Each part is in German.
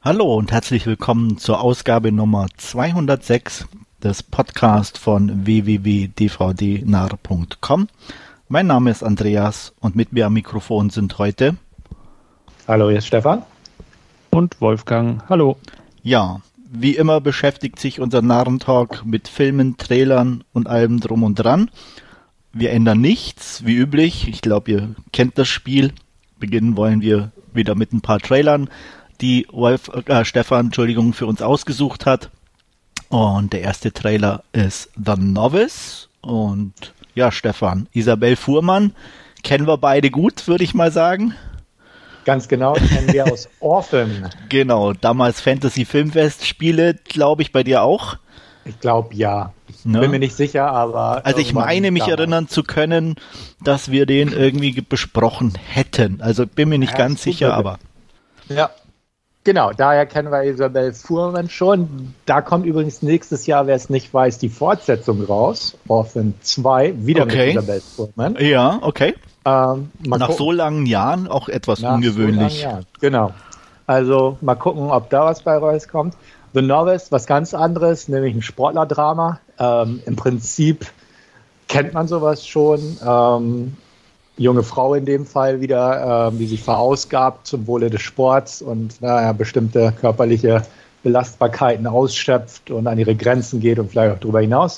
Hallo und herzlich willkommen zur Ausgabe Nummer 206 des Podcasts von www.dvdnarr.com. Mein Name ist Andreas und mit mir am Mikrofon sind heute... Hallo, hier ist Stefan. Und Wolfgang. Hallo. Ja, wie immer beschäftigt sich unser Narrentalk mit Filmen, Trailern und allem drum und dran. Wir ändern nichts, wie üblich. Ich glaube, ihr kennt das Spiel. Beginnen wollen wir wieder mit ein paar Trailern, die Stefan für uns ausgesucht hat. Und der erste Trailer ist The Novice. Und ja, Stefan, Isabelle Fuhrmann kennen wir beide gut, würde ich mal sagen. Ganz genau, kennen wir aus Orphan. Genau, damals Fantasy-Filmfest-Spiele, glaube ich, bei dir auch. Ich glaube, ja. Ich Ne? bin mir nicht sicher, aber... Also ich meine, mich erinnern zu können, dass wir den irgendwie besprochen hätten. Also bin mir nicht ganz sicher, aber... Ja, genau, daher kennen wir Isabelle Fuhrmann schon. Da kommt übrigens nächstes Jahr, wer es nicht weiß, die Fortsetzung raus. Orphan 2, wieder mit Isabelle Fuhrmann. Ja, okay. Nach gucken. so langen Jahren auch etwas ungewöhnlich. So genau. Also mal gucken, ob da was bei rauskommt. The Novice, was ganz anderes, nämlich ein Sportlerdrama. Im Prinzip kennt man sowas schon. Junge Frau in dem Fall wieder, die sich verausgabt zum Wohle des Sports und bestimmte körperliche Belastbarkeiten ausschöpft und an ihre Grenzen geht und vielleicht auch darüber hinaus.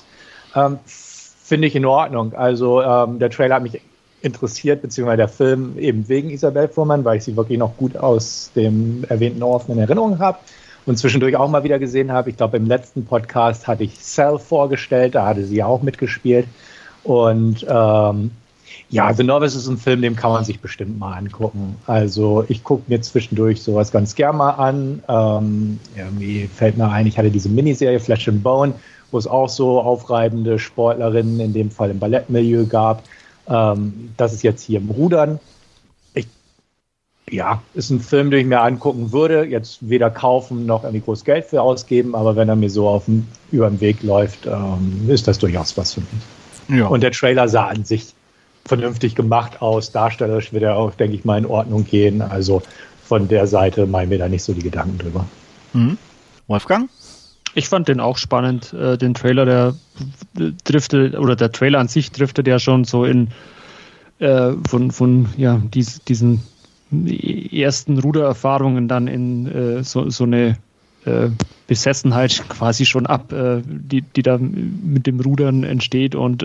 Finde ich in Ordnung. Also der Trailer hat mich interessiert, beziehungsweise der Film eben wegen Isabelle Fuhrmann, weil ich sie wirklich noch gut aus dem erwähnten Orphan in Erinnerung habe und zwischendurch auch mal wieder gesehen habe. Ich glaube, im letzten Podcast hatte ich Cell vorgestellt, da hatte sie auch mitgespielt. Und The Novice ist ein Film, den kann man sich bestimmt mal angucken. Also ich gucke mir zwischendurch sowas ganz gern mal an. Irgendwie fällt mir ein, ich hatte diese Miniserie Flesh and Bone, wo es auch so aufreibende Sportlerinnen, in dem Fall im Ballettmilieu gab. Das ist jetzt hier im Rudern. Ist ein Film, den ich mir angucken würde. Jetzt weder kaufen noch irgendwie groß Geld für ausgeben, aber wenn er mir so über den Weg läuft, ist das durchaus was für mich. Ja. Und der Trailer sah an sich vernünftig gemacht aus. Darstellerisch wird er auch, denke ich mal, in Ordnung gehen. Also von der Seite machen wir da nicht so die Gedanken drüber. Mhm. Wolfgang? Ich fand den auch spannend. Den Trailer, der Trailer an sich driftet ja schon so in diesen ersten Rudererfahrungen dann in so eine Besessenheit quasi schon ab, die da mit dem Rudern entsteht und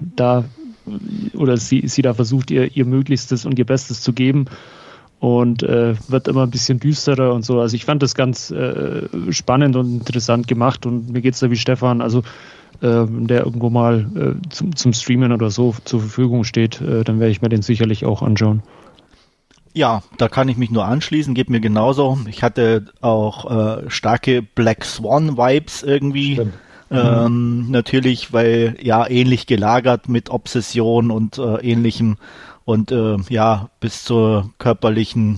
sie da versucht, ihr Möglichstes und ihr Bestes zu geben und wird immer ein bisschen düsterer und so. Also ich fand das ganz spannend und interessant gemacht und mir geht's da wie Stefan, also der irgendwo mal zum Streamen oder so zur Verfügung steht, dann werde ich mir den sicherlich auch anschauen. Ja, da kann ich mich nur anschließen, geht mir genauso. Ich hatte auch starke Black Swan Vibes irgendwie. Natürlich, weil ähnlich gelagert mit Obsession und ähnlichem und bis zur körperlichen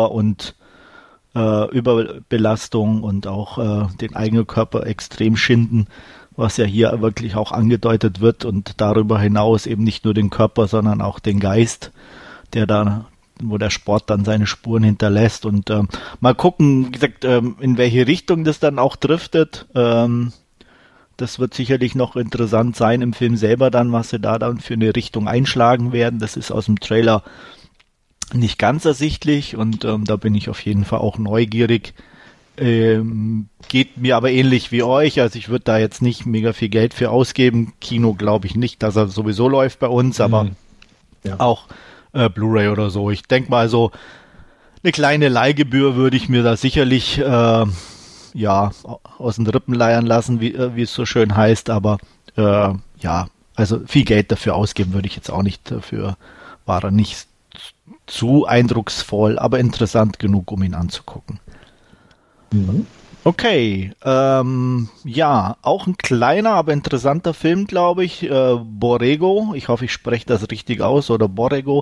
Überbelastung und auch den eigenen Körper extrem schinden, was ja hier wirklich auch angedeutet wird und darüber hinaus eben nicht nur den Körper, sondern auch den Geist, wo der Sport dann seine Spuren hinterlässt und mal gucken, wie gesagt, in welche Richtung das dann auch driftet. Das wird sicherlich noch interessant sein im Film selber dann, was sie da dann für eine Richtung einschlagen werden. Das ist aus dem Trailer nicht ganz ersichtlich und da bin ich auf jeden Fall auch neugierig. Geht mir aber ähnlich wie euch, also ich würde da jetzt nicht mega viel Geld für ausgeben. Kino glaube ich nicht, dass er sowieso läuft bei uns, aber auch Blu-ray oder so. Ich denke mal so, eine kleine Leihgebühr würde ich mir da sicherlich aus den Rippen leiern lassen, wie es so schön heißt, aber also viel Geld dafür ausgeben würde ich jetzt auch nicht. Dafür war er nicht zu eindrucksvoll, aber interessant genug, um ihn anzugucken. Mhm. Okay, auch ein kleiner, aber interessanter Film, glaube ich, Borrego, ich hoffe, ich spreche das richtig aus, oder Borrego,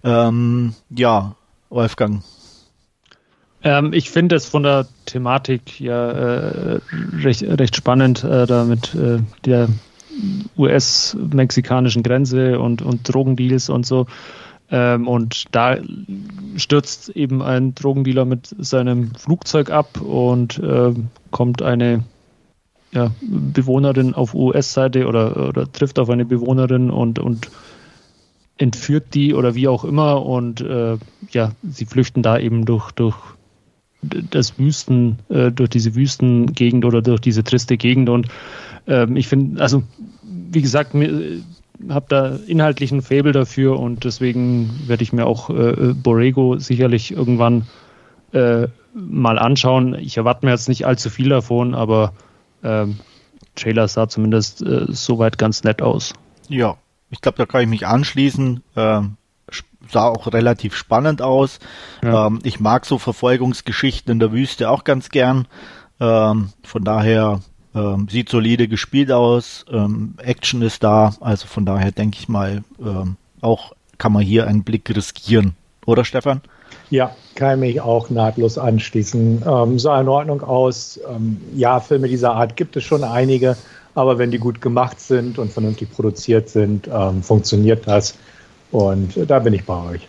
Wolfgang. Ich finde es von der Thematik recht spannend, da mit der US-mexikanischen Grenze und Drogendeals und so. Und da stürzt eben ein Drogendealer mit seinem Flugzeug ab und kommt eine Bewohnerin auf US-Seite oder trifft auf eine Bewohnerin und entführt die oder wie auch immer. Und sie flüchten da eben durch das durch diese Wüstengegend oder durch diese triste Gegend. Und ich finde, also wie gesagt, habe da inhaltlich ein Faible dafür und deswegen werde ich mir auch Borrego sicherlich irgendwann mal anschauen. Ich erwarte mir jetzt nicht allzu viel davon, aber Trailer sah zumindest soweit ganz nett aus. Ja, ich glaube, da kann ich mich anschließen. Sah auch relativ spannend aus. Ja. Ich mag so Verfolgungsgeschichten in der Wüste auch ganz gern. Von daher sieht solide gespielt aus. Action ist da. Also von daher denke ich mal, auch kann man hier einen Blick riskieren. Oder Stefan? Ja, kann ich mich auch nahtlos anschließen. Sah in Ordnung aus. Filme dieser Art gibt es schon einige, aber wenn die gut gemacht sind und vernünftig produziert sind, funktioniert das. Und da bin ich bei euch.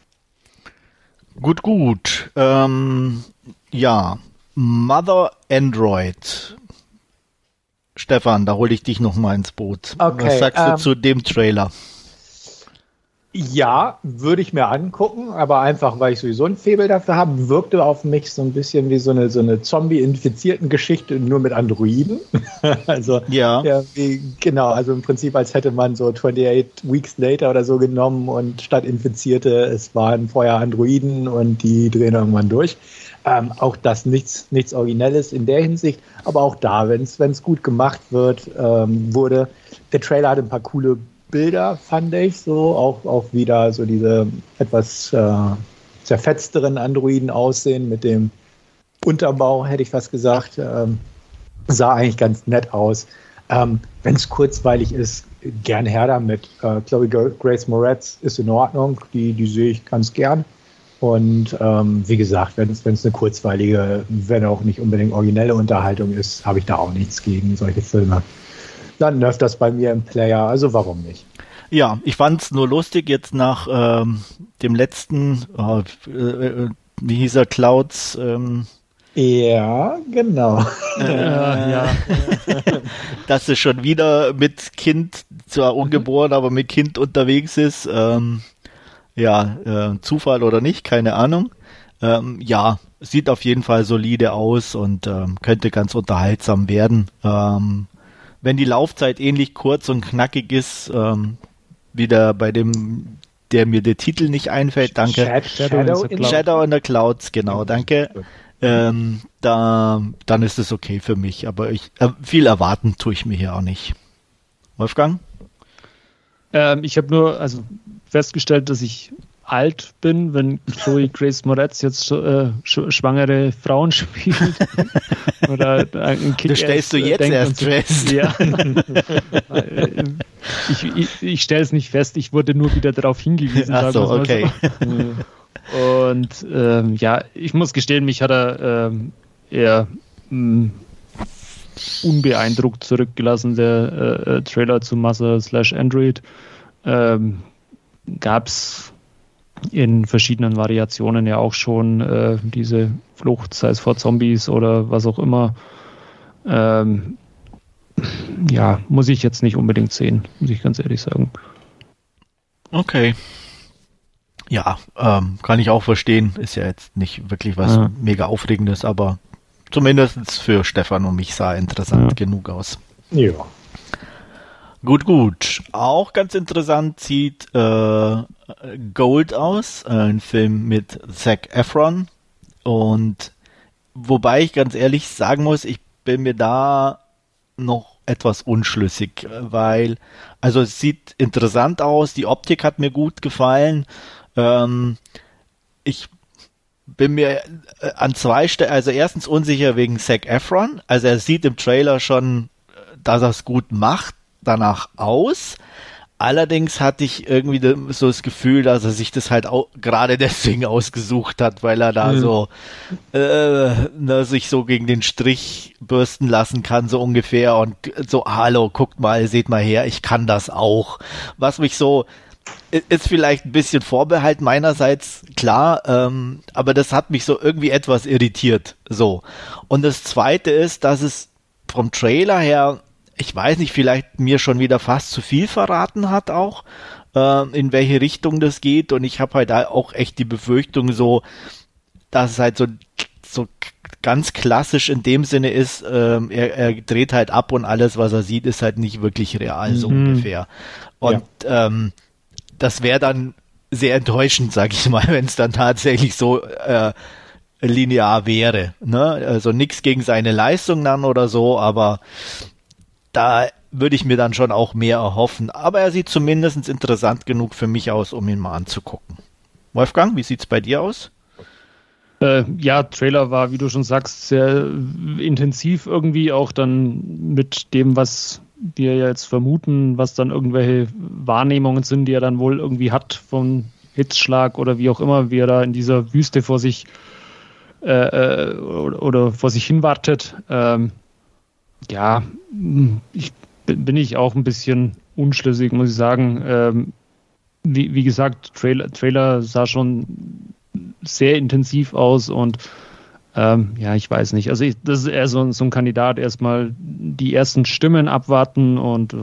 Gut. Mother Android. Stefan, da hole ich dich noch mal ins Boot. Okay, was sagst du zu dem Trailer? Ja, würde ich mir angucken, aber einfach, weil ich sowieso ein Faible dafür habe, wirkte auf mich so ein bisschen wie so eine Zombie-infizierten Geschichte, nur mit Androiden. Also also im Prinzip, als hätte man so 28 Weeks Later oder so genommen und statt Infizierte, es waren vorher Androiden und die drehen irgendwann durch. Auch das nichts Originelles in der Hinsicht, aber auch da, wenn es gut gemacht wurde. Der Trailer hatte ein paar coole Bilder, fand ich, so auch wieder so diese etwas zerfetzteren Androiden aussehen mit dem Unterbau, hätte ich fast gesagt, sah eigentlich ganz nett aus. Wenn es kurzweilig ist, gern her damit. Ich glaube, Grace Moretz ist in Ordnung, die sehe ich ganz gern. Und wie gesagt, wenn es eine kurzweilige, wenn auch nicht unbedingt originelle Unterhaltung ist, habe ich da auch nichts gegen solche Filme. Dann nervt das bei mir im Player, also warum nicht? Ja, ich fand's nur lustig jetzt nach dem letzten, wie hieß er, Clouds? Ja, genau. Dass sie schon wieder mit Kind, zwar ungeboren, aber mit Kind unterwegs ist. Zufall oder nicht, keine Ahnung. Sieht auf jeden Fall solide aus und könnte ganz unterhaltsam werden. Wenn die Laufzeit ähnlich kurz und knackig ist, wieder bei dem, der mir der Titel nicht einfällt, danke. Shadow in the Clouds, genau, danke. Dann ist es okay für mich, aber viel erwarten tue ich mir hier auch nicht. Wolfgang? Ich habe nur festgestellt, dass ich alt bin, wenn Chloe Grace Moretz jetzt schwangere Frauen spielt. Oder ein Kind. Das stellst du jetzt erst fest. Ja. Ich stelle es nicht fest, ich wurde nur wieder darauf hingewiesen. Ach so, okay. Und ich muss gestehen, mich hat er eher unbeeindruckt zurückgelassen, der Trailer zu Mother/Android. Gab es in verschiedenen Variationen ja auch schon diese Flucht, sei es vor Zombies oder was auch immer. Muss ich jetzt nicht unbedingt sehen, muss ich ganz ehrlich sagen. Okay. Ja, kann ich auch verstehen. Ist ja jetzt nicht wirklich was mega Aufregendes, aber zumindest für Stefan und mich sah interessant genug aus. Ja. Gut. Auch ganz interessant sieht Gold aus, ein Film mit Zac Efron. Und wobei ich ganz ehrlich sagen muss, ich bin mir da noch etwas unschlüssig, weil, also es sieht interessant aus, die Optik hat mir gut gefallen. Ich bin mir an zwei Stellen, also erstens unsicher wegen Zac Efron, also er sieht im Trailer schon, dass er es gut macht, danach aus. Allerdings hatte ich irgendwie so das Gefühl, dass er sich das halt auch gerade deswegen ausgesucht hat, weil er da sich so gegen den Strich bürsten lassen kann, so ungefähr. Und so, hallo, guckt mal, seht mal her, ich kann das auch. Was mich so ist vielleicht ein bisschen Vorbehalt meinerseits, klar, aber das hat mich so irgendwie etwas irritiert, so. Und das Zweite ist, dass es vom Trailer her, ich weiß nicht, vielleicht mir schon wieder fast zu viel verraten hat auch, in welche Richtung das geht, und ich habe halt auch echt die Befürchtung so, dass es halt so ganz klassisch in dem Sinne ist, er dreht halt ab und alles, was er sieht, ist halt nicht wirklich real, so ungefähr. Und das wäre dann sehr enttäuschend, sag ich mal, wenn es dann tatsächlich so linear wäre. Ne? Also nichts gegen seine Leistung dann oder so, aber da würde ich mir dann schon auch mehr erhoffen. Aber er sieht zumindest interessant genug für mich aus, um ihn mal anzugucken. Wolfgang, wie sieht's bei dir aus? Trailer war, wie du schon sagst, sehr intensiv irgendwie, auch dann mit dem, was wir jetzt vermuten, was dann irgendwelche Wahrnehmungen sind, die er dann wohl irgendwie hat vom Hitzschlag oder wie auch immer, wie er da in dieser Wüste vor sich oder vor sich hin wartet. Bin ich auch ein bisschen unschlüssig, muss ich sagen. Wie gesagt, Trailer sah schon sehr intensiv aus und ich weiß nicht. Also das ist eher so ein Kandidat, erstmal die ersten Stimmen abwarten und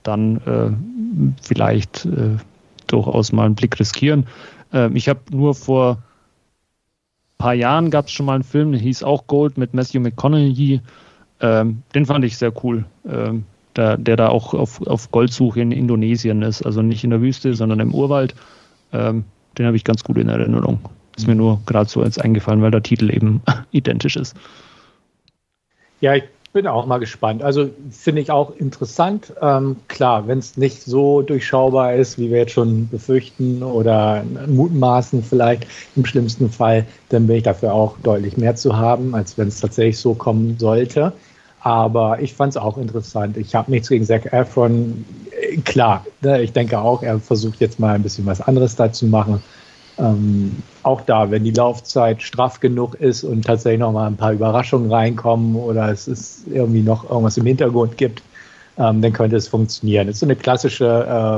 dann vielleicht durchaus mal einen Blick riskieren. Ich habe nur vor ein paar Jahren gab es schon mal einen Film, der hieß auch Gold mit Matthew McConaughey. Den fand ich sehr cool. Der da auch auf Goldsuche in Indonesien ist, also nicht in der Wüste, sondern im Urwald. Den habe ich ganz gut in Erinnerung. Ist mir nur gerade so jetzt eingefallen, weil der Titel eben identisch ist. Ja, ich bin auch mal gespannt. Also finde ich auch interessant. Klar, wenn es nicht so durchschaubar ist, wie wir jetzt schon befürchten oder mutmaßen vielleicht im schlimmsten Fall, dann bin ich dafür auch deutlich mehr zu haben, als wenn es tatsächlich so kommen sollte. Aber ich fand es auch interessant. Ich habe nichts gegen Zac Efron. Klar, ne, ich denke auch, er versucht jetzt mal ein bisschen was anderes da zu machen. Auch da, wenn die Laufzeit straff genug ist und tatsächlich noch mal ein paar Überraschungen reinkommen oder es ist irgendwie noch irgendwas im Hintergrund gibt, dann könnte es funktionieren. Es ist so eine klassische,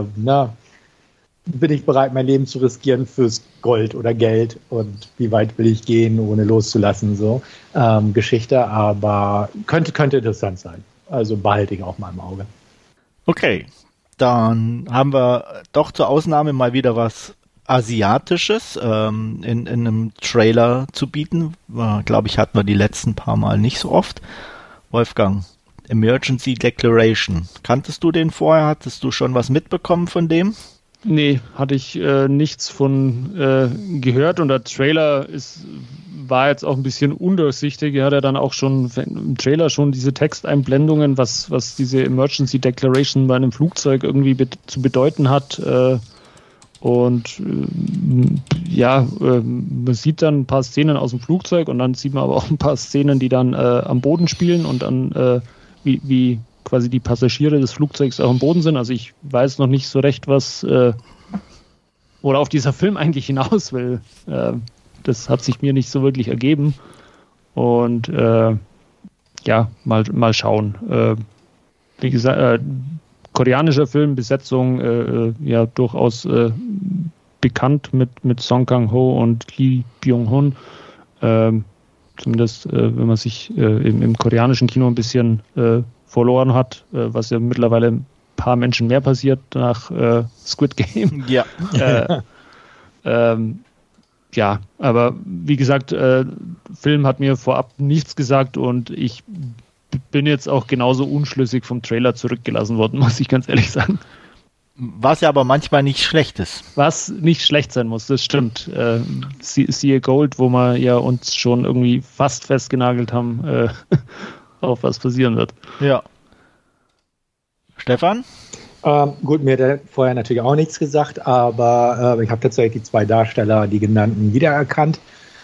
bin ich bereit, mein Leben zu riskieren fürs Gold oder Geld und wie weit will ich gehen, ohne loszulassen, so Geschichte, aber könnte interessant sein. Also behalte ich auch mal im Auge. Okay, dann haben wir doch zur Ausnahme mal wieder was Asiatisches in einem Trailer zu bieten. Glaube ich, hatten wir die letzten paar Mal nicht so oft. Wolfgang, Emergency Declaration. Kanntest du den vorher? Hattest du schon was mitbekommen von dem? Nee, hatte ich nichts von gehört, und der Trailer war jetzt auch ein bisschen undurchsichtig. Er hat ja dann auch schon im Trailer schon diese Texteinblendungen, was diese Emergency Declaration bei einem Flugzeug irgendwie zu bedeuten hat. Und man sieht dann ein paar Szenen aus dem Flugzeug und dann sieht man aber auch ein paar Szenen, die dann am Boden spielen und dann wie quasi die Passagiere des Flugzeugs auch am Boden sind. Also ich weiß noch nicht so recht, worauf dieser Film eigentlich hinaus will. Das hat sich mir nicht so wirklich ergeben. Und mal schauen. Wie gesagt, koreanischer Film, Besetzung durchaus bekannt mit Song Kang-ho und Lee Byung-hun. Zumindest, wenn man sich im koreanischen Kino ein bisschen verloren hat, was ja mittlerweile ein paar Menschen mehr passiert nach Squid Game. Ja. Aber wie gesagt, Film hat mir vorab nichts gesagt und ich bin jetzt auch genauso unschlüssig vom Trailer zurückgelassen worden, muss ich ganz ehrlich sagen. Was ja aber manchmal nicht schlecht ist. Was nicht schlecht sein muss, das stimmt. Siehe Gold, wo wir ja uns schon irgendwie fast festgenagelt haben, auf was passieren wird. Ja. Stefan? Gut, mir hat er vorher natürlich auch nichts gesagt, aber ich habe tatsächlich die zwei Darsteller, die genannten, wiedererkannt.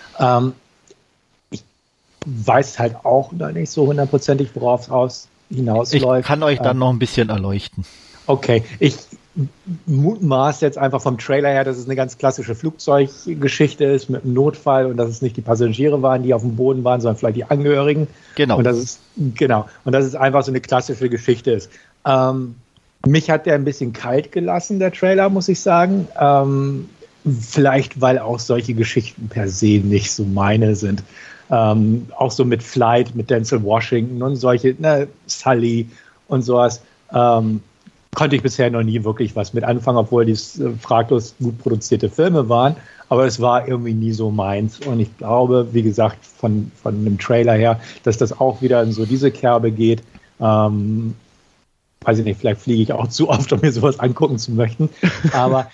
Ich weiß halt auch noch nicht so hundertprozentig, worauf es hinausläuft. Ich kann euch dann noch ein bisschen erleuchten. Okay, ich mutmaße jetzt einfach vom Trailer her, dass es eine ganz klassische Flugzeuggeschichte ist mit einem Notfall und dass es nicht die Passagiere waren, die auf dem Boden waren, sondern vielleicht die Angehörigen. Genau. Und dass es einfach so eine klassische Geschichte ist. Mich hat der ein bisschen kalt gelassen, der Trailer, muss ich sagen. Vielleicht, weil auch solche Geschichten per se nicht so meine sind. Auch so mit Flight, mit Denzel Washington und solche, Sully und sowas. Konnte ich bisher noch nie wirklich was mit anfangen, obwohl die fraglos gut produzierte Filme waren. Aber es war irgendwie nie so meins. Und ich glaube, wie gesagt, von dem Trailer her, dass das auch wieder in so diese Kerbe geht. Weiß ich nicht, vielleicht fliege ich auch zu oft, um mir sowas angucken zu möchten. Aber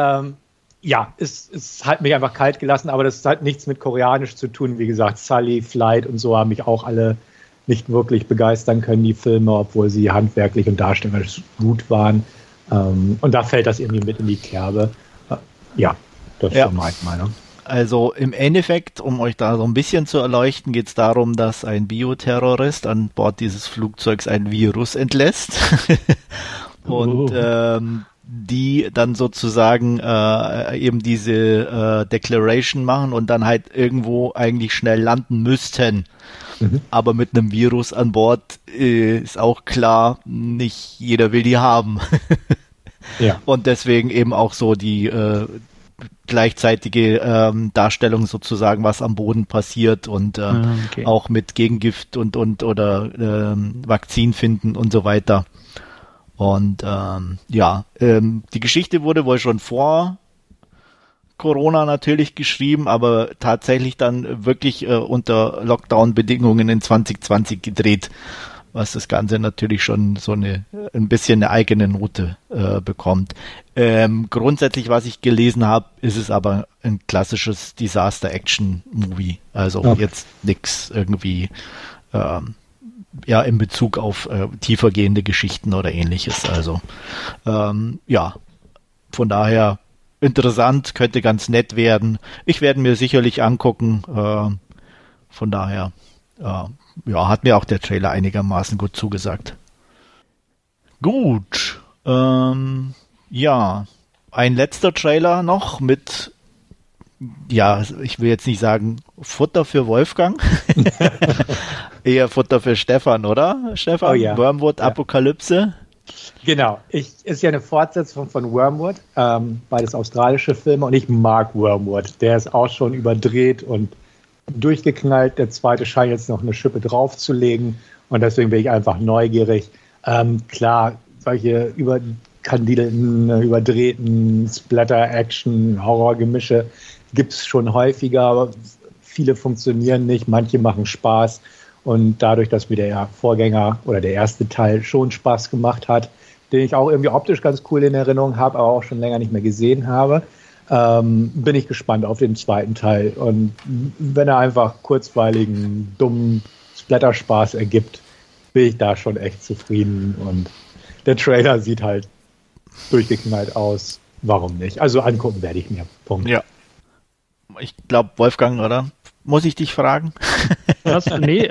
es hat mich einfach kalt gelassen. Aber das hat nichts mit Koreanisch zu tun. Wie gesagt, Sully, Flight und so haben mich auch alle nicht wirklich begeistern können, die Filme, obwohl sie handwerklich und darstellerisch gut waren. Und da fällt das irgendwie mit in die Kerbe. Das ist so meine Meinung. Also im Endeffekt, um euch da so ein bisschen zu erleuchten, geht es darum, dass ein Bioterrorist an Bord dieses Flugzeugs ein Virus entlässt und die dann sozusagen eben diese Declaration machen und dann halt irgendwo eigentlich schnell landen müssten. Aber mit einem Virus an Bord ist auch klar, nicht jeder will die haben. Und deswegen eben auch so die gleichzeitige Darstellung sozusagen, was am Boden passiert und auch mit Gegengift und oder Vakzin finden und so weiter. Und die Geschichte wurde wohl schon vor Corona natürlich geschrieben, aber tatsächlich dann wirklich unter Lockdown-Bedingungen in 2020 gedreht, was das Ganze natürlich schon so ein bisschen eine eigene Note bekommt. Grundsätzlich, was ich gelesen habe, ist es aber ein klassisches Disaster-Action-Movie. Also jetzt nichts irgendwie in Bezug auf tiefergehende Geschichten oder ähnliches. Also von daher interessant, könnte ganz nett werden. Ich werde mir sicherlich angucken. Von daher hat mir auch der Trailer einigermaßen gut zugesagt. Gut. Ein letzter Trailer noch mit, ich will jetzt nicht sagen Futter für Wolfgang, eher Futter für Stefan, oder? Stefan? Oh ja. Wormwood Apokalypse. Genau, ist ja eine Fortsetzung von Wormwood, beides australische Filme und ich mag Wormwood. Der ist auch schon überdreht und durchgeknallt. Der zweite scheint jetzt noch eine Schippe draufzulegen und deswegen bin ich einfach neugierig. Klar, solche überkandidelten, überdrehten Splatter-Action, Horror-Gemische gibt es schon häufiger, aber viele funktionieren nicht, manche machen Spaß. Und dadurch, dass mir der Vorgänger oder der erste Teil schon Spaß gemacht hat, den ich auch irgendwie optisch ganz cool in Erinnerung habe, aber auch schon länger nicht mehr gesehen habe, bin ich gespannt auf den zweiten Teil. Und wenn er einfach kurzweiligen, dummen Splatter-Spaß ergibt, bin ich da schon echt zufrieden. Und der Trailer sieht halt durchgeknallt aus. Warum nicht? Also angucken werde ich mir. Punkt. Ja. Ich glaube, Wolfgang, oder? Muss ich dich fragen? Was? Nee,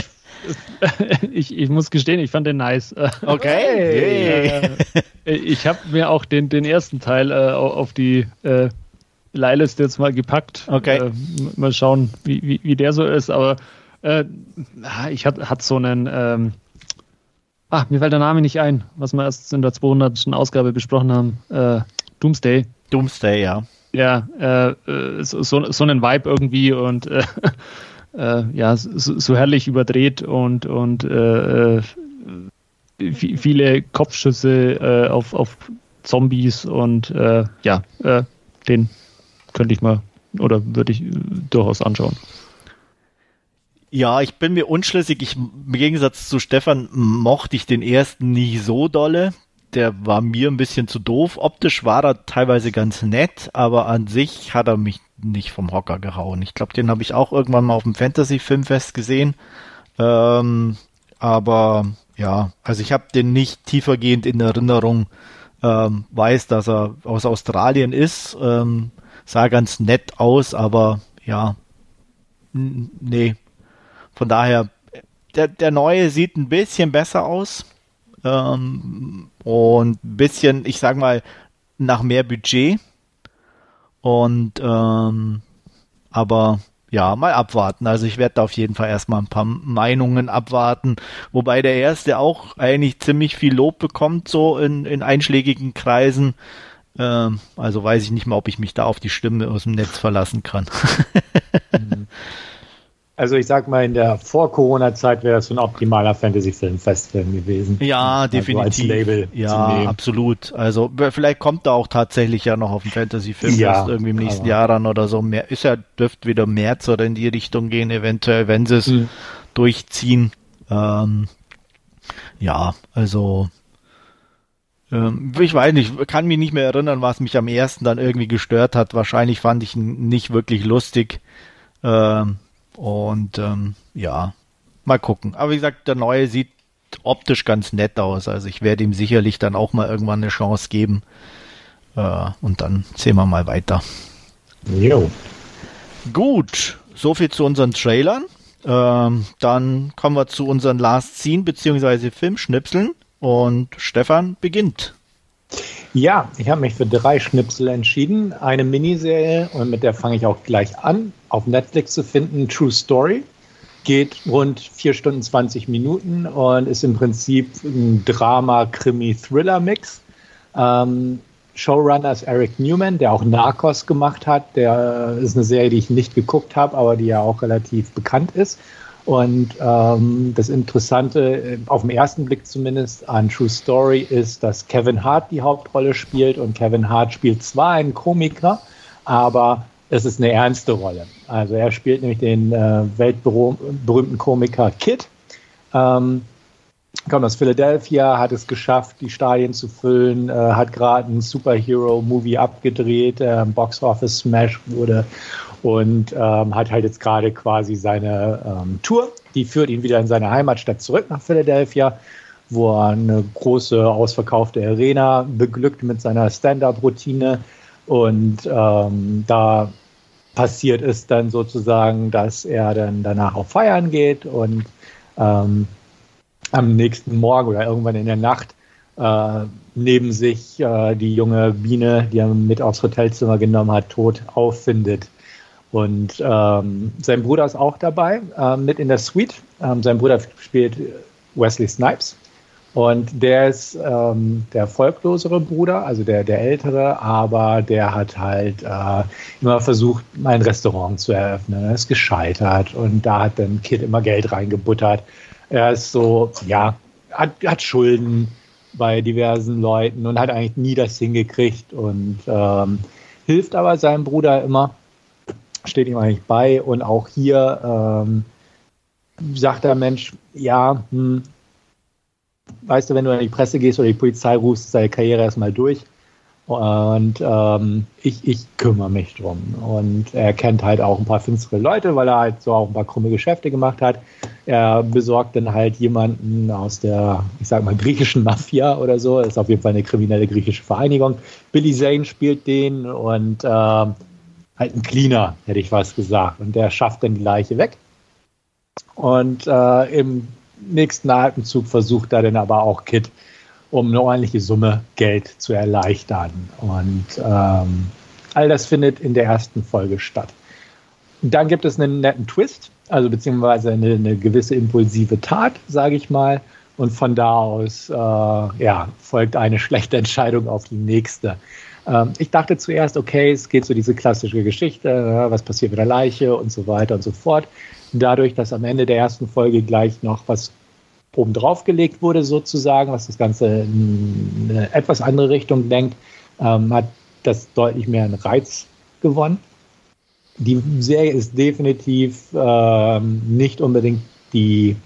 ich muss gestehen, ich fand den nice. Okay. Ich habe mir auch den ersten Teil auf die Leihliste jetzt mal gepackt. Okay. Mal schauen, wie der so ist. Aber ich hatte so einen mir fällt der Name nicht ein, was wir erst in der 200. Ausgabe besprochen haben. Doomsday. Doomsday, ja. Ja, so einen Vibe irgendwie und so herrlich überdreht und viele Kopfschüsse auf Zombies und den könnte ich mal oder würde ich durchaus anschauen. Ja, ich bin mir unschlüssig. Im Gegensatz zu Stefan mochte ich den ersten nie so dolle. Der war mir ein bisschen zu doof. Optisch war er teilweise ganz nett, aber an sich hat er mich nicht vom Hocker gehauen. Ich glaube, den habe ich auch irgendwann mal auf dem Fantasy-Filmfest gesehen. Aber ja, also ich habe den nicht tiefergehend in Erinnerung. Weiß, dass er aus Australien ist. Sah ganz nett aus, aber ja, nee. Von daher, der neue sieht ein bisschen besser aus. Und ein bisschen, ich sag mal, nach mehr Budget. Und aber ja, mal abwarten. Also ich werde da auf jeden Fall erstmal ein paar Meinungen abwarten, wobei der erste auch eigentlich ziemlich viel Lob bekommt, so in einschlägigen Kreisen. Also weiß ich nicht mal, ob ich mich da auf die Stimme aus dem Netz verlassen kann. Also ich sag mal, in der Vor-Corona-Zeit wäre das so ein optimaler Fantasy-Film-Festfilm gewesen. Ja, definitiv. Also als Label ja, zu nehmen. Absolut. Also vielleicht kommt da auch tatsächlich ja noch auf ein Fantasy-Filmfest irgendwie im nächsten Jahr ran oder so. Dürfte wieder März oder in die Richtung gehen, eventuell, wenn sie es durchziehen. Ja, also ich weiß nicht, kann mich nicht mehr erinnern, was mich am ersten dann irgendwie gestört hat. Wahrscheinlich fand ich ihn nicht wirklich lustig. Ja, mal gucken. Aber wie gesagt, der neue sieht optisch ganz nett aus. Also ich werde ihm sicherlich dann auch mal irgendwann eine Chance geben. Und dann sehen wir mal weiter. Jo. Gut, soviel zu unseren Trailern. Dann kommen wir zu unseren Last Scene bzw. Filmschnipseln. Und Stefan beginnt. Ja, ich habe mich für 3 Schnipsel entschieden. Eine Miniserie, und mit der fange ich auch gleich an, auf Netflix zu finden, True Story. Geht rund 4 Stunden 20 Minuten und ist im Prinzip ein Drama-Krimi-Thriller-Mix. Showrunner ist Eric Newman, der auch Narcos gemacht hat. Der ist eine Serie, die ich nicht geguckt habe, aber die ja auch relativ bekannt ist. Und das Interessante, auf den ersten Blick zumindest, an True Story ist, dass Kevin Hart die Hauptrolle spielt. Und Kevin Hart spielt zwar einen Komiker, aber es ist eine ernste Rolle. Also er spielt nämlich den weltberühmten Komiker Kid. Kommt aus Philadelphia, hat es geschafft, die Stadien zu füllen, hat gerade einen Superhero-Movie abgedreht, Box-Office-Smash wurde und hat halt jetzt gerade quasi seine Tour, die führt ihn wieder in seine Heimatstadt zurück nach Philadelphia, wo er eine große, ausverkaufte Arena beglückt mit seiner Stand-Up-Routine und da passiert es dann sozusagen, dass er dann danach auch feiern geht und am nächsten Morgen oder irgendwann in der Nacht neben sich die junge Biene, die er mit aufs Hotelzimmer genommen hat, tot auffindet. Und sein Bruder ist auch dabei, mit in der Suite. Sein Bruder spielt Wesley Snipes. Und der ist der erfolglosere Bruder, also der ältere, aber der hat halt immer versucht, ein Restaurant zu eröffnen. Er ist gescheitert und da hat dann Kid immer Geld reingebuttert. Er ist so, ja, hat Schulden bei diversen Leuten und hat eigentlich nie das hingekriegt und hilft aber seinem Bruder immer, steht ihm eigentlich bei und auch hier sagt der Mensch, ja, weißt du, wenn du in die Presse gehst oder die Polizei rufst, ist deine Karriere erstmal durch und ich kümmere mich drum. Und er kennt halt auch ein paar finstere Leute, weil er halt so auch ein paar krumme Geschäfte gemacht hat. Er besorgt dann halt jemanden aus der, ich sag mal, griechischen Mafia oder so. Das ist auf jeden Fall eine kriminelle griechische Vereinigung. Billy Zane spielt den und halt ein Cleaner, hätte ich was gesagt. Und der schafft dann die Leiche weg. Und im nächsten Atemzug versucht er dann aber auch Kid, um eine ordentliche Summe Geld zu erleichtern. Und all das findet in der ersten Folge statt. Dann gibt es einen netten Twist, also beziehungsweise eine gewisse impulsive Tat, sage ich mal. Und von da aus folgt eine schlechte Entscheidung auf die nächste. Ich dachte zuerst, okay, es geht so diese klassische Geschichte, was passiert mit der Leiche und so weiter und so fort. Dadurch, dass am Ende der ersten Folge gleich noch was oben drauf gelegt wurde, sozusagen, was das Ganze in eine etwas andere Richtung lenkt, hat das deutlich mehr einen Reiz gewonnen. Die Serie ist definitiv nicht unbedingt die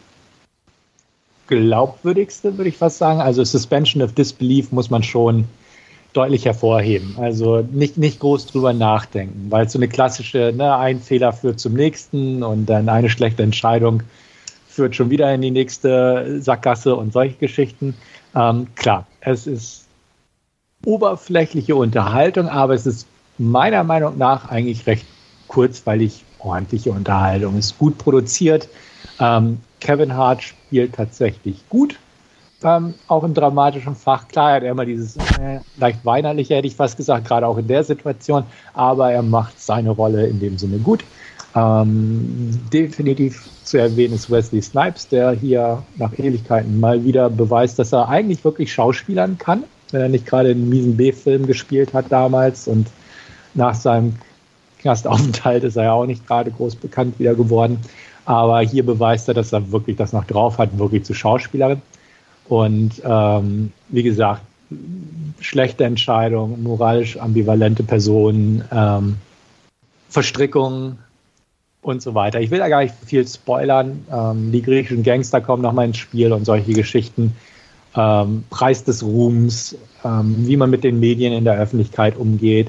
glaubwürdigste, würde ich fast sagen. Also Suspension of Disbelief muss man schon deutlich hervorheben. Also nicht groß drüber nachdenken, weil so eine klassische, ein Fehler führt zum nächsten und dann eine schlechte Entscheidung führt schon wieder in die nächste Sackgasse und solche Geschichten. Klar, es ist oberflächliche Unterhaltung, aber es ist meiner Meinung nach eigentlich recht kurzweilig ordentliche Unterhaltung. Es ist gut produziert. Kevin Hart spielt tatsächlich gut. Auch im dramatischen Fach. Klar hat er immer dieses leicht weinerliche, hätte ich fast gesagt, gerade auch in der Situation. Aber er macht seine Rolle in dem Sinne gut. Definitiv zu erwähnen ist Wesley Snipes, der hier nach Ewigkeiten mal wieder beweist, dass er eigentlich wirklich schauspielern kann, wenn er nicht gerade einen miesen B-Film gespielt hat damals, und nach seinem Knastaufenthalt ist er ja auch nicht gerade groß bekannt wieder geworden. Aber hier beweist er, dass er wirklich das noch drauf hat, wirklich zu Schauspielern. Und wie gesagt, schlechte Entscheidungen, moralisch ambivalente Personen, Verstrickungen und so weiter. Ich will da gar nicht viel spoilern. Die griechischen Gangster kommen nochmal ins Spiel und solche Geschichten. Preis des Ruhms, wie man mit den Medien in der Öffentlichkeit umgeht,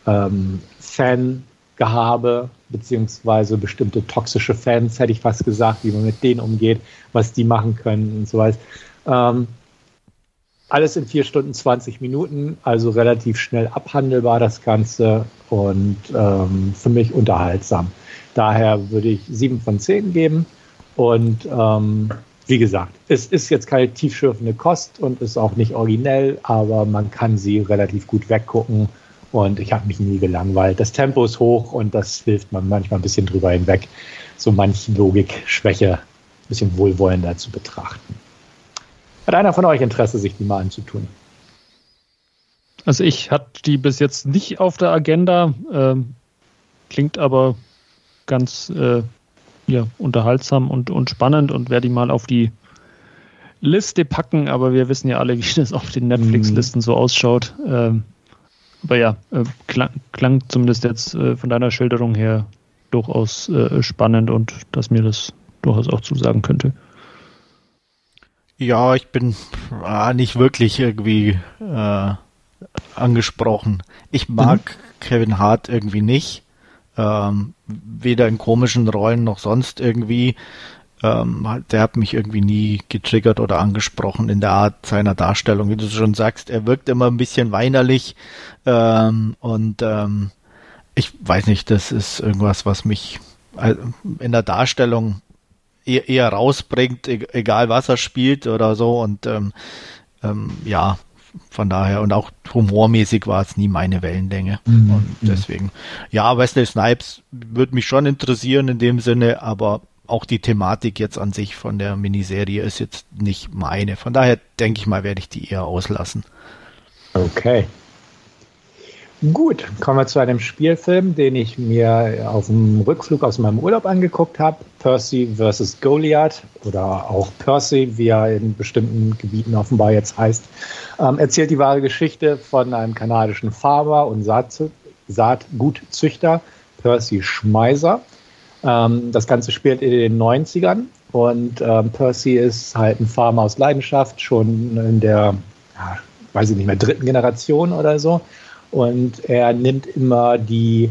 Fangehabe, beziehungsweise bestimmte toxische Fans, hätte ich fast gesagt, wie man mit denen umgeht, was die machen können und so weiter. Alles in 4 Stunden 20 Minuten, also relativ schnell abhandelbar das Ganze und für mich unterhaltsam. Daher würde ich 7 von 10 geben und wie gesagt, es ist jetzt keine tiefschürfende Kost und ist auch nicht originell, aber man kann sie relativ gut weggucken und ich habe mich nie gelangweilt. Das Tempo ist hoch und das hilft man manchmal ein bisschen drüber hinweg, so manche Logikschwäche ein bisschen wohlwollender zu betrachten. Hat einer von euch Interesse, sich die mal anzutun? Also ich hatte die bis jetzt nicht auf der Agenda, klingt aber ganz unterhaltsam und spannend und werde die mal auf die Liste packen, aber wir wissen ja alle, wie das auf den Netflix-Listen so ausschaut. Aber ja, klang zumindest jetzt von deiner Schilderung her durchaus spannend und dass mir das durchaus auch zusagen könnte. Ja, ich bin nicht wirklich irgendwie angesprochen. Ich mag Kevin Hart irgendwie nicht. Weder in komischen Rollen noch sonst irgendwie. Der hat mich irgendwie nie getriggert oder angesprochen in der Art seiner Darstellung. Wie du schon sagst, er wirkt immer ein bisschen weinerlich und ich weiß nicht, das ist irgendwas, was mich in der Darstellung eher rausbringt, egal was er spielt oder so und ja, von daher, und auch humormäßig war es nie meine Wellenlänge. Und deswegen, ja, Wesley Snipes würde mich schon interessieren in dem Sinne, aber auch die Thematik jetzt an sich von der Miniserie ist jetzt nicht meine. Von daher denke ich mal, werde ich die eher auslassen. Okay. Gut, kommen wir zu einem Spielfilm, den ich mir auf dem Rückflug aus meinem Urlaub angeguckt habe. Percy vs. Goliath oder auch Percy, wie er in bestimmten Gebieten offenbar jetzt heißt, erzählt die wahre Geschichte von einem kanadischen Farmer und Saatgutzüchter, Percy Schmeiser. Das Ganze spielt in den 90ern und Percy ist halt ein Farmer aus Leidenschaft, schon in der, weiß ich nicht mehr, 3. Generation oder so. Und er nimmt immer die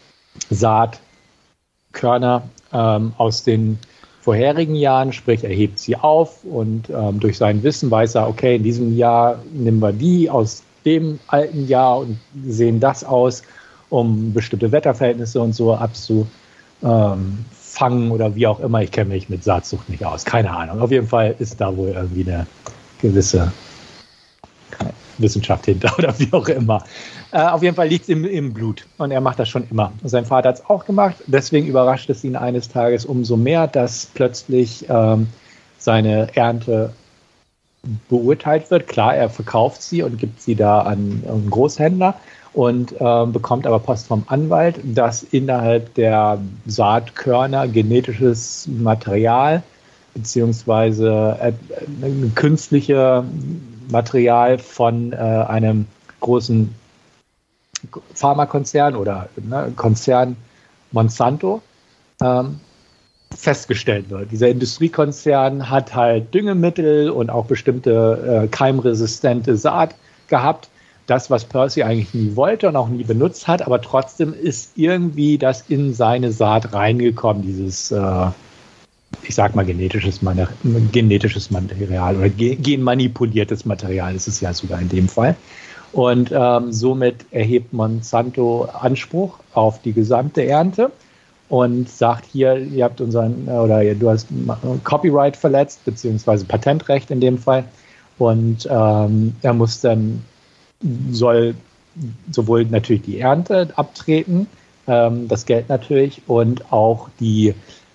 Saatkörner aus den vorherigen Jahren, sprich er hebt sie auf und durch sein Wissen weiß er, okay, in diesem Jahr nehmen wir die aus dem alten Jahr und sehen das aus, um bestimmte Wetterverhältnisse und so abzufangen oder wie auch immer. Ich kenne mich mit Saatzucht nicht aus, keine Ahnung. Auf jeden Fall ist da wohl irgendwie eine gewisse Wissenschaft hinter oder wie auch immer. Auf jeden Fall liegt es im Blut und er macht das schon immer. Sein Vater hat es auch gemacht, deswegen überrascht es ihn eines Tages umso mehr, dass plötzlich seine Ernte beurteilt wird. Klar, er verkauft sie und gibt sie da an einen Großhändler und bekommt aber Post vom Anwalt, dass innerhalb der Saatkörner genetisches Material beziehungsweise künstliche Material von einem großen Pharmakonzern oder Konzern Monsanto festgestellt wird. Dieser Industriekonzern hat halt Düngemittel und auch bestimmte keimresistente Saat gehabt. Das, was Percy eigentlich nie wollte und auch nie benutzt hat, aber trotzdem ist irgendwie das in seine Saat reingekommen, dieses ich sag mal genetisches Material oder genmanipuliertes Material ist es ja sogar in dem Fall. Und somit erhebt Monsanto Anspruch auf die gesamte Ernte und sagt hier, ihr habt du hast Copyright verletzt, beziehungsweise Patentrecht in dem Fall. Und er soll sowohl natürlich die Ernte abtreten, das Geld natürlich und auch die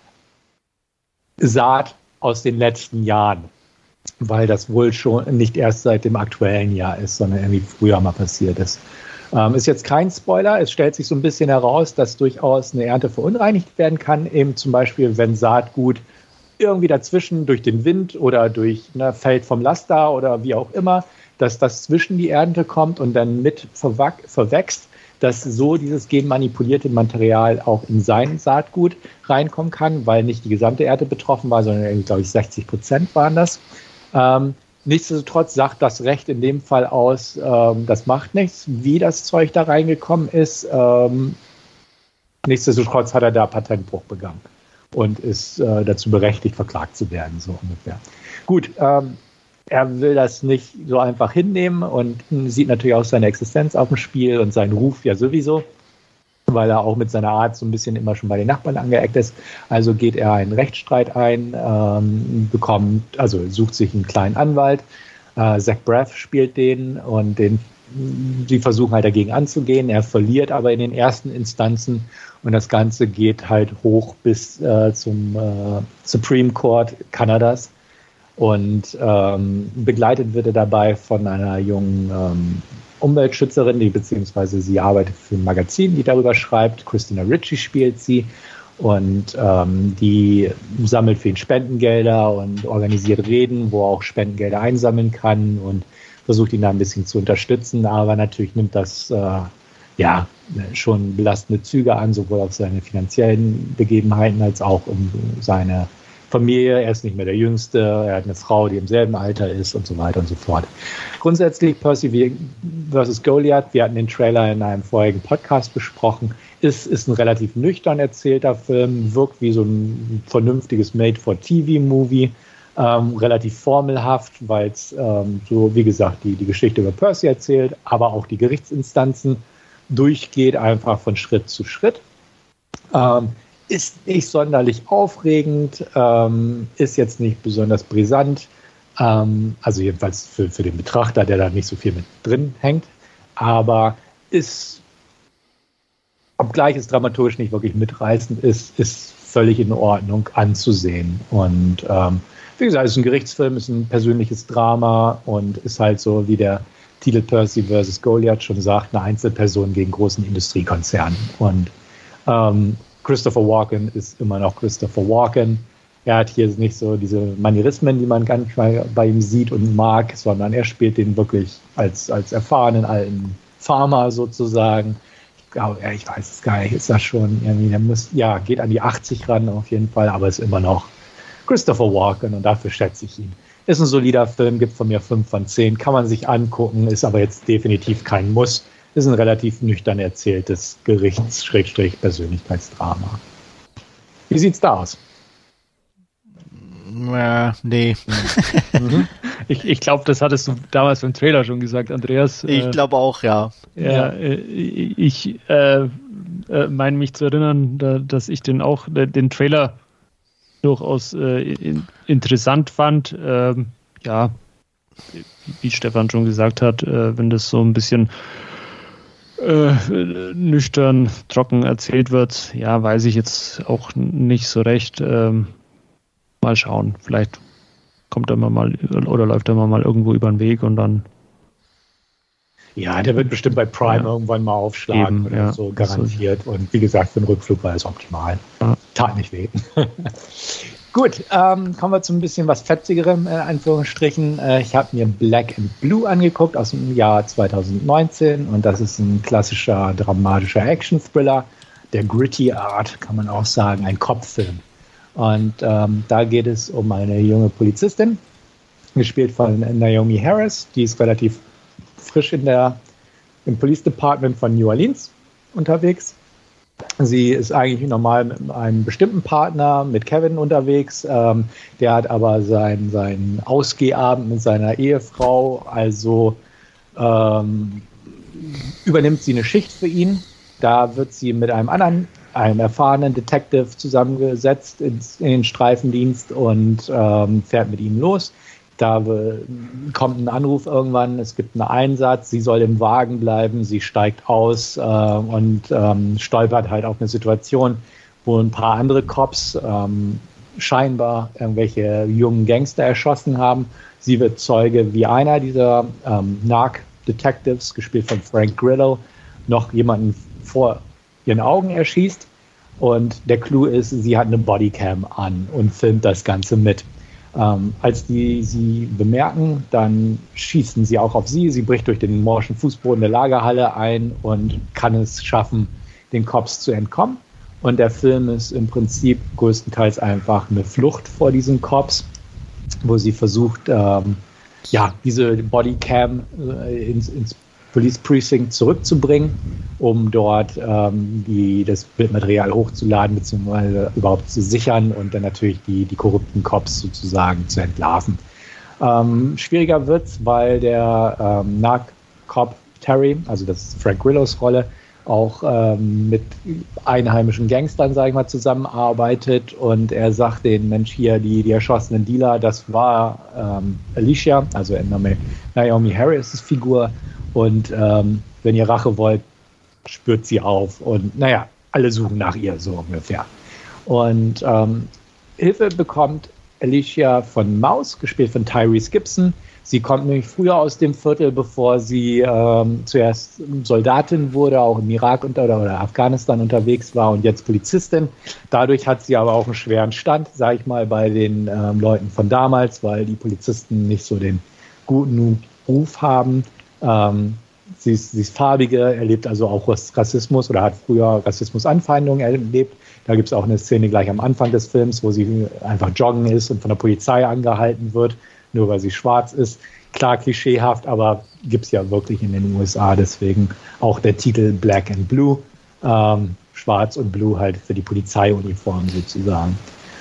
Saat aus den letzten Jahren, weil das wohl schon nicht erst seit dem aktuellen Jahr ist, sondern irgendwie früher mal passiert ist. Ist jetzt kein Spoiler, es stellt sich so ein bisschen heraus, dass durchaus eine Ernte verunreinigt werden kann, eben zum Beispiel, wenn Saatgut irgendwie dazwischen durch den Wind oder durch fällt vom Laster oder wie auch immer, dass das zwischen die Ernte kommt und dann mit verwächst, dass so dieses genmanipulierte Material auch in sein Saatgut reinkommen kann, weil nicht die gesamte Ernte betroffen war, sondern, glaube ich, 60% waren das. Nichtsdestotrotz sagt das Recht in dem Fall aus, das macht nichts, wie das Zeug da reingekommen ist. Nichtsdestotrotz hat er da Patentbruch begangen und ist dazu berechtigt, verklagt zu werden, so ungefähr. Gut, er will das nicht so einfach hinnehmen und sieht natürlich auch seine Existenz auf dem Spiel und seinen Ruf ja sowieso, weil er auch mit seiner Art so ein bisschen immer schon bei den Nachbarn angeeckt ist. Also geht er einen Rechtsstreit ein, sucht sich einen kleinen Anwalt. Zach Braff spielt den und sie versuchen halt dagegen anzugehen. Er verliert aber in den ersten Instanzen und das Ganze geht halt hoch bis zum Supreme Court Kanadas. Und begleitet wird er dabei von einer jungen Umweltschützerin, beziehungsweise sie arbeitet für ein Magazin, die darüber schreibt. Christina Ricci spielt sie und die sammelt für ihn Spendengelder und organisiert Reden, wo er auch Spendengelder einsammeln kann und versucht ihn da ein bisschen zu unterstützen, aber natürlich nimmt das schon belastende Züge an, sowohl auf seine finanziellen Begebenheiten als auch um seine Familie. Er ist nicht mehr der Jüngste, er hat eine Frau, die im selben Alter ist und so weiter und so fort. Grundsätzlich Percy vs. Goliath, wir hatten den Trailer in einem vorherigen Podcast besprochen, ist ein relativ nüchtern erzählter Film, wirkt wie so ein vernünftiges Made-for-TV-Movie, relativ formelhaft, weil es so, wie gesagt, die Geschichte über Percy erzählt, aber auch die Gerichtsinstanzen durchgeht, einfach von Schritt zu Schritt. Ist nicht sonderlich aufregend, ist jetzt nicht besonders brisant, also jedenfalls für den Betrachter, der da nicht so viel mit drin hängt, aber obgleich es dramaturgisch nicht wirklich mitreißend ist völlig in Ordnung anzusehen. Und wie gesagt, es ist ein Gerichtsfilm, ist ein persönliches Drama und ist halt so, wie der Titel Percy vs. Goliath schon sagt, eine Einzelperson gegen großen Industriekonzernen. Und Christopher Walken ist immer noch Christopher Walken. Er hat hier nicht so diese Manierismen, die man manchmal bei ihm sieht und mag, sondern er spielt den wirklich als erfahrenen alten Farmer sozusagen. Ich weiß es gar nicht, ist das schon irgendwie, geht an die 80 ran auf jeden Fall, aber ist immer noch Christopher Walken und dafür schätze ich ihn. Ist ein solider Film, gibt von mir 5 von 10, kann man sich angucken, ist aber jetzt definitiv kein Muss. Ist ein relativ nüchtern erzähltes Gerichts-Persönlichkeitsdrama. Wie sieht's da aus? Nee. Ich glaube, das hattest du damals beim Trailer schon gesagt, Andreas. Ich glaube auch, ja. Ich meine mich zu erinnern, dass ich den Trailer durchaus interessant fand. Wie Stefan schon gesagt hat, wenn das so ein bisschen nüchtern, trocken erzählt wird, weiß ich jetzt auch nicht so recht. Mal schauen, vielleicht kommt er mal oder läuft er mal irgendwo über den Weg und dann. Ja, der wird bestimmt bei Prime irgendwann mal aufschlagen oder so, garantiert. Und wie gesagt, für den Rückflug war es optimal. Tat nicht weh. Gut, kommen wir zu ein bisschen was Fetzigerem, in Anführungsstrichen. Ich habe mir Black and Blue angeguckt aus dem Jahr 2019 und das ist ein klassischer, dramatischer Action-Thriller, der Gritty Art, kann man auch sagen, ein Kopffilm. Und da geht es um eine junge Polizistin, gespielt von Naomi Harris, die ist relativ frisch im Police Department von New Orleans unterwegs. Sie ist eigentlich normal mit einem bestimmten Partner, mit Kevin unterwegs. Der hat aber seinen Ausgehabend mit seiner Ehefrau. Also übernimmt sie eine Schicht für ihn. Da wird sie mit einem erfahrenen Detective zusammengesetzt in den Streifendienst und fährt mit ihm los. kommt ein Anruf irgendwann, es gibt einen Einsatz, sie soll im Wagen bleiben, sie steigt aus und stolpert halt auf eine Situation, wo ein paar andere Cops scheinbar irgendwelche jungen Gangster erschossen haben. Sie wird Zeuge, wie einer dieser Narc-Detectives, gespielt von Frank Grillo, noch jemanden vor ihren Augen erschießt. Und der Clou ist, sie hat eine Bodycam an und filmt das Ganze mit. Als die sie bemerken, dann schießen sie auch auf sie. Sie bricht durch den morschen Fußboden der Lagerhalle ein und kann es schaffen, den Cops zu entkommen. Und der Film ist im Prinzip größtenteils einfach eine Flucht vor diesen Cops, wo sie versucht, diese Bodycam ins Police Precinct zurückzubringen, um dort das Bildmaterial hochzuladen bzw. überhaupt zu sichern und dann natürlich die korrupten Cops sozusagen zu entlarven. Schwieriger wird's, weil der Narc-Cop Terry, also das ist Frank Grillos Rolle, auch mit einheimischen Gangstern, sage ich mal, zusammenarbeitet, und er sagt den Mensch hier, die erschossenen Dealer, das war Alicia, also Naomi Harris' Figur, und wenn ihr Rache wollt, spürt sie auf, und alle suchen nach ihr, so ungefähr. Und Hilfe bekommt Alicia von Maus, gespielt von Tyrese Gibson. Sie kommt nämlich früher aus dem Viertel, bevor sie zuerst Soldatin wurde, auch im Irak oder Afghanistan unterwegs war und jetzt Polizistin. Dadurch hat sie aber auch einen schweren Stand, sage ich mal, bei den Leuten von damals, weil die Polizisten nicht so den guten Ruf haben. Sie ist farbige, erlebt also auch Rassismus oder hat früher Rassismusanfeindungen erlebt. Da gibt es auch eine Szene gleich am Anfang des Films, wo sie einfach joggen ist und von der Polizei angehalten wird, nur weil sie schwarz ist. Klar, klischeehaft, aber gibt es ja wirklich in den USA. Deswegen auch der Titel Black and Blue. Schwarz und Blue halt für die Polizeiuniform sozusagen.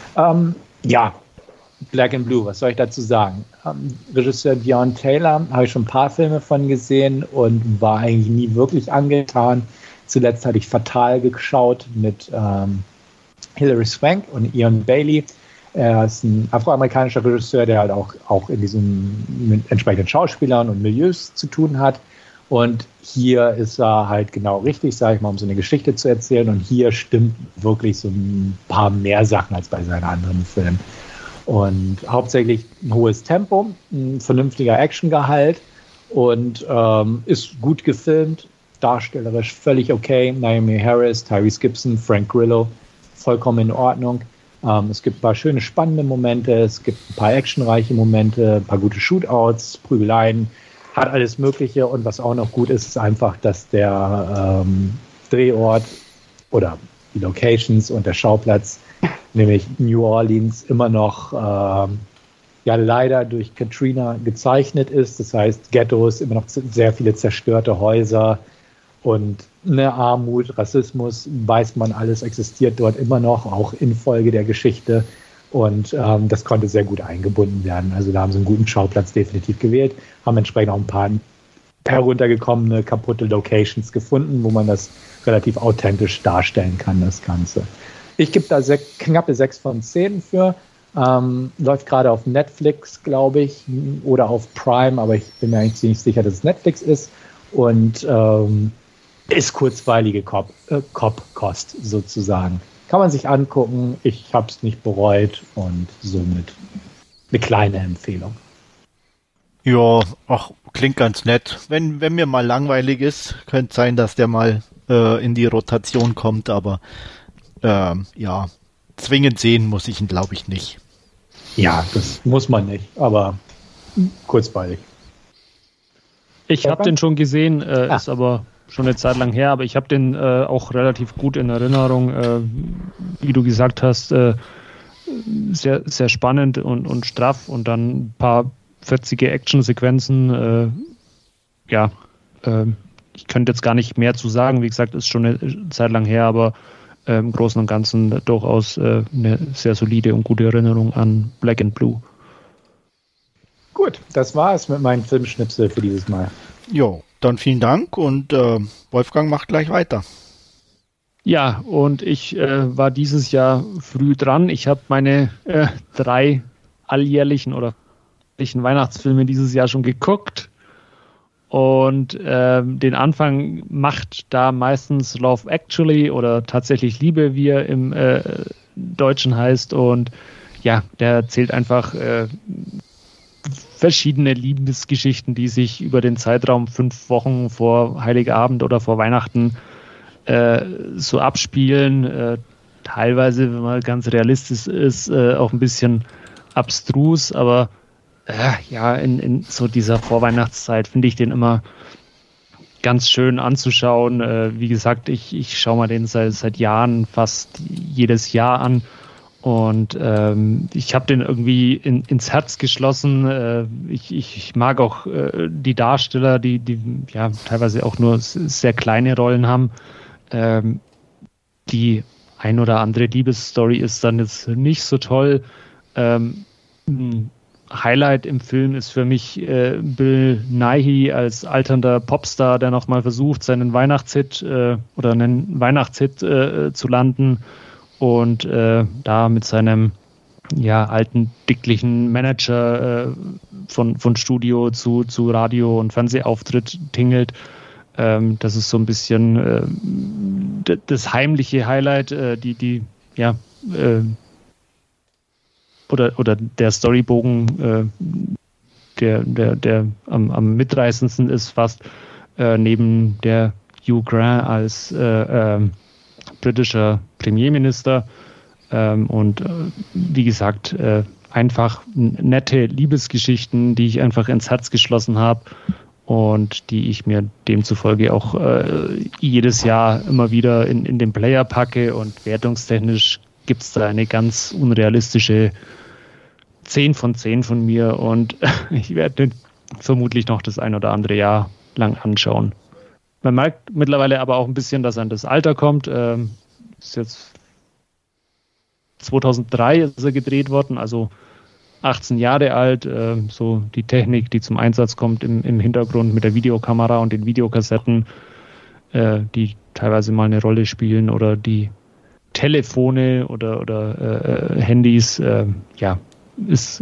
Black and Blue, was soll ich dazu sagen? Regisseur Deon Taylor, habe ich schon ein paar Filme von gesehen und war eigentlich nie wirklich angetan. Zuletzt hatte ich Fatal geschaut mit Hilary Swank und Ian Bailey. Er ist ein afroamerikanischer Regisseur, der halt auch in diesem mit entsprechenden Schauspielern und Milieus zu tun hat. Und hier ist er halt genau richtig, sage ich mal, um so eine Geschichte zu erzählen. Und hier stimmt wirklich so ein paar mehr Sachen als bei seinen anderen Filmen. Und hauptsächlich ein hohes Tempo, ein vernünftiger Actiongehalt und ist gut gefilmt, darstellerisch völlig okay. Naomi Harris, Tyrese Gibson, Frank Grillo, vollkommen in Ordnung. Es gibt ein paar schöne, spannende Momente, es gibt ein paar actionreiche Momente, ein paar gute Shootouts, Prügeleien, hat alles Mögliche. Und was auch noch gut ist, ist einfach, dass der Drehort oder die Locations und der Schauplatz, nämlich New Orleans, immer noch leider durch Katrina gezeichnet ist. Das heißt, Ghettos, immer noch sehr viele zerstörte Häuser und eine Armut, Rassismus, weiß man alles, existiert dort immer noch, auch infolge der Geschichte. Und das konnte sehr gut eingebunden werden. Also da haben sie einen guten Schauplatz definitiv gewählt, haben entsprechend auch ein paar heruntergekommene, kaputte Locations gefunden, wo man das relativ authentisch darstellen kann, das Ganze. Ich gebe da knappe 6 von 10 für. Läuft gerade auf Netflix, glaube ich, oder auf Prime, aber ich bin mir eigentlich ziemlich sicher, dass es Netflix ist. Und ist kurzweilige Cop-Kost sozusagen. Kann man sich angucken. Ich habe es nicht bereut und somit eine kleine Empfehlung. Ja, klingt ganz nett. Wenn mir mal langweilig ist, könnte sein, dass der mal in die Rotation kommt, aber zwingend sehen muss ich ihn, glaube ich, nicht. Ja, das muss man nicht, aber kurzweilig. Ich habe den schon gesehen, ist aber schon eine Zeit lang her, aber ich habe den auch relativ gut in Erinnerung. Wie du gesagt hast, sehr, sehr spannend und straff und dann ein paar 40er Action-Sequenzen. Ich könnte jetzt gar nicht mehr zu sagen. Wie gesagt, ist schon eine Zeit lang her, aber im Großen und Ganzen durchaus eine sehr solide und gute Erinnerung an Black and Blue. Gut, das war es mit meinen Filmschnipsel für dieses Mal. Jo, dann vielen Dank und Wolfgang macht gleich weiter. Ja, und ich war dieses Jahr früh dran. Ich habe meine 3 alljährlichen oder welchen Weihnachtsfilme dieses Jahr schon geguckt. Und den Anfang macht da meistens Love Actually oder tatsächlich Liebe, wie er im Deutschen heißt. Und ja, der erzählt einfach verschiedene Liebesgeschichten, die sich über den Zeitraum 5 Wochen vor Heiligabend oder vor Weihnachten so abspielen. Teilweise, wenn man ganz realistisch ist, auch ein bisschen abstrus, aber ja, in so dieser Vorweihnachtszeit finde ich den immer ganz schön anzuschauen. Wie gesagt, ich schaue mal den seit Jahren fast jedes Jahr an und ich habe den irgendwie ins Herz geschlossen. Ich mag auch die Darsteller, die ja teilweise auch nur sehr kleine Rollen haben. Die ein oder andere Liebesstory ist dann jetzt nicht so toll. Highlight im Film ist für mich Bill Nighy als alternder Popstar, der nochmal versucht, seinen Weihnachtshit oder einen Weihnachtshit zu landen und da mit seinem alten, dicklichen Manager von Studio zu Radio- und Fernsehauftritt tingelt. Das ist so ein bisschen das heimliche Highlight, oder der Storybogen, der am mitreißendsten ist fast, neben der Hugh Grant als britischer Premierminister und wie gesagt, einfach nette Liebesgeschichten, die ich einfach ins Herz geschlossen habe und die ich mir demzufolge auch jedes Jahr immer wieder in den Player packe und wertungstechnisch gibt es da eine ganz unrealistische 10 von 10 von mir und ich werde den vermutlich noch das ein oder andere Jahr lang anschauen. Man merkt mittlerweile aber auch ein bisschen, dass an das Alter kommt. Ist jetzt 2003 ist er gedreht worden, also 18 Jahre alt. So die Technik, die zum Einsatz kommt im Hintergrund mit der Videokamera und den Videokassetten, die teilweise mal eine Rolle spielen oder die Telefone oder Handys, ist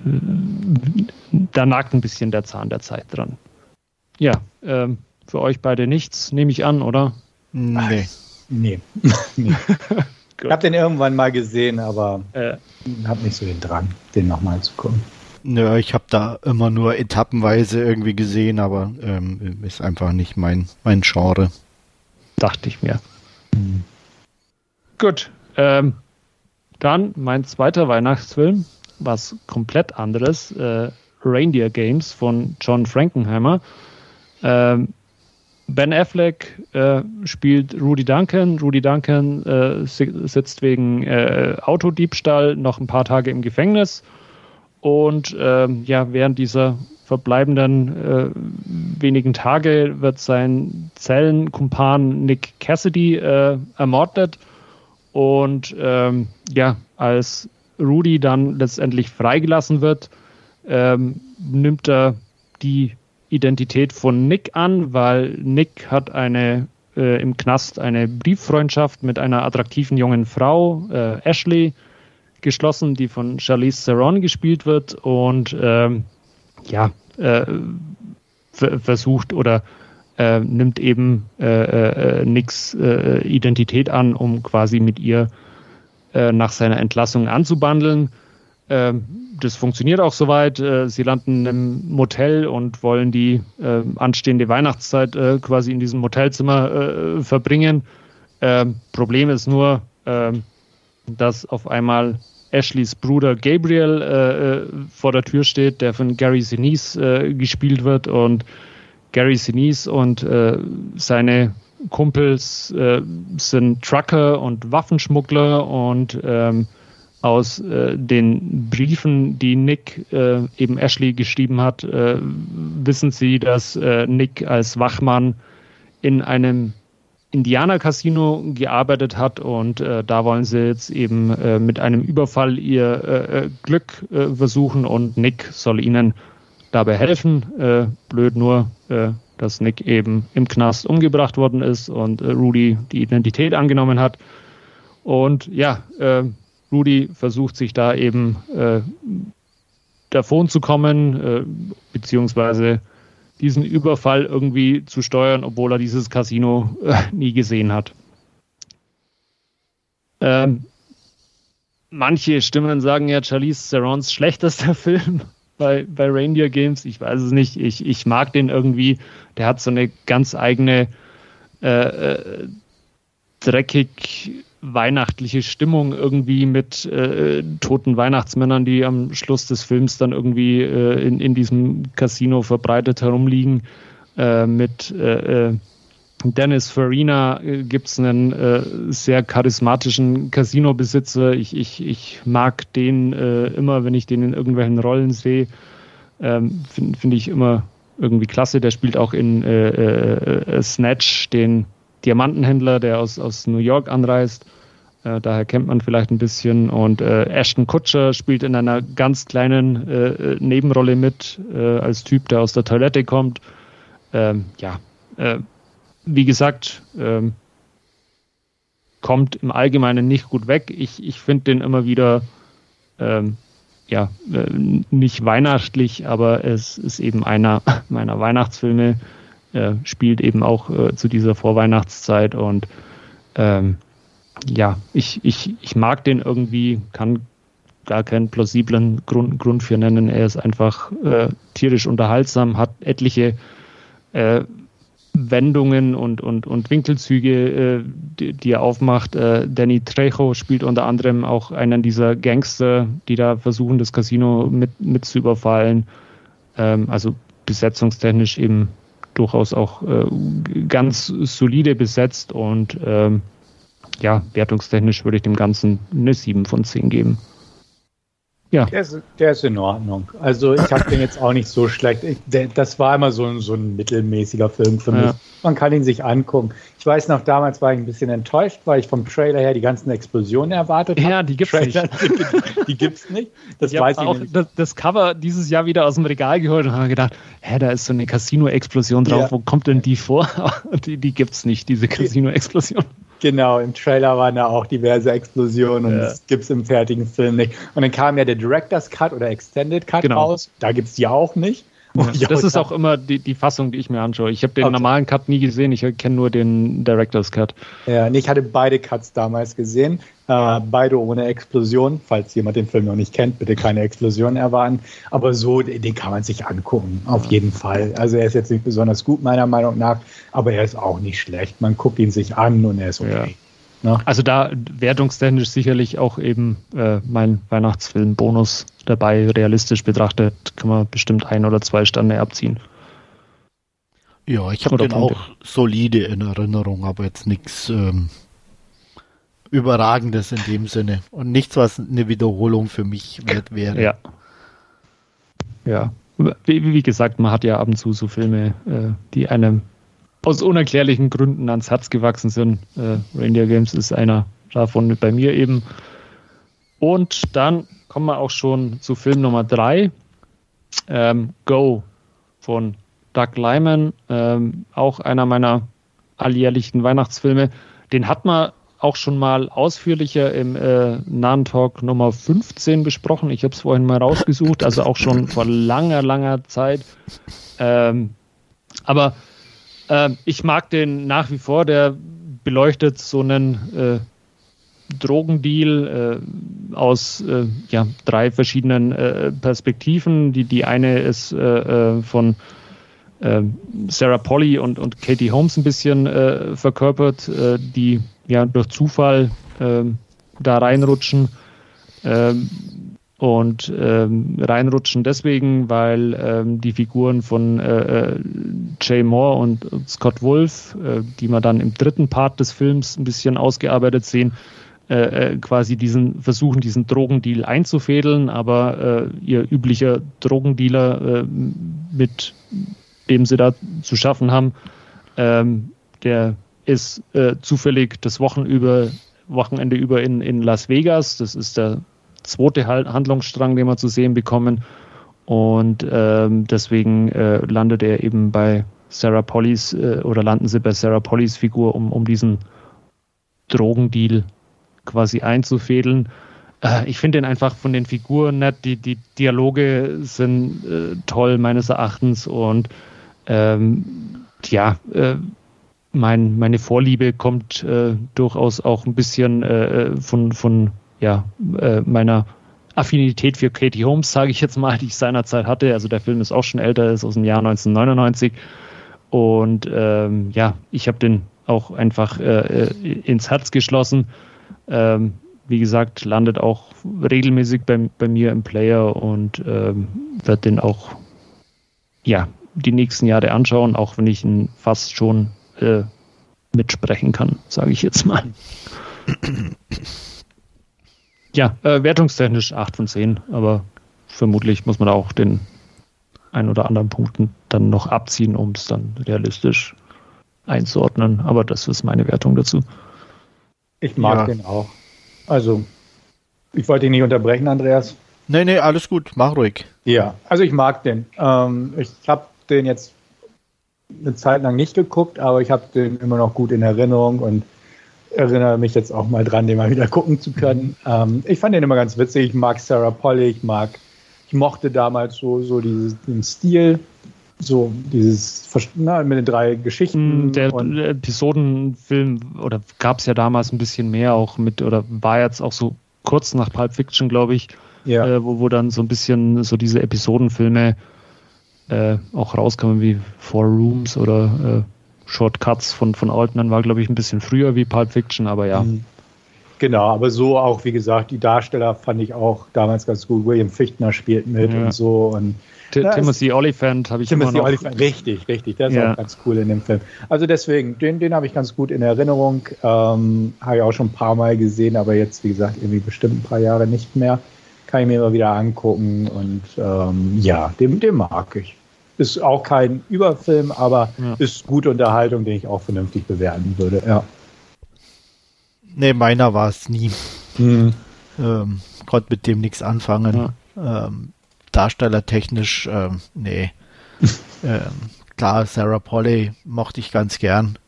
da nagt ein bisschen der Zahn der Zeit dran. Ja, für euch beide nichts, nehme ich an, oder? Nee. Nee. Ich habe den irgendwann mal gesehen, aber habe nicht so den Drang, den nochmal zu gucken. Ja, ich habe da immer nur etappenweise irgendwie gesehen, aber ist einfach nicht mein Genre. Dachte ich mir. Gut, dann mein zweiter Weihnachtsfilm, was komplett anderes, Reindeer Games von John Frankenheimer. Ben Affleck spielt Rudy Duncan. Rudy Duncan sitzt wegen Autodiebstahl noch ein paar Tage im Gefängnis und während dieser verbleibenden wenigen Tage wird sein Zellenkumpan Nick Cassidy ermordet. Und als Rudy dann letztendlich freigelassen wird, nimmt er die Identität von Nick an, weil Nick hat im Knast eine Brieffreundschaft mit einer attraktiven jungen Frau, Ashley, geschlossen, die von Charlize Theron gespielt wird und versucht oder nimmt eben Nicks Identität an, um quasi mit ihr nach seiner Entlassung anzubandeln. Das funktioniert auch soweit. Sie landen im Motel und wollen die anstehende Weihnachtszeit quasi in diesem Motelzimmer verbringen. Problem ist nur, dass auf einmal Ashleys Bruder Gabriel vor der Tür steht, der von Gary Sinise gespielt wird, und Gary Sinise und seine Kumpels sind Trucker und Waffenschmuggler und aus den Briefen, die Nick eben Ashley geschrieben hat, wissen sie, dass Nick als Wachmann in einem Indianer-Casino gearbeitet hat und da wollen sie jetzt eben mit einem Überfall ihr Glück versuchen und Nick soll ihnen dabei helfen. Blöd nur, dass Nick eben im Knast umgebracht worden ist und Rudy die Identität angenommen hat. Und Rudy versucht sich da eben davon zu kommen, beziehungsweise diesen Überfall irgendwie zu steuern, obwohl er dieses Casino nie gesehen hat. Manche Stimmen sagen ja, Charlize Therons schlechtester Film bei Reindeer Games. Ich weiß es nicht. Ich mag den irgendwie. Der hat so eine ganz eigene dreckig weihnachtliche Stimmung irgendwie mit toten Weihnachtsmännern, die am Schluss des Films dann irgendwie in diesem Casino verbreitet herumliegen. Mit Dennis Farina gibt es einen sehr charismatischen Casino-Besitzer. Ich mag den immer, wenn ich den in irgendwelchen Rollen sehe. Find ich immer irgendwie klasse. Der spielt auch in Snatch, den Diamantenhändler, der aus New York anreist. Daher kennt man vielleicht ein bisschen. Und Ashton Kutcher spielt in einer ganz kleinen Nebenrolle mit, als Typ, der aus der Toilette kommt. Wie gesagt, kommt im Allgemeinen nicht gut weg. Ich finde den immer wieder nicht weihnachtlich, aber es ist eben einer meiner Weihnachtsfilme, spielt eben auch zu dieser Vorweihnachtszeit und ich mag den irgendwie, kann gar keinen plausiblen Grund für nennen. Er ist einfach tierisch unterhaltsam, hat etliche Wendungen und Winkelzüge, die er aufmacht. Danny Trejo spielt unter anderem auch einen dieser Gangster, die da versuchen, das Casino mit zu überfallen. Also besetzungstechnisch eben durchaus auch ganz solide besetzt und wertungstechnisch würde ich dem Ganzen eine 7 von 10 geben. Ja. Der ist in Ordnung. Also ich habe den jetzt auch nicht so schlecht. Das war immer so ein mittelmäßiger Film für mich. Ja. Man kann ihn sich angucken. Ich weiß noch, damals war ich ein bisschen enttäuscht, weil ich vom Trailer her die ganzen Explosionen erwartet habe. Ja, die gibt's nicht. Die gibt's nicht. Das ich weiß ich auch nicht. Das Cover dieses Jahr wieder aus dem Regal geholt und habe gedacht, da ist so eine Casino-Explosion drauf. Ja. Wo kommt denn die vor? Die gibt's nicht, diese Casino-Explosion. Genau, im Trailer waren da auch diverse Explosionen und das gibt es im fertigen Film nicht. Und dann kam ja der Director's Cut oder Extended Cut raus, da gibt es die auch nicht. Ja, das ist auch immer die Fassung, die ich mir anschaue. Ich habe den normalen Cut nie gesehen, ich kenne nur den Director's Cut. Ja, ich hatte beide Cuts damals gesehen, beide ohne Explosion. Falls jemand den Film noch nicht kennt, bitte keine Explosion erwarten. Aber so, den kann man sich angucken, auf jeden Fall. Also er ist jetzt nicht besonders gut, meiner Meinung nach, aber er ist auch nicht schlecht. Man guckt ihn sich an und er ist okay. Ja. Also da wertungstechnisch sicherlich auch eben mein Weihnachtsfilm-Bonus dabei. Realistisch betrachtet kann man bestimmt 1 oder 2 Sterne abziehen. Ja, ich habe den auch solide in Erinnerung, aber jetzt nichts Überragendes in dem Sinne. Und nichts, was eine Wiederholung für mich wert wäre. Ja. Wie gesagt, man hat ja ab und zu so Filme, die einem aus unerklärlichen Gründen ans Herz gewachsen sind. Reindeer Games ist einer davon bei mir eben. Und dann kommen wir auch schon zu Film Nummer 3. Go von Doug Liman. Auch einer meiner alljährlichen Weihnachtsfilme. Den hat man auch schon mal ausführlicher im Nahen Talk Nummer 15 besprochen. Ich habe es vorhin mal rausgesucht, also auch schon vor langer Zeit. Aber ich mag den nach wie vor, der beleuchtet so einen Drogendeal aus 3 verschiedenen Perspektiven. Die eine ist von Sarah Polley und Katie Holmes ein bisschen verkörpert, die durch Zufall da reinrutschen. Und reinrutschen deswegen, weil die Figuren von Jay Moore und Scott Wolf, die wir dann im 3. Part des Films ein bisschen ausgearbeitet sehen, quasi diesen Drogendeal einzufädeln, aber ihr üblicher Drogendealer, mit dem sie da zu schaffen haben, der ist zufällig das Wochenende über in Las Vegas. Das ist der 2. Handlungsstrang, den wir zu sehen bekommen. Und deswegen landet er eben bei Sarah Pollys landen sie bei Sarah Pollys Figur, um diesen Drogendeal quasi einzufädeln. Ich finde den einfach von den Figuren nett, die Dialoge sind toll meines Erachtens und meine Vorliebe kommt durchaus auch ein bisschen von meiner Affinität für Katie Holmes, sage ich jetzt mal, die ich seinerzeit hatte. Also der Film ist auch schon älter, ist aus dem Jahr 1999 und ich habe den auch einfach ins Herz geschlossen. Wie gesagt, landet auch regelmäßig bei mir im Player und werde den auch die nächsten Jahre anschauen, auch wenn ich ihn fast schon mitsprechen kann, sage ich jetzt mal. Wertungstechnisch 8 von 10, aber vermutlich muss man auch den ein oder anderen Punkten dann noch abziehen, um es dann realistisch einzuordnen. Aber das ist meine Wertung dazu. Ich mag den auch. Also, ich wollte dich nicht unterbrechen, Andreas. Nee, alles gut, mach ruhig. Ja, also ich mag den. Ich habe den jetzt eine Zeit lang nicht geguckt, aber ich habe den immer noch gut in Erinnerung und erinnere mich jetzt auch mal dran, den mal wieder gucken zu können. Ich fand den immer ganz witzig. Ich mag Sarah Polley, ich mochte damals so den Stil, so dieses mit den 3 Geschichten. Der Episodenfilm, oder gab es ja damals ein bisschen mehr auch mit, oder war jetzt auch so kurz nach Pulp Fiction, glaube ich, wo dann so ein bisschen so diese Episodenfilme auch rauskamen wie Four Rooms oder Shortcuts von Altman war, glaube ich, ein bisschen früher wie Pulp Fiction, aber ja. Genau, aber so auch, wie gesagt, die Darsteller fand ich auch damals ganz gut. William Fichtner spielt mit und so. Und Timothy Olyphant habe ich immer noch. Richtig, der ist auch ganz cool in dem Film. Also deswegen, den habe ich ganz gut in Erinnerung. Habe ich auch schon ein paar Mal gesehen, aber jetzt, wie gesagt, irgendwie bestimmt ein paar Jahre nicht mehr. Kann ich mir mal wieder angucken und den mag ich. Ist auch kein Überfilm, aber ist gute Unterhaltung, den ich auch vernünftig bewerten würde. Ja. Nee, meiner war es nie. Konnte mit dem nichts anfangen. Darstellertechnisch, nee. Klar, Sarah Polley mochte ich ganz gern.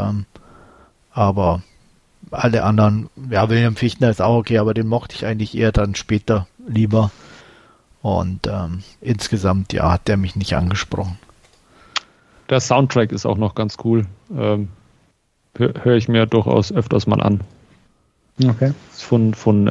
Aber alle anderen, William Fichtner ist auch okay, aber den mochte ich eigentlich eher dann später lieber. Und insgesamt, hat der mich nicht angesprochen. Der Soundtrack ist auch noch ganz cool. Höre ich mir durchaus öfters mal an. Okay. Von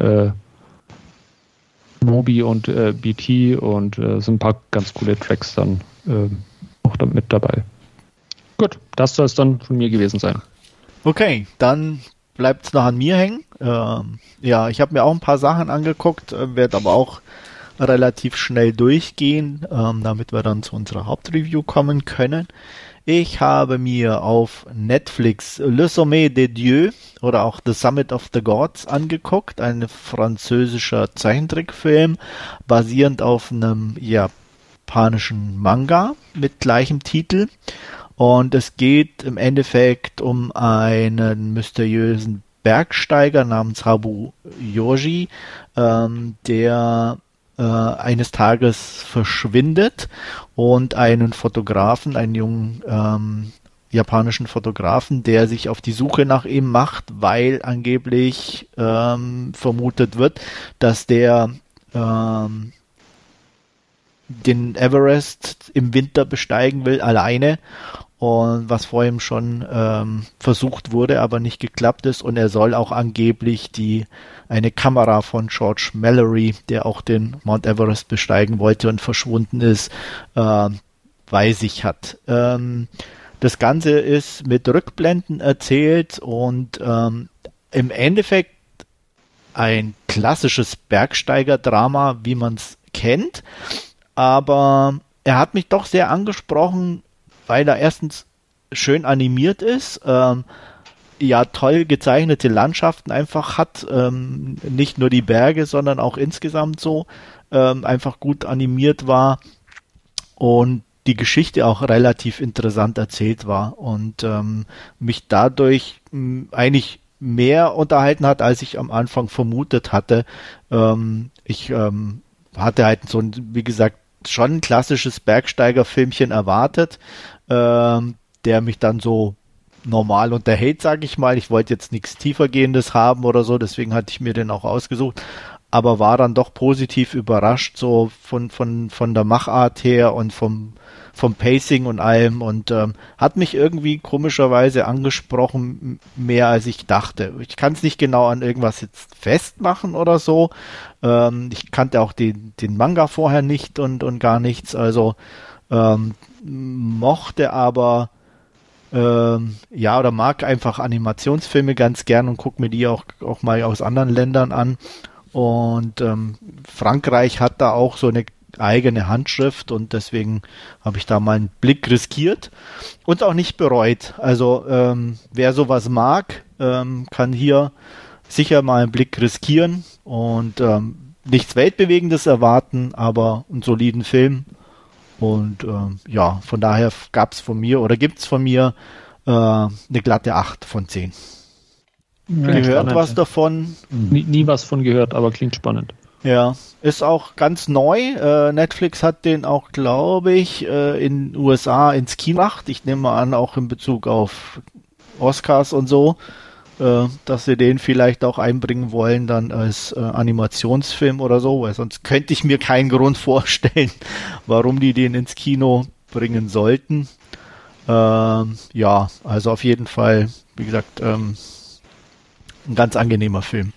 Moby und BT und sind ein paar ganz coole Tracks dann auch mit dabei. Gut, das soll es dann von mir gewesen sein. Okay, dann bleibt es noch an mir hängen. Ich habe mir auch ein paar Sachen angeguckt, werde aber auch relativ schnell durchgehen, damit wir dann zu unserer Hauptreview kommen können. Ich habe mir auf Netflix Le Sommet des Dieux oder auch The Summit of the Gods angeguckt, ein französischer Zeichentrickfilm, basierend auf einem japanischen Manga mit gleichem Titel. Und es geht im Endeffekt um einen mysteriösen Bergsteiger namens Habu Yoji, der eines Tages verschwindet und einen Fotografen, einen jungen japanischen Fotografen, der sich auf die Suche nach ihm macht, weil angeblich vermutet wird, dass der den Everest im Winter besteigen will, alleine. Und was vor ihm schon versucht wurde, aber nicht geklappt ist. Und er soll auch angeblich eine Kamera von George Mallory, der auch den Mount Everest besteigen wollte und verschwunden ist, bei sich hat. Das Ganze ist mit Rückblenden erzählt und im Endeffekt ein klassisches Bergsteiger-Drama, wie man es kennt. Aber er hat mich doch sehr angesprochen, weil er erstens schön animiert ist, toll gezeichnete Landschaften einfach hat, nicht nur die Berge, sondern auch insgesamt so einfach gut animiert war und die Geschichte auch relativ interessant erzählt war und mich dadurch eigentlich mehr unterhalten hat, als ich am Anfang vermutet hatte. Ich hatte halt so ein, wie gesagt, schon ein klassisches Bergsteigerfilmchen erwartet, der mich dann so normal unterhält, sage ich mal. Ich wollte jetzt nichts Tiefergehendes haben oder so, deswegen hatte ich mir den auch ausgesucht. aber war dann doch positiv überrascht, so von der Machart her und vom Pacing und allem und hat mich irgendwie komischerweise angesprochen, mehr als ich dachte. Ich kann es nicht genau an irgendwas jetzt festmachen oder so. Ich kannte auch den Manga vorher nicht und gar nichts, also mochte aber oder mag einfach Animationsfilme ganz gern und gucke mir die auch mal aus anderen Ländern an. Und Frankreich hat da auch so eine eigene Handschrift und deswegen habe ich da mal einen Blick riskiert und auch nicht bereut. Also wer sowas mag, kann hier sicher mal einen Blick riskieren und nichts Weltbewegendes erwarten, aber einen soliden Film. Und von daher gibt's von mir eine glatte 8 von 10. Ja, gehört spannend. Was davon? Nie was von gehört, aber klingt spannend. Ja, ist auch ganz neu. Netflix hat den auch, glaube ich, in den USA ins Kino gemacht. Ich nehme mal an, auch in Bezug auf Oscars und so, dass sie den vielleicht auch einbringen wollen dann als Animationsfilm oder so, weil sonst könnte ich mir keinen Grund vorstellen, warum die den ins Kino bringen sollten. Also auf jeden Fall, wie gesagt, ein ganz angenehmer Film.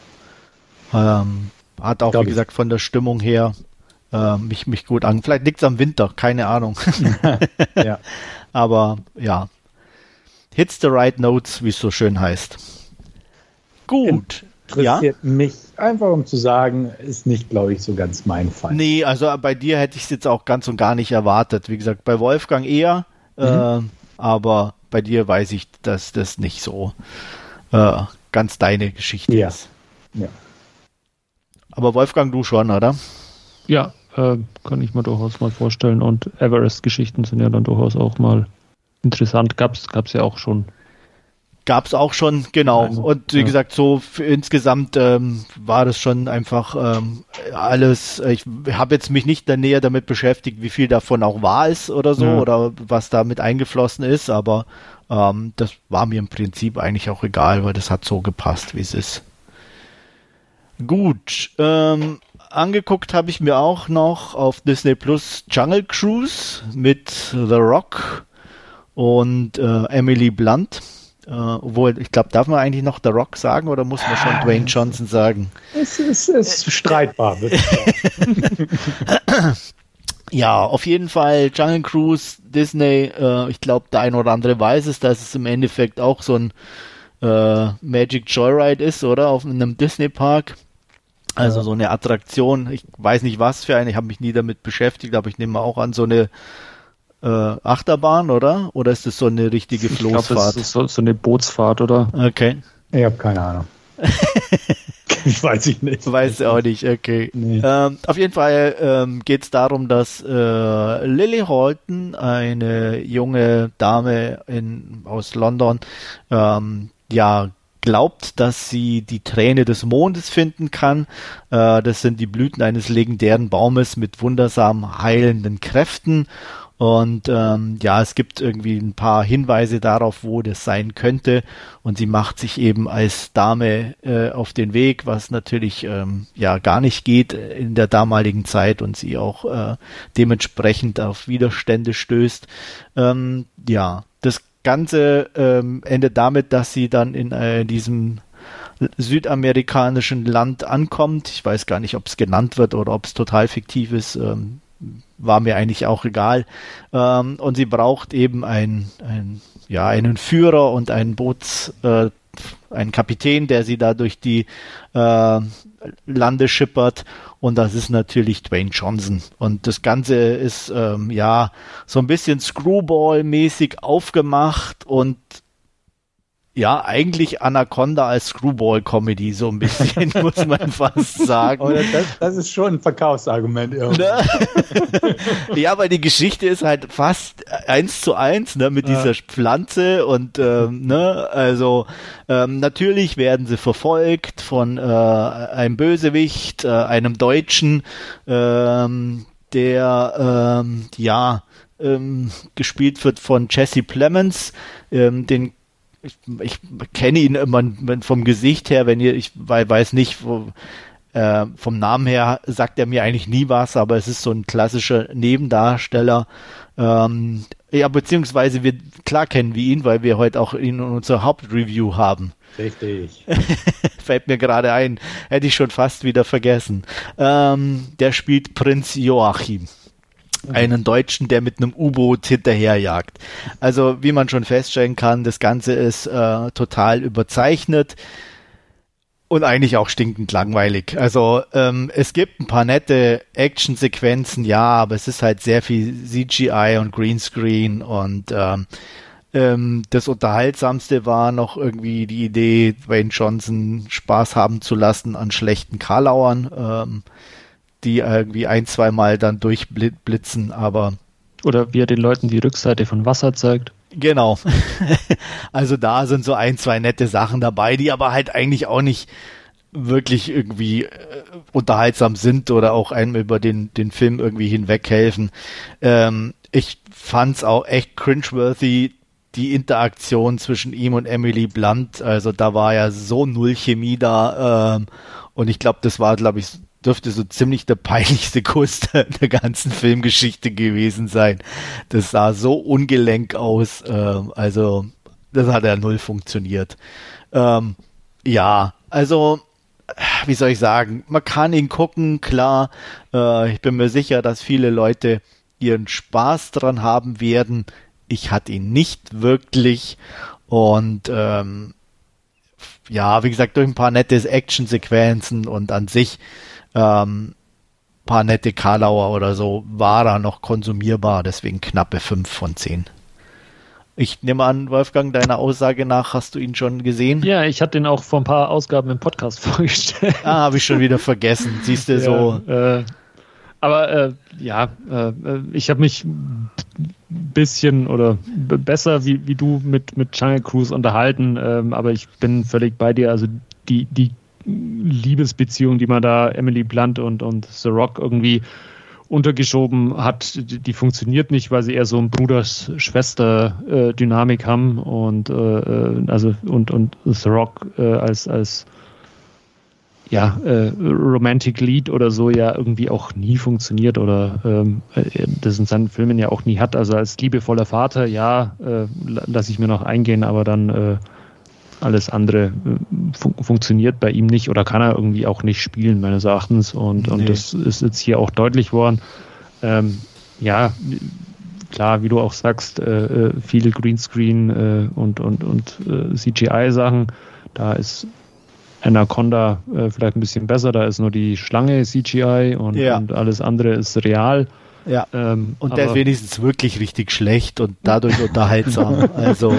Hat auch, wie gesagt, von der Stimmung her mich gut an. Vielleicht liegt es am Winter, keine Ahnung. Ja. Aber ja, hits the right notes, wie es so schön heißt. Gut. Interessiert mich, einfach um zu sagen, ist nicht, glaube ich, so ganz mein Fall. Nee, also bei dir hätte ich es jetzt auch ganz und gar nicht erwartet. Wie gesagt, bei Wolfgang eher, aber bei dir weiß ich, dass das nicht so ganz deine Geschichte ist. Ja. Aber Wolfgang, du schon, oder? Ja, kann ich mir durchaus mal vorstellen. Und Everest-Geschichten sind ja dann durchaus auch mal interessant. Gab's ja auch schon. Gab's auch schon, genau. Also, und wie gesagt, so insgesamt war das schon einfach alles. Ich habe jetzt mich nicht näher damit beschäftigt, wie viel davon auch wahr ist oder so, oder was da mit eingeflossen ist, aber das war mir im Prinzip eigentlich auch egal, weil das hat so gepasst, wie es ist. Gut, angeguckt habe ich mir auch noch auf Disney Plus Jungle Cruise mit The Rock und Emily Blunt. Obwohl, ich glaube, darf man eigentlich noch The Rock sagen oder muss man schon Dwayne Johnson sagen? Es ist streitbar. Ja, auf jeden Fall Jungle Cruise, Disney, ich glaube, der ein oder andere weiß es, dass es im Endeffekt auch so ein Magic Joyride ist, oder? Auf einem Disney-Park. Also so eine Attraktion, ich weiß nicht was für eine, ich habe mich nie damit beschäftigt, aber ich nehme auch an, so eine Achterbahn, oder? Oder ist das so eine richtige Floßfahrt? Ich glaube, das ist so eine Bootsfahrt, oder? Okay. Ich habe keine Ahnung. Weiß ich nicht. Weiß auch nicht, okay. Nee. Auf jeden Fall geht es darum, dass Lily Halton, eine junge Dame aus London, glaubt, dass sie die Träne des Mondes finden kann. Das sind die Blüten eines legendären Baumes mit wundersam heilenden Kräften. Und es gibt irgendwie ein paar Hinweise darauf, wo das sein könnte. Und sie macht sich eben als Dame auf den Weg, was natürlich gar nicht geht in der damaligen Zeit und sie auch dementsprechend auf Widerstände stößt. Das Ganze endet damit, dass sie dann in diesem südamerikanischen Land ankommt. Ich weiß gar nicht, ob es genannt wird oder ob es total fiktiv ist. War mir eigentlich auch egal. Und sie braucht eben einen Führer und einen Kapitän, der sie da durch die Lande schippert. Und das ist natürlich Dwayne Johnson. Und das Ganze ist so ein bisschen Screwball-mäßig aufgemacht und eigentlich Anaconda als Screwball-Comedy, so ein bisschen, muss man fast sagen. Oder das ist schon ein Verkaufsargument irgendwie. Ja, weil die Geschichte ist halt fast 1:1, mit dieser Pflanze und natürlich werden sie verfolgt von einem Bösewicht, einem Deutschen, der gespielt wird von Jesse Plemons, ich kenne ihn immer vom Gesicht her, ich weiß nicht, Vom Namen her sagt er mir eigentlich nie was, aber es ist so ein klassischer Nebendarsteller. Ja, beziehungsweise klar kennen wir ihn, weil wir heute auch ihn in unserer Hauptreview haben. Richtig. Fällt mir gerade ein. Hätte ich schon fast wieder vergessen. Der spielt Prinz Joachim. Einen Deutschen, der mit einem U-Boot hinterherjagt. Also, wie man schon feststellen kann, das Ganze ist total überzeichnet und eigentlich auch stinkend langweilig. Also, es gibt ein paar nette Actionsequenzen, ja, aber es ist halt sehr viel CGI und Greenscreen und das Unterhaltsamste war noch irgendwie die Idee, Dwayne Johnson Spaß haben zu lassen an schlechten Karlauern, die irgendwie 1-2 Mal dann durchblitzen, aber... Oder wie er den Leuten die Rückseite von Wasser zeigt. Genau. Also da sind so 1-2 nette Sachen dabei, die aber halt eigentlich auch nicht wirklich irgendwie unterhaltsam sind oder auch einem über den Film irgendwie hinweghelfen. Ich fand's auch echt cringeworthy, die Interaktion zwischen ihm und Emily Blunt. Also da war ja so null Chemie da und ich glaube, das war, dürfte so ziemlich der peinlichste Kuss der ganzen Filmgeschichte gewesen sein. Das sah so ungelenk aus. Also das hat ja null funktioniert. Ja, also wie soll ich sagen, man kann ihn gucken, klar. Ich bin mir sicher, dass viele Leute ihren Spaß dran haben werden. Ich hatte ihn nicht wirklich und ja, wie gesagt, durch ein paar nette Actionsequenzen und an sich paar nette Karlauer oder so war er noch konsumierbar, deswegen knappe 5 von 10. Ich nehme an, Wolfgang, deiner Aussage nach hast du ihn schon gesehen? Ja, ich hatte ihn auch vor ein paar Ausgaben im Podcast vorgestellt. Habe ich schon wieder vergessen. Siehst du, so... Aber ich habe mich ein bisschen oder besser wie du mit Jungle Cruise unterhalten, aber ich bin völlig bei dir. Also die Liebesbeziehung, die man da Emily Blunt und The Rock irgendwie untergeschoben hat, die funktioniert nicht, weil sie eher so ein Bruders-Schwester-Dynamik haben und The Rock als Romantic Lead oder so ja irgendwie auch nie funktioniert oder das in seinen Filmen ja auch nie hat. Also als liebevoller Vater, lasse ich mir noch eingehen, aber dann alles andere funktioniert bei ihm nicht oder kann er irgendwie auch nicht spielen, meines Erachtens. Und das ist jetzt hier auch deutlich geworden. Klar, wie du auch sagst, viel Greenscreen und CGI-Sachen. Da ist Anaconda vielleicht ein bisschen besser, da ist nur die Schlange CGI und alles andere ist real. Ja, und der ist wenigstens wirklich richtig schlecht und dadurch unterhaltsam. Also,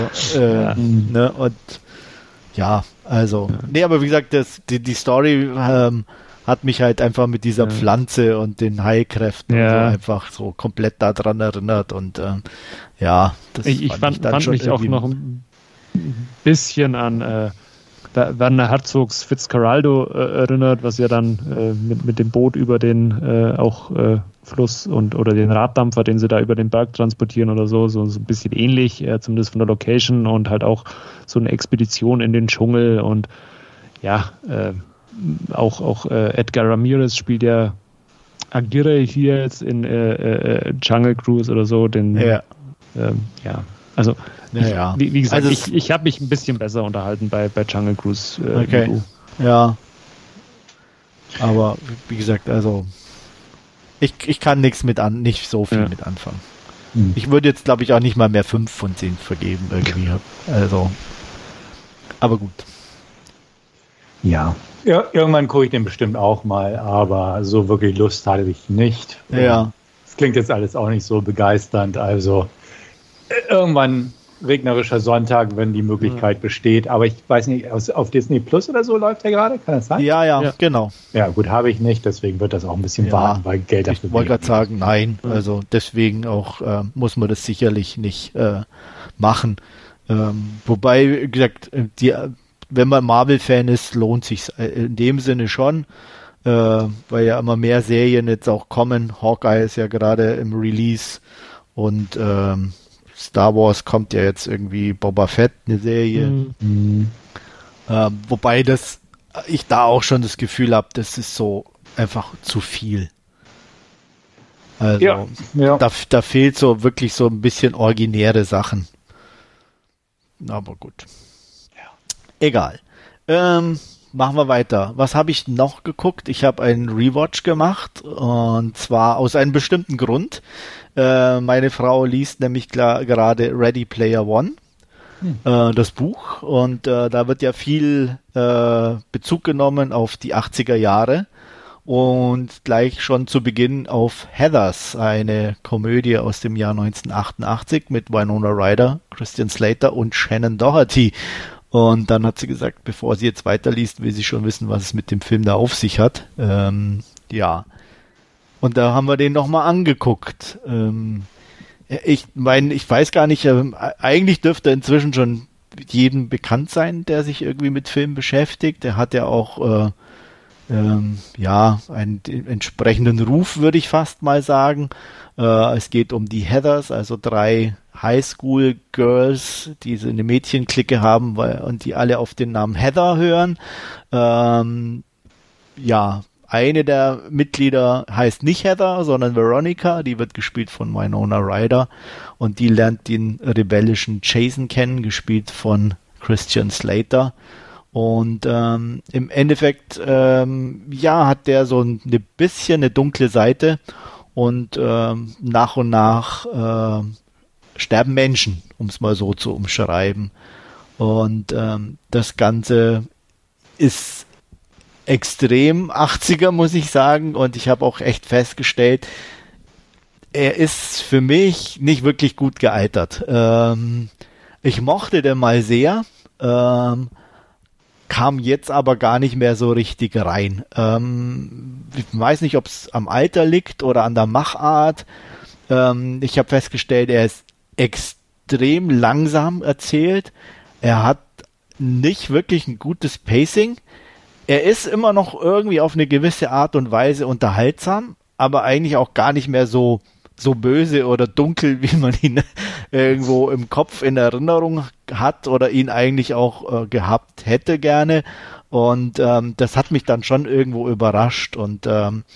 aber wie gesagt, die Story hat mich halt einfach mit dieser Pflanze und den Heilkräften und so einfach so komplett daran erinnert und das ich fand mich auch noch ein bisschen an Werner Herzogs Fitzcarraldo erinnert, was ja dann mit dem Boot über den Fluss oder den Raddampfer, den sie da über den Berg transportieren oder so ein bisschen ähnlich, zumindest von der Location und halt auch so eine Expedition in den Dschungel und auch Edgar Ramirez spielt ja Aguirre hier jetzt in Jungle Cruise oder so, wie gesagt, also ich habe mich ein bisschen besser unterhalten bei Jungle Cruise. Okay. Ja. Aber wie gesagt, also ich kann nicht so viel mit anfangen. Ich würde jetzt, glaube ich, auch nicht mal mehr 5 von 10 vergeben irgendwie. Also, aber gut. Ja, irgendwann gucke ich den bestimmt auch mal, aber so wirklich Lust hatte ich nicht. Ja. Es klingt jetzt alles auch nicht so begeisternd, also irgendwann regnerischer Sonntag, wenn die Möglichkeit besteht. Aber ich weiß nicht, auf Disney Plus oder so läuft der gerade? Kann das sein? Ja, genau. Ja, gut, habe ich nicht. Deswegen wird das auch ein bisschen warten, weil Geld dafür. Ich wollte gerade sagen, nein. Also deswegen auch muss man das sicherlich nicht machen. Wobei, wie gesagt, wenn man Marvel-Fan ist, lohnt sich in dem Sinne schon. Weil ja immer mehr Serien jetzt auch kommen. Hawkeye ist ja gerade im Release und Star Wars kommt ja jetzt irgendwie Boba Fett, eine Serie. Wobei das ich da auch schon das Gefühl habe, das ist so einfach zu viel. Also da fehlt so wirklich so ein bisschen originäre Sachen. Aber gut. Egal. Machen wir weiter. Was habe ich noch geguckt? Ich habe einen Rewatch gemacht und zwar aus einem bestimmten Grund. Meine Frau liest nämlich gerade Ready Player One, das Buch, und da wird ja viel Bezug genommen auf die 80er Jahre und gleich schon zu Beginn auf Heathers, eine Komödie aus dem Jahr 1988 mit Winona Ryder, Christian Slater und Shannon Doherty. Und dann hat sie gesagt, bevor sie jetzt weiterliest, will sie schon wissen, was es mit dem Film da auf sich hat. Ja. Und da haben wir den nochmal angeguckt. Ich meine, ich weiß gar nicht, eigentlich dürfte inzwischen schon jedem bekannt sein, der sich irgendwie mit Film beschäftigt. Der hat ja auch einen entsprechenden Ruf, würde ich fast mal sagen. Es geht um die Heathers, also 3 Highschool-Girls, die so eine Mädchenklicke haben und die alle auf den Namen Heather hören. Eine der Mitglieder heißt nicht Heather, sondern Veronica, die wird gespielt von Winona Ryder und die lernt den rebellischen Jason kennen, gespielt von Christian Slater. Und im Endeffekt hat der so ein bisschen eine dunkle Seite und nach und nach sterben Menschen, um es mal so zu umschreiben. Und das Ganze ist extrem 80er, muss ich sagen. Und ich habe auch echt festgestellt, er ist für mich nicht wirklich gut gealtert. Ich mochte den mal sehr, kam jetzt aber gar nicht mehr so richtig rein. Ich weiß nicht, ob es am Alter liegt oder an der Machart. Ich habe festgestellt, er ist extrem langsam erzählt. Er hat nicht wirklich ein gutes Pacing. Er ist immer noch irgendwie auf eine gewisse Art und Weise unterhaltsam, aber eigentlich auch gar nicht mehr so böse oder dunkel, wie man ihn irgendwo im Kopf in Erinnerung hat oder ihn eigentlich auch gehabt hätte gerne. Und das hat mich dann schon irgendwo überrascht und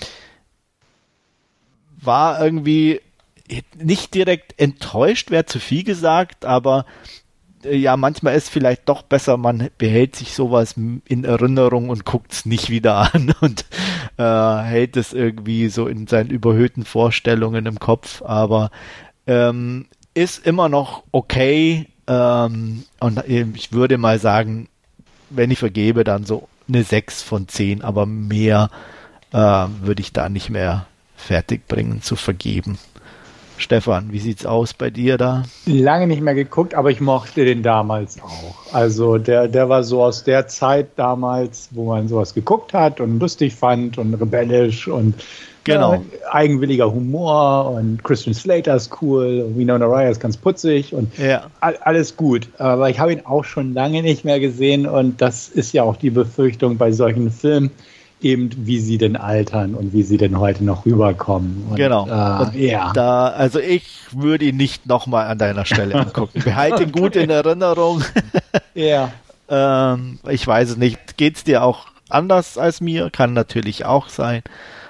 war irgendwie nicht direkt enttäuscht, wäre zu viel gesagt, aber manchmal ist vielleicht doch besser, man behält sich sowas in Erinnerung und guckt es nicht wieder an und hält es irgendwie so in seinen überhöhten Vorstellungen im Kopf, aber ist immer noch okay und ich würde mal sagen, wenn ich vergebe, dann so eine 6 von 10, aber mehr würde ich da nicht mehr fertig bringen zu vergeben. Stefan, wie sieht's aus bei dir da? Lange nicht mehr geguckt, aber ich mochte den damals auch. Also der war so aus der Zeit damals, wo man sowas geguckt hat und lustig fand und rebellisch und eigenwilliger Humor und Christian Slater ist cool und Winona Ryder ist ganz putzig und alles gut. Aber ich habe ihn auch schon lange nicht mehr gesehen und das ist ja auch die Befürchtung bei solchen Filmen, eben wie sie denn altern und wie sie denn heute noch rüberkommen. Und, also ich würde ihn nicht nochmal an deiner Stelle angucken. Behalte ihn gut in Erinnerung. Ich weiß es nicht. Geht's dir auch anders als mir? Kann natürlich auch sein.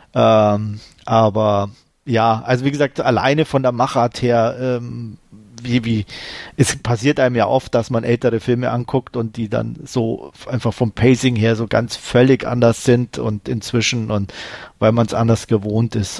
Aber ja, also wie gesagt, alleine von der Machart her, es passiert einem ja oft, dass man ältere Filme anguckt und die dann so einfach vom Pacing her so ganz völlig anders sind und inzwischen und weil man es anders gewohnt ist.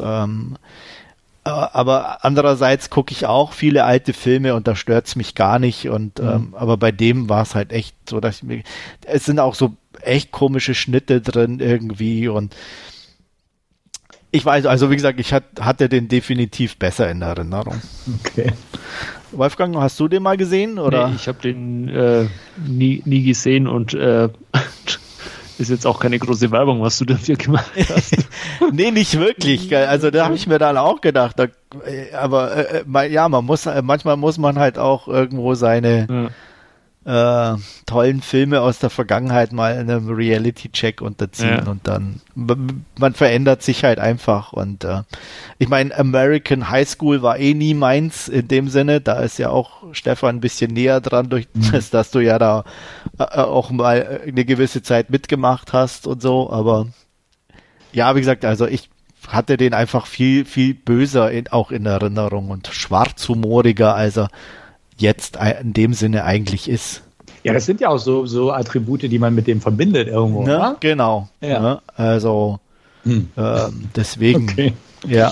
Aber andererseits gucke ich auch viele alte Filme und da stört es mich gar nicht und aber bei dem war es halt echt so, dass es sind auch so echt komische Schnitte drin irgendwie und ich weiß, also wie gesagt, ich hatte den definitiv besser in Erinnerung. Okay. Wolfgang, hast du den mal gesehen? Oder? Nee, ich habe den nie gesehen und ist jetzt auch keine große Werbung, was du dafür gemacht hast. Nee, nicht wirklich. Also da habe ich mir dann auch gedacht. Manchmal muss man halt auch irgendwo seine tollen Filme aus der Vergangenheit mal einem Reality-Check unterziehen und dann, man verändert sich halt einfach und ich meine, American High School war nie meins in dem Sinne, da ist ja auch Stefan ein bisschen näher dran, durch das, dass du ja da auch mal eine gewisse Zeit mitgemacht hast und so, aber ja, wie gesagt, also ich hatte den einfach viel, viel böser auch in Erinnerung und schwarzhumoriger, als er jetzt in dem Sinne eigentlich ist. Ja, das sind ja auch so Attribute, die man mit dem verbindet irgendwo, ne? Oder? Genau. Ja. Ne? Also deswegen, Okay. ja.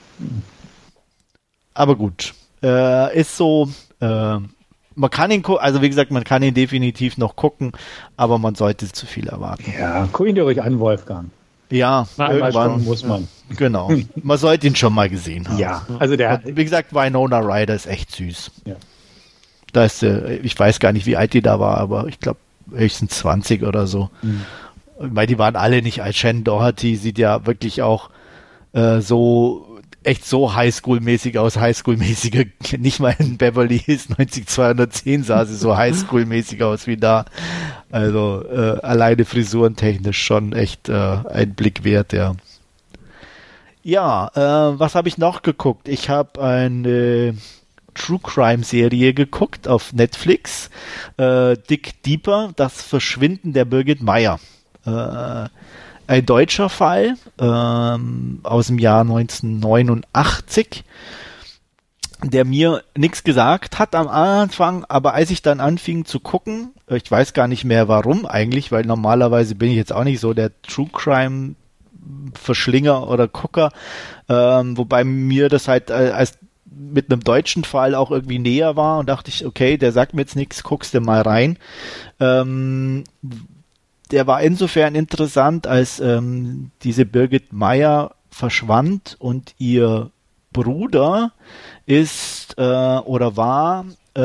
Aber gut. Ist so, man kann ihn gucken, also wie gesagt, man kann ihn definitiv noch gucken, aber man sollte zu viel erwarten. Ja, guck ihn dir ruhig an, Wolfgang. Ja, irgendwann muss man. Genau. Man sollte ihn schon mal gesehen haben. Ja, also der. Und wie gesagt, Winona Ryder ist echt süß. Ja. Da ist, ich weiß gar nicht, wie alt die da war, aber ich glaube höchstens 20 oder so. Weil die waren alle nicht alt. Shannon Doherty sieht ja wirklich auch echt so Highschool-mäßig aus. Highschool-mäßige, nicht mal in Beverly Hills 90210 sah sie so Highschool-mäßig aus wie da. Also alleine frisurentechnisch schon echt ein Blick wert, ja. Ja, was habe ich noch geguckt? Ich habe eine True Crime Serie geguckt auf Netflix. Dick Deeper, das Verschwinden der Birgit Meyer. Ein deutscher Fall aus dem Jahr 1989, der mir nichts gesagt hat am Anfang, aber als ich dann anfing zu gucken, ich weiß gar nicht mehr warum eigentlich, weil normalerweise bin ich jetzt auch nicht so der True Crime Verschlinger oder Gucker, wobei mir das halt als mit einem deutschen Fall auch irgendwie näher war und dachte ich, okay, der sagt mir jetzt nichts, guckst du mal rein. Der war insofern interessant, als diese Birgit Meyer verschwand und ihr Bruder ist oder war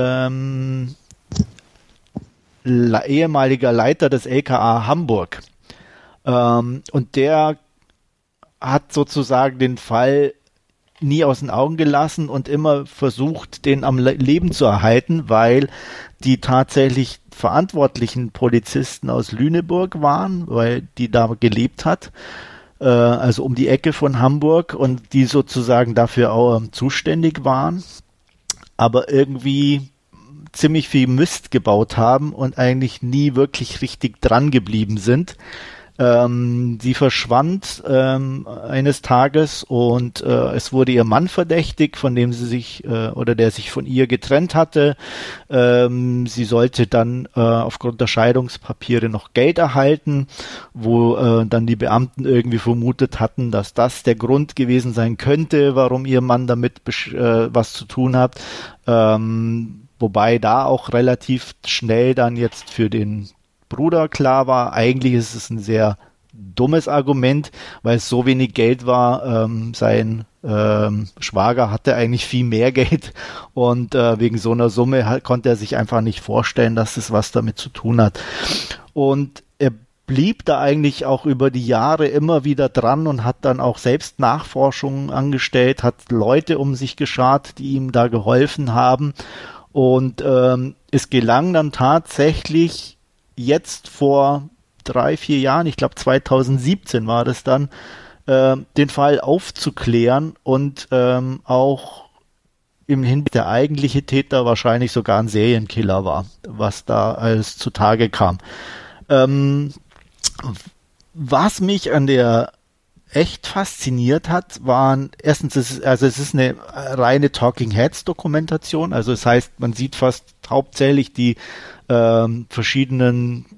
ehemaliger Leiter des LKA Hamburg. Und der hat sozusagen den Fall nie aus den Augen gelassen und immer versucht, den am Leben zu erhalten, weil die tatsächlich verantwortlichen Polizisten aus Lüneburg waren, weil die da gelebt hat, also um die Ecke von Hamburg und die sozusagen dafür auch zuständig waren, aber irgendwie ziemlich viel Mist gebaut haben und eigentlich nie wirklich richtig dran geblieben sind. Sie verschwand eines Tages und es wurde ihr Mann verdächtigt, von dem sie sich oder der sich von ihr getrennt hatte. Sie sollte dann aufgrund der Scheidungspapiere noch Geld erhalten, wo dann die Beamten irgendwie vermutet hatten, dass das der Grund gewesen sein könnte, warum ihr Mann damit was zu tun hat. Wobei da auch relativ schnell dann jetzt für den Bruder klar war, eigentlich ist es ein sehr dummes Argument, weil es so wenig Geld war. Sein Schwager hatte eigentlich viel mehr Geld und wegen so einer Summe konnte er sich einfach nicht vorstellen, dass es was damit zu tun hat. Und er blieb da eigentlich auch über die Jahre immer wieder dran und hat dann auch selbst Nachforschungen angestellt, hat Leute um sich geschart, die ihm da geholfen haben. Und es gelang dann tatsächlich jetzt vor 3-4 Jahren, ich glaube 2017 war das dann, den Fall aufzuklären und auch im Hinblick der eigentliche Täter wahrscheinlich sogar ein Serienkiller war, was da alles zutage kam. Was mich an der echt fasziniert hat, waren erstens, es ist eine reine Talking Heads Dokumentation, also das heißt, man sieht fast hauptsächlich die verschiedenen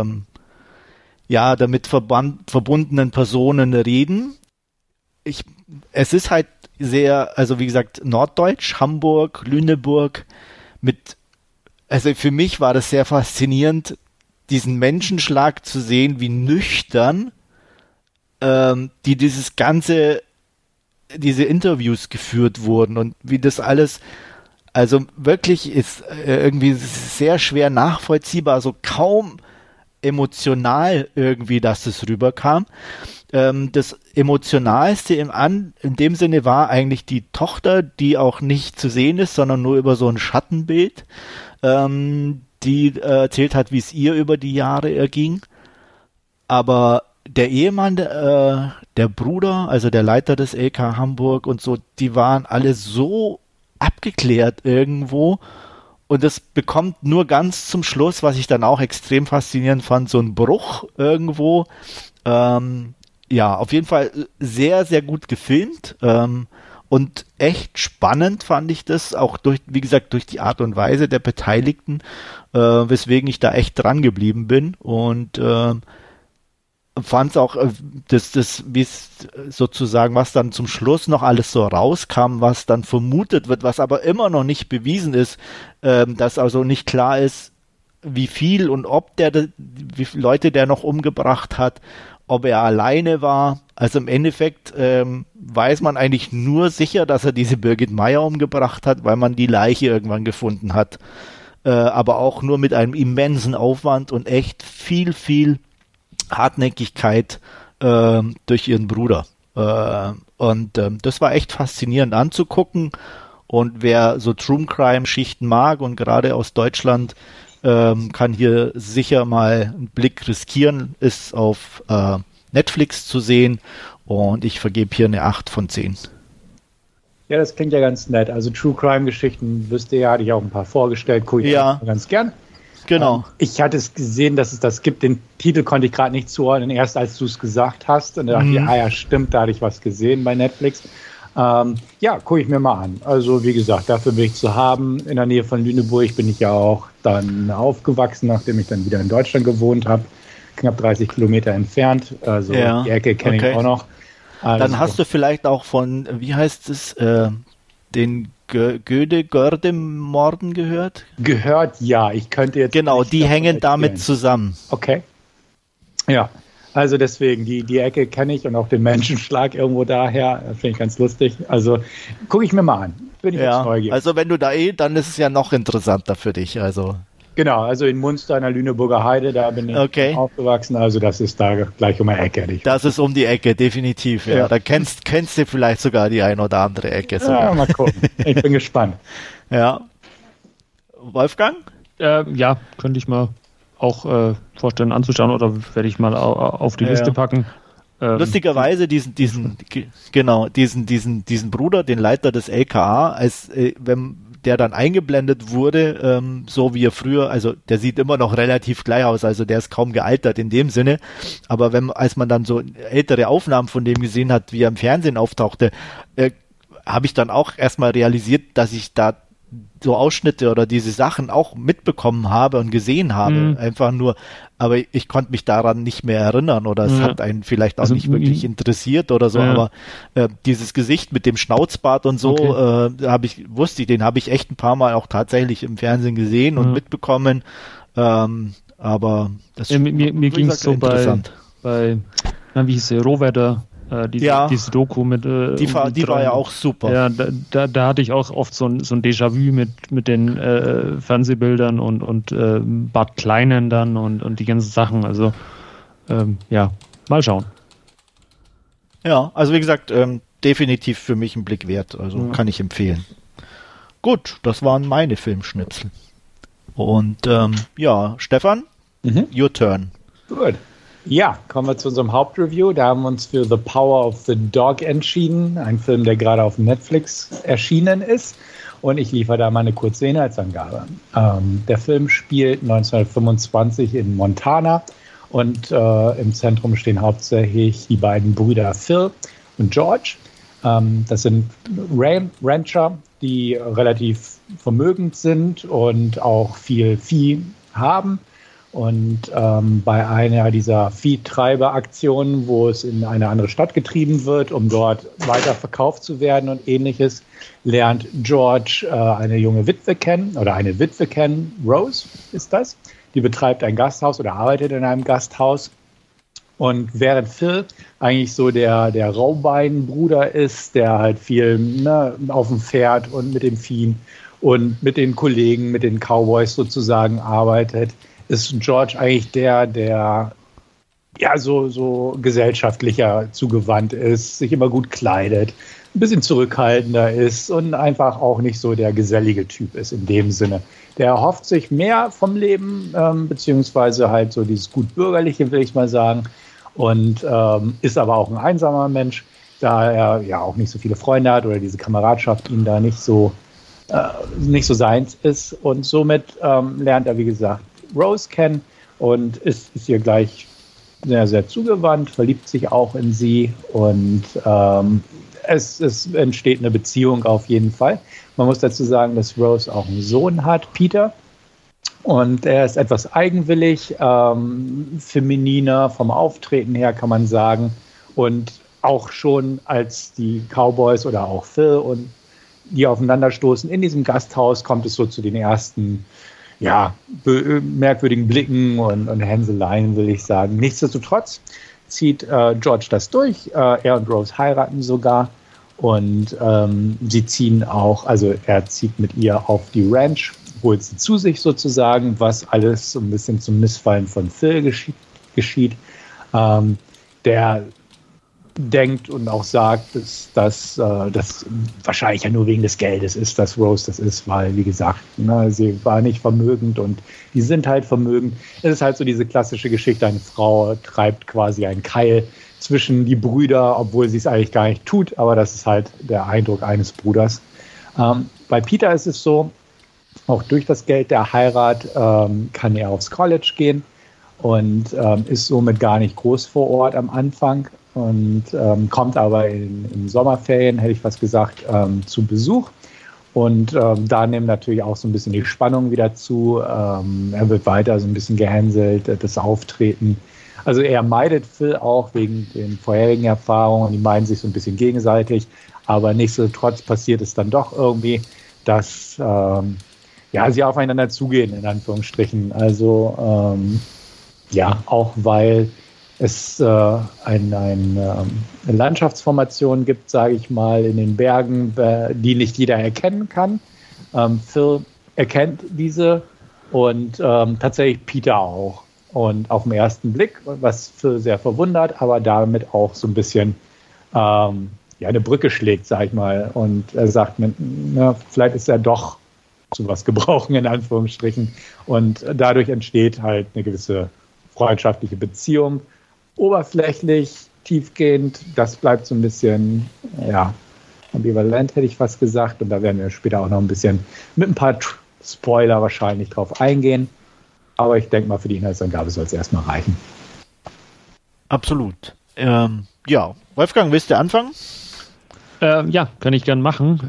damit verbundenen Personen reden. Es ist halt sehr, also wie gesagt, Norddeutsch, Hamburg, Lüneburg also für mich war das sehr faszinierend, diesen Menschenschlag zu sehen, wie nüchtern die diese Interviews geführt wurden und wie das alles, also wirklich ist irgendwie sehr schwer nachvollziehbar, so kaum emotional irgendwie, dass es rüberkam. Das Emotionalste in dem Sinne war eigentlich die Tochter, die auch nicht zu sehen ist, sondern nur über so ein Schattenbild, die erzählt hat, wie es ihr über die Jahre erging. Aber der Ehemann, der Bruder, also der Leiter des LK Hamburg und so, die waren alle so abgeklärt irgendwo. Und es bekommt nur ganz zum Schluss, was ich dann auch extrem faszinierend fand, so einen Bruch irgendwo. Ja, auf jeden Fall sehr, sehr gut gefilmt. Und echt spannend fand ich das, auch wie gesagt, durch die Art und Weise der Beteiligten, weswegen ich da echt dran geblieben bin und fand es auch, wie es sozusagen, was dann zum Schluss noch alles so rauskam, was dann vermutet wird, was aber immer noch nicht bewiesen ist, dass also nicht klar ist, wie viel und wie viele Leute der noch umgebracht hat, ob er alleine war. Also im Endeffekt weiß man eigentlich nur sicher, dass er diese Birgit Meyer umgebracht hat, weil man die Leiche irgendwann gefunden hat. Aber auch nur mit einem immensen Aufwand und echt viel, viel Hartnäckigkeit durch ihren Bruder. Und das war echt faszinierend anzugucken. Und wer so True Crime Schichten mag und gerade aus Deutschland, kann hier sicher mal einen Blick riskieren, ist auf Netflix zu sehen und ich vergebe hier eine 8 von 10. Ja, das klingt ja ganz nett. Also True Crime Geschichten, wisst ihr ja, hatte ich auch ein paar vorgestellt, gucke ich ganz gern. Genau. Ich hatte es gesehen, dass es das gibt. Den Titel konnte ich gerade nicht zuordnen, erst als du es gesagt hast. Und da dachte ich, ja, stimmt, da hatte ich was gesehen bei Netflix. Ja, gucke ich mir mal an. Also wie gesagt, dafür bin ich zu haben. In der Nähe von Lüneburg bin ich ja auch dann aufgewachsen, nachdem ich dann wieder in Deutschland gewohnt habe. Knapp 30 Kilometer entfernt. Also die Ecke kenne ich auch noch. Also, dann hast du vielleicht auch von, wie heißt es, den Göde-Görde-Morden gehört? Gehört, ja. Ich könnte jetzt... Genau, die hängen damit zusammen. Okay. Ja. Also deswegen, die Ecke kenne ich und auch den Menschenschlag irgendwo daher, finde ich ganz lustig. Also gucke ich mir mal an. Bin ich jetzt neugierig. Also wenn du da dann ist es ja noch interessanter für dich. Also. Genau, also in Munster, in der Lüneburger Heide, da bin ich aufgewachsen. Also das ist da gleich um die Ecke. Das ist um die Ecke, definitiv. Ja. Da kennst du vielleicht sogar die ein oder andere Ecke. Sogar. Ja, mal gucken. Ich bin gespannt. Ja. Wolfgang? Ja, könnte ich mal auch vorstellen anzuschauen oder werde ich mal auf die Liste packen. Lustigerweise diesen Bruder, den Leiter des LKA, wenn der dann eingeblendet wurde, so wie er früher, also der sieht immer noch relativ gleich aus, also der ist kaum gealtert in dem Sinne, aber als man dann so ältere Aufnahmen von dem gesehen hat, wie er im Fernsehen auftauchte, habe ich dann auch erstmal realisiert, dass ich da so Ausschnitte oder diese Sachen auch mitbekommen habe und gesehen habe, einfach nur, aber ich konnte mich daran nicht mehr erinnern oder es hat einen vielleicht auch nicht wirklich interessiert oder so, aber dieses Gesicht mit dem Schnauzbart und so, den habe ich echt ein paar Mal auch tatsächlich im Fernsehen gesehen und mitbekommen, aber das mir ging es so interessant. Bei wie hieß der, Rohwetter, diese Doku mit die war ja auch super. Ja, da hatte ich auch oft so ein Déjà-vu mit den Fernsehbildern und Bart Kleinen dann und die ganzen Sachen. Also mal schauen. Ja, also wie gesagt, definitiv für mich ein Blick wert. Also kann ich empfehlen. Gut, das waren meine Filmschnipsel. Und Stefan, your turn. Gut. Ja, kommen wir zu unserem Hauptreview. Da haben wir uns für The Power of the Dog entschieden. Ein Film, der gerade auf Netflix erschienen ist. Und ich liefere da mal eine kurze Inhaltsangabe. Der Film spielt 1925 in Montana. Und im Zentrum stehen hauptsächlich die beiden Brüder Phil und George. Das sind Rancher, die relativ vermögend sind und auch viel Vieh haben. Und bei einer dieser Viehtreiberaktionen, wo es in eine andere Stadt getrieben wird, um dort weiter verkauft zu werden und ähnliches, lernt George eine junge Witwe kennen, oder eine Witwe kennen, Rose ist das. Die betreibt ein Gasthaus oder arbeitet in einem Gasthaus. Und während Phil eigentlich so der Raubeinbruder ist, der halt viel auf dem Pferd und mit dem Vieh und mit den Kollegen, mit den Cowboys sozusagen arbeitet, ist George eigentlich der so gesellschaftlicher zugewandt ist, sich immer gut kleidet, ein bisschen zurückhaltender ist und einfach auch nicht so der gesellige Typ ist in dem Sinne. Der erhofft sich mehr vom Leben, beziehungsweise halt so dieses gut bürgerliche, will ich mal sagen, und ist aber auch ein einsamer Mensch, da er ja auch nicht so viele Freunde hat oder diese Kameradschaft ihm da nicht so seins ist. Und somit lernt er, wie gesagt, Rose kennen und ist ihr gleich sehr, sehr zugewandt, verliebt sich auch in sie und es entsteht eine Beziehung auf jeden Fall. Man muss dazu sagen, dass Rose auch einen Sohn hat, Peter. Und er ist etwas eigenwillig, femininer vom Auftreten her, kann man sagen. Und auch schon als die Cowboys oder auch Phil und die aufeinanderstoßen in diesem Gasthaus, kommt es so zu den ersten merkwürdigen Blicken und Hänseleien, will ich sagen. Nichtsdestotrotz zieht George das durch. Er und Rose heiraten sogar. Und sie ziehen auch, also er zieht mit ihr auf die Ranch, holt sie zu sich sozusagen, was alles so ein bisschen zum Missfallen von Phil geschieht. Der denkt und auch sagt, dass das wahrscheinlich ja nur wegen des Geldes ist, dass Rose das ist, weil, wie gesagt, sie war nicht vermögend und die sind halt vermögend. Es ist halt so diese klassische Geschichte, eine Frau treibt quasi einen Keil zwischen die Brüder, obwohl sie es eigentlich gar nicht tut, aber das ist halt der Eindruck eines Bruders. Bei Peter ist es so, auch durch das Geld der Heirat kann er aufs College gehen und ist somit gar nicht groß vor Ort am Anfang und kommt aber in Sommerferien, hätte ich fast gesagt, zu Besuch. Und da nimmt natürlich auch so ein bisschen die Spannung wieder zu. Er wird weiter so ein bisschen gehänselt, das Auftreten. Also er meidet Phil auch wegen den vorherigen Erfahrungen. Die meiden sich so ein bisschen gegenseitig. Aber nichtsdestotrotz passiert es dann doch irgendwie, dass sie aufeinander zugehen, in Anführungsstrichen. Also auch weil es eine Landschaftsformation gibt, sage ich mal, in den Bergen, die nicht jeder erkennen kann. Phil erkennt diese und tatsächlich Peter auch. Und auf den ersten Blick, was Phil sehr verwundert, aber damit auch so ein bisschen eine Brücke schlägt, sag ich mal. Und er sagt, vielleicht ist er doch zu was gebrauchen, in Anführungsstrichen. Und dadurch entsteht halt eine gewisse freundschaftliche Beziehung. Oberflächlich, tiefgehend, das bleibt so ein bisschen, ambivalent, hätte ich fast gesagt. Und da werden wir später auch noch ein bisschen mit ein paar Spoiler wahrscheinlich drauf eingehen. Aber ich denke mal, für die Inhaltsangabe soll es erstmal reichen. Absolut. Wolfgang, willst du anfangen? Kann ich gern machen.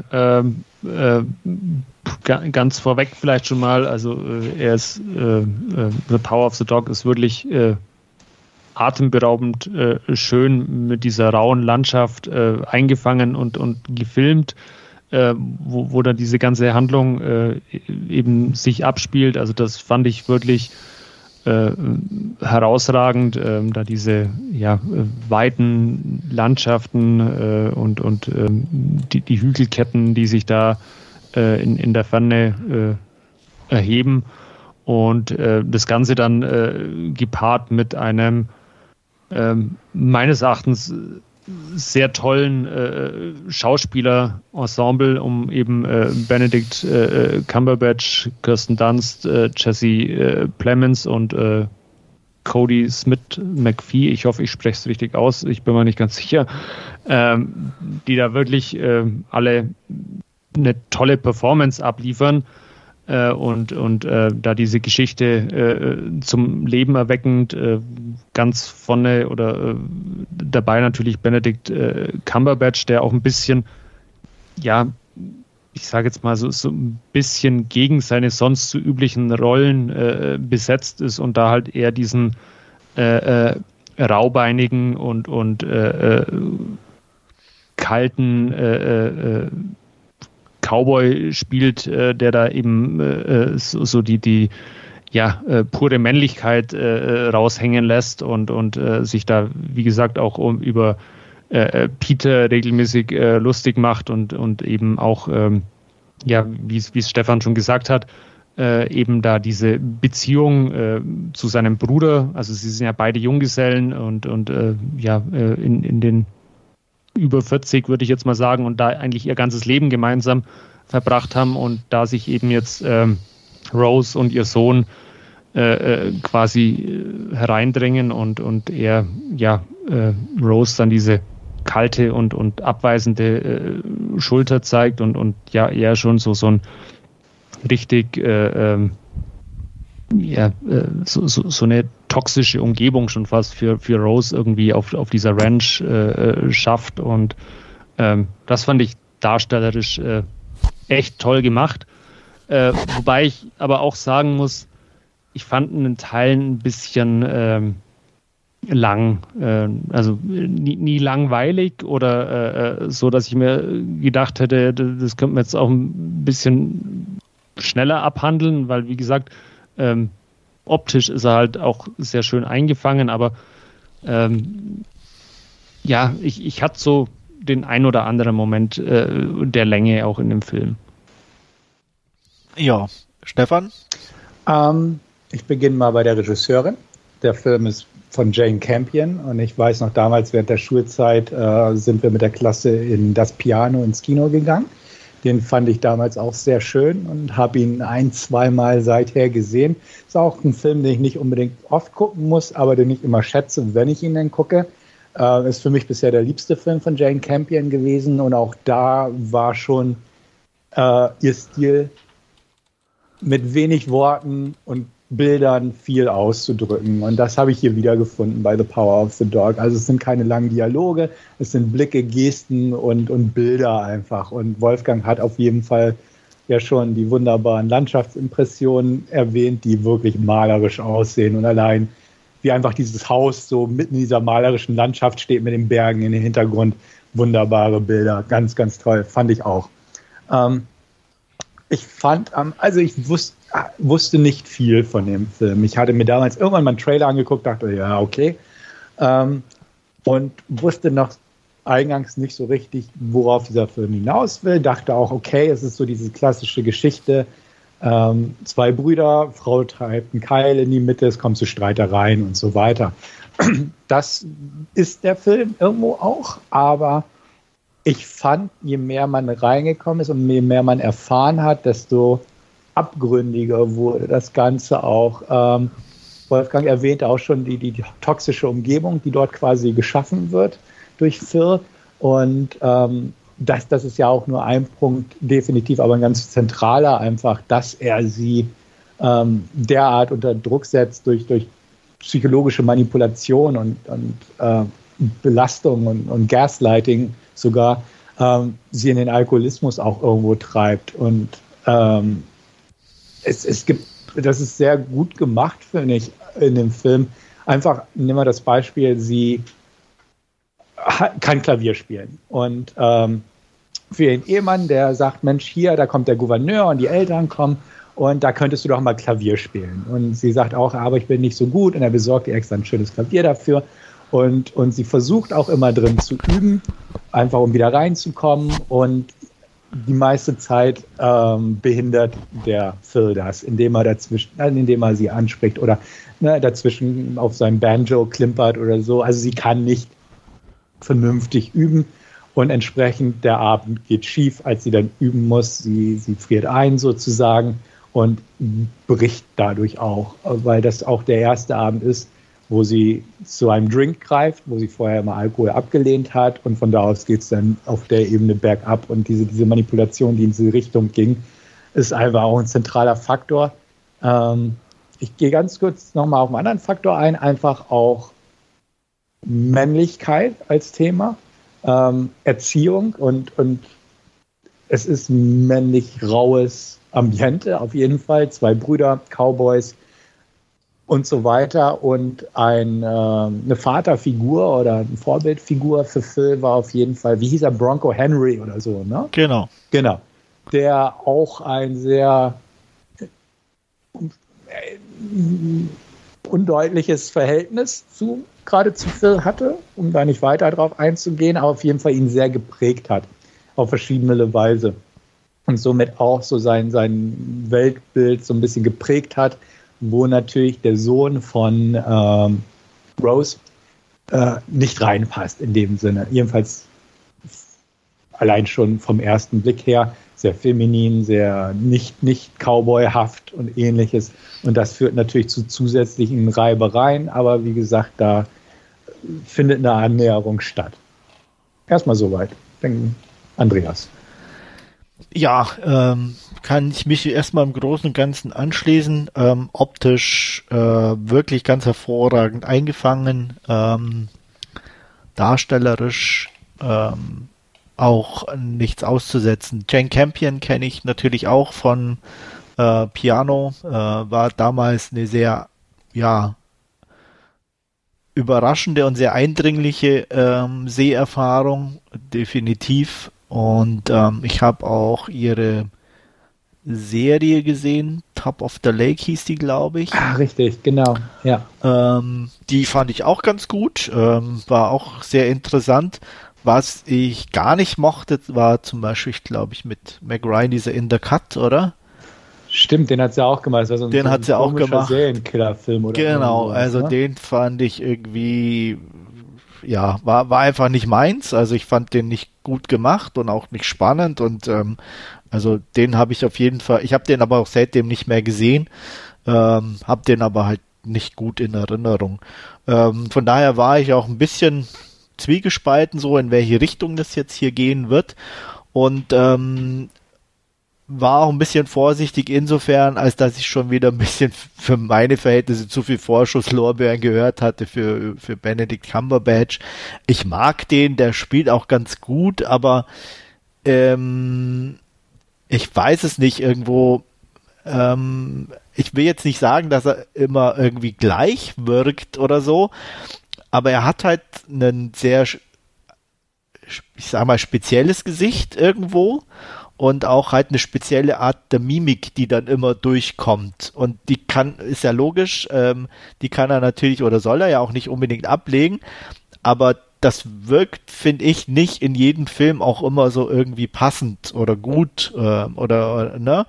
Ganz vorweg vielleicht schon mal, also er ist The Power of the Dog ist wirklich atemberaubend schön mit dieser rauen Landschaft eingefangen und gefilmt. Wo dann diese ganze Handlung eben sich abspielt. Also das fand ich wirklich herausragend, da diese weiten Landschaften und die Hügelketten, die sich da in der Ferne erheben und das Ganze dann gepaart mit einem meines Erachtens sehr tollen Schauspieler-Ensemble um eben Benedict Cumberbatch, Kirsten Dunst, Jesse Plemons und Cody Smith McPhee, ich hoffe, ich spreche es richtig aus, ich bin mir nicht ganz sicher, die da wirklich alle eine tolle Performance abliefern und da diese Geschichte zum Leben erweckend ganz vorne oder dabei natürlich Benedict Cumberbatch, der auch ein bisschen, ich sage jetzt mal so ein bisschen gegen seine sonst so üblichen Rollen besetzt ist und da halt eher diesen raubeinigen und kalten Cowboy spielt, der da eben so die pure Männlichkeit raushängen lässt und sich da, wie gesagt, auch über Peter regelmäßig lustig macht und eben auch, wie es Stefan schon gesagt hat, eben da diese Beziehung zu seinem Bruder, also sie sind ja beide Junggesellen und in den über 40, würde ich jetzt mal sagen, und da eigentlich ihr ganzes Leben gemeinsam verbracht haben und da sich eben jetzt Rose und ihr Sohn quasi hereindrängen und er Rose dann diese kalte und abweisende Schulter zeigt und ja eher schon so ein richtig so eine toxische Umgebung schon fast für Rose irgendwie auf dieser Ranch schafft und das fand ich darstellerisch echt toll gemacht. Wobei ich aber auch sagen muss, ich fand in den Teilen ein bisschen lang, also nie langweilig oder so, dass ich mir gedacht hätte, das könnte man jetzt auch ein bisschen schneller abhandeln, weil wie gesagt, optisch ist er halt auch sehr schön eingefangen, aber ich hatte so den ein oder anderen Moment der Länge auch in dem Film. Ja, Stefan? Ich beginne mal bei der Regisseurin. Der Film ist von Jane Campion und ich weiß noch, damals während der Schulzeit sind wir mit der Klasse in Das Piano ins Kino gegangen. Den fand ich damals auch sehr schön und habe ihn 1-2 Mal seither gesehen. Ist auch ein Film, den ich nicht unbedingt oft gucken muss, aber den ich immer schätze, wenn ich ihn dann gucke. Ist für mich bisher der liebste Film von Jane Campion gewesen und auch da war schon ihr Stil mit wenig Worten und Bildern viel auszudrücken. Und das habe ich hier wiedergefunden bei The Power of the Dog. Also es sind keine langen Dialoge, es sind Blicke, Gesten und Bilder einfach. Und Wolfgang hat auf jeden Fall ja schon die wunderbaren Landschaftsimpressionen erwähnt, die wirklich malerisch aussehen. Und allein wie einfach dieses Haus so mitten in dieser malerischen Landschaft steht mit den Bergen in den Hintergrund. Wunderbare Bilder. Ganz, ganz toll. Fand ich auch. Ich wusste nicht viel von dem Film. Ich hatte mir damals irgendwann mal einen Trailer angeguckt, dachte, ja, okay. Und wusste noch eingangs nicht so richtig, worauf dieser Film hinaus will. Dachte auch, okay, es ist so diese klassische Geschichte. 2 Brüder, Frau treibt einen Keil in die Mitte, es kommt zu Streitereien und so weiter. Das ist der Film irgendwo auch, aber ich fand, je mehr man reingekommen ist und je mehr man erfahren hat, desto abgründiger wurde das Ganze auch. Wolfgang erwähnte auch schon die toxische Umgebung, die dort quasi geschaffen wird durch Phil. Und das ist ja auch nur ein Punkt, definitiv, aber ein ganz zentraler einfach, dass er sie derart unter Druck setzt durch psychologische Manipulation und Belastung und Gaslighting sogar, sie in den Alkoholismus auch irgendwo treibt. Und es gibt, das ist sehr gut gemacht, finde ich, in dem Film. Einfach, nehmen wir das Beispiel, sie kann Klavier spielen. Und für ihren Ehemann, der sagt, Mensch, hier, da kommt der Gouverneur und die Eltern kommen und da könntest du doch mal Klavier spielen. Und sie sagt auch, aber ich bin nicht so gut und er besorgt ihr extra ein schönes Klavier dafür. Und sie versucht auch immer drin zu üben, einfach um wieder reinzukommen. Und die meiste Zeit behindert der Phil das, indem er sie anspricht oder dazwischen auf seinem Banjo klimpert oder so. Also sie kann nicht vernünftig üben und entsprechend der Abend geht schief, als sie dann üben muss. Sie friert ein sozusagen und bricht dadurch auch, weil das auch der erste Abend ist, wo sie zu einem Drink greift, wo sie vorher immer Alkohol abgelehnt hat und von da aus geht es dann auf der Ebene bergab und diese Manipulation, die in diese Richtung ging, ist einfach auch ein zentraler Faktor. Ich gehe ganz kurz nochmal auf einen anderen Faktor ein, einfach auch Männlichkeit als Thema, Erziehung und es ist ein männlich raues Ambiente auf jeden Fall, 2 Brüder, Cowboys und so weiter und eine Vaterfigur oder eine Vorbildfigur für Phil war auf jeden Fall, wie hieß er, Bronco Henry oder so, ne? Genau. Der auch ein sehr undeutliches Verhältnis gerade zu Phil hatte, um da nicht weiter drauf einzugehen, aber auf jeden Fall ihn sehr geprägt hat, auf verschiedene Weise. Und somit auch so sein Weltbild so ein bisschen geprägt hat, wo natürlich der Sohn von Rose nicht reinpasst in dem Sinne. Jedenfalls allein schon vom ersten Blick her sehr feminin, sehr nicht Cowboyhaft und ähnliches. Und das führt natürlich zu zusätzlichen Reibereien, aber wie gesagt, da findet eine Annäherung statt. Erstmal soweit. Andreas. Ja, kann ich mich erstmal im Großen und Ganzen anschließen. Optisch wirklich ganz hervorragend eingefangen. Darstellerisch auch nichts auszusetzen. Jane Campion kenne ich natürlich auch von Piano. War damals eine sehr, überraschende und sehr eindringliche Seherfahrung, definitiv. Und ich habe auch ihre Serie gesehen, Top of the Lake hieß die, glaube ich. Ah, richtig, genau, ja. Die fand ich auch ganz gut, war auch sehr interessant. Was ich gar nicht mochte, war zum Beispiel, glaube ich, mit Meg Ryan, dieser In the Cut, oder? Stimmt, den hat sie auch gemacht. Also den hat sie auch gemacht. Serienkiller-Film oder genau, sowas, also ne? Den fand ich irgendwie, war einfach nicht meins. Also ich fand den nicht gut gemacht und auch nicht spannend und also den habe ich auf jeden Fall, ich habe den aber auch seitdem nicht mehr gesehen, habe den aber halt nicht gut in Erinnerung. Von daher war ich auch ein bisschen zwiegespalten, so in welche Richtung das jetzt hier gehen wird und war auch ein bisschen vorsichtig insofern, als dass ich schon wieder ein bisschen für meine Verhältnisse zu viel Vorschusslorbeeren gehört hatte für Benedict Cumberbatch. Ich mag den, der spielt auch ganz gut, aber ich weiß es nicht irgendwo. Ich will jetzt nicht sagen, dass er immer irgendwie gleich wirkt oder so, aber er hat halt einen sehr, ich sag mal, spezielles Gesicht irgendwo und auch halt eine spezielle Art der Mimik, die dann immer durchkommt. Und die ist ja logisch, die kann er natürlich oder soll er ja auch nicht unbedingt ablegen, aber das wirkt, finde ich, nicht in jedem Film auch immer so irgendwie passend oder gut ne?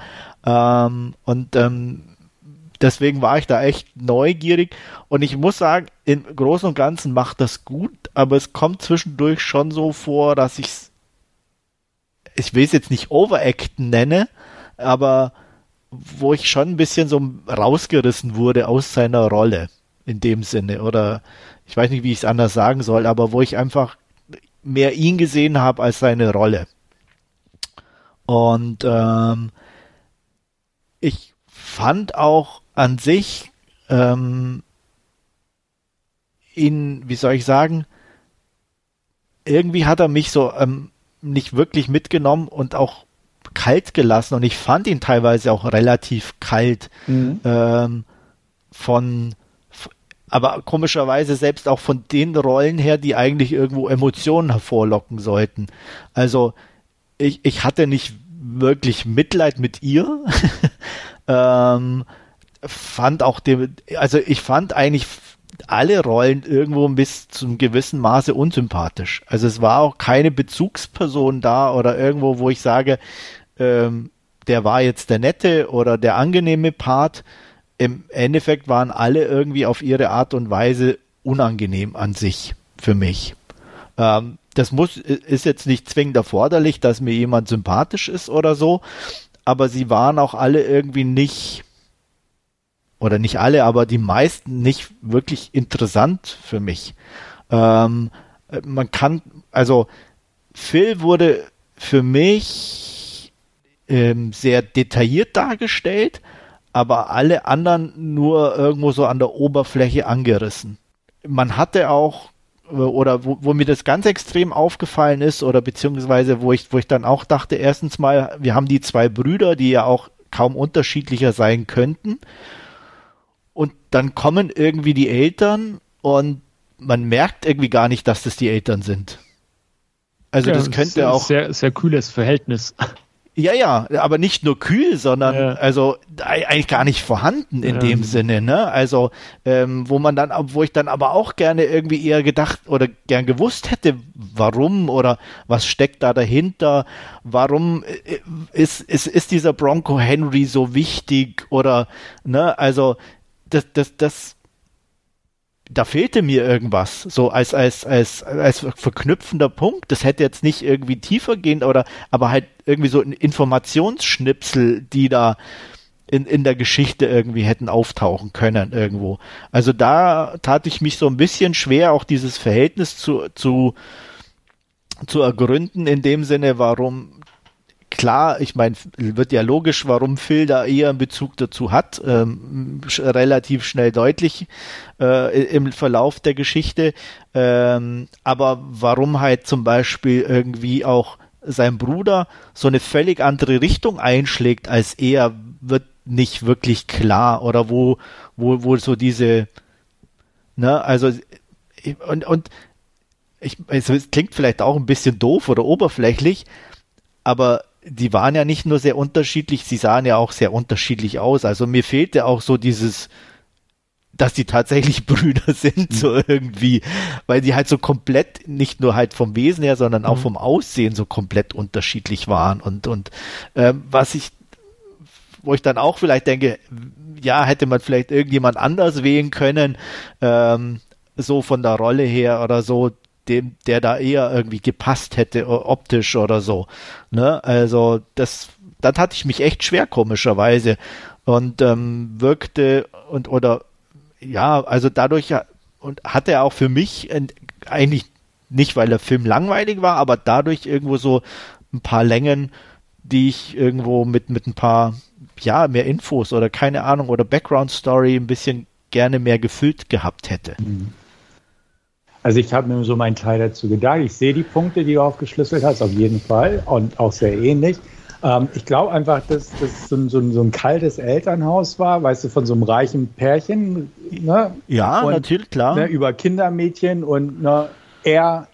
Deswegen war ich da echt neugierig und ich muss sagen, im Großen und Ganzen macht das gut, aber es kommt zwischendurch schon so vor, dass ich will es jetzt nicht overacten nenne, aber wo ich schon ein bisschen so rausgerissen wurde aus seiner Rolle in dem Sinne oder ich weiß nicht, wie ich es anders sagen soll, aber wo ich einfach mehr ihn gesehen habe als seine Rolle. Und ich fand auch an sich ihn, wie soll ich sagen, irgendwie hat er mich so nicht wirklich mitgenommen und auch kalt gelassen und ich fand ihn teilweise auch relativ kalt aber komischerweise selbst auch von den Rollen her, die eigentlich irgendwo Emotionen hervorlocken sollten. Also ich hatte nicht wirklich Mitleid mit ihr. Fand auch ich fand eigentlich alle Rollen irgendwo bis zu einem gewissen Maße unsympathisch. Also es war auch keine Bezugsperson da oder irgendwo, wo ich sage, der war jetzt der nette oder der angenehme Part. Im Endeffekt waren alle irgendwie auf ihre Art und Weise unangenehm an sich für mich. Das ist jetzt nicht zwingend erforderlich, dass mir jemand sympathisch ist oder so, aber sie waren auch alle irgendwie nicht, oder nicht alle, aber die meisten nicht wirklich interessant für mich. Phil wurde für mich sehr detailliert dargestellt, aber alle anderen nur irgendwo so an der Oberfläche angerissen. Man hatte auch, oder wo mir das ganz extrem aufgefallen ist, oder beziehungsweise wo ich dann auch dachte, erstens mal, wir haben die zwei Brüder, die ja auch kaum unterschiedlicher sein könnten, und dann kommen irgendwie die Eltern und man merkt irgendwie gar nicht, dass das die Eltern sind. Also das könnte auch... Sehr, sehr kühles Verhältnis. Ja, aber nicht nur kühl, sondern also eigentlich gar nicht vorhanden in dem Sinne, ne? Also wo ich dann aber auch gerne irgendwie eher gedacht oder gern gewusst hätte, warum oder was steckt da dahinter, warum ist dieser Bronco Henry so wichtig oder ne? Also das da fehlte mir irgendwas, so als verknüpfender Punkt. Das hätte jetzt nicht irgendwie tiefer gehen, aber halt irgendwie so ein Informationsschnipsel, die da in der Geschichte irgendwie hätten auftauchen können irgendwo. Also da tat ich mich so ein bisschen schwer, auch dieses Verhältnis zu ergründen, in dem Sinne, warum, klar, ich meine, wird ja logisch, warum Phil da eher einen Bezug dazu hat, relativ schnell deutlich im Verlauf der Geschichte, aber warum halt zum Beispiel irgendwie auch sein Bruder so eine völlig andere Richtung einschlägt als er, wird nicht wirklich klar, oder wo so diese, ne, also es klingt vielleicht auch ein bisschen doof oder oberflächlich, aber die waren ja nicht nur sehr unterschiedlich, sie sahen ja auch sehr unterschiedlich aus. Also mir fehlte auch so dieses, dass die tatsächlich Brüder sind, so irgendwie, weil die halt so komplett, nicht nur halt vom Wesen her, sondern auch vom Aussehen so komplett unterschiedlich waren. Und wo ich dann auch vielleicht denke, ja, hätte man vielleicht irgendjemand anders wählen können, so von der Rolle her oder so, der da eher irgendwie gepasst hätte, optisch oder so. Ne? Also dann hatte ich mich echt schwer, komischerweise. Und wirkte also dadurch und hatte er auch für mich eigentlich nicht, weil der Film langweilig war, aber dadurch irgendwo so ein paar Längen, die ich irgendwo mit ein paar, ja, mehr Infos oder keine Ahnung oder Background Story ein bisschen gerne mehr gefüllt gehabt hätte. Also ich habe mir so meinen Teil dazu gedacht. Ich sehe die Punkte, die du aufgeschlüsselt hast, auf jeden Fall und auch sehr ähnlich. Ich glaube einfach, dass das so ein kaltes Elternhaus war, weißt du, von so einem reichen Pärchen. Ne? Ja, und, natürlich, klar. Ne, über Kindermädchen und ne, er,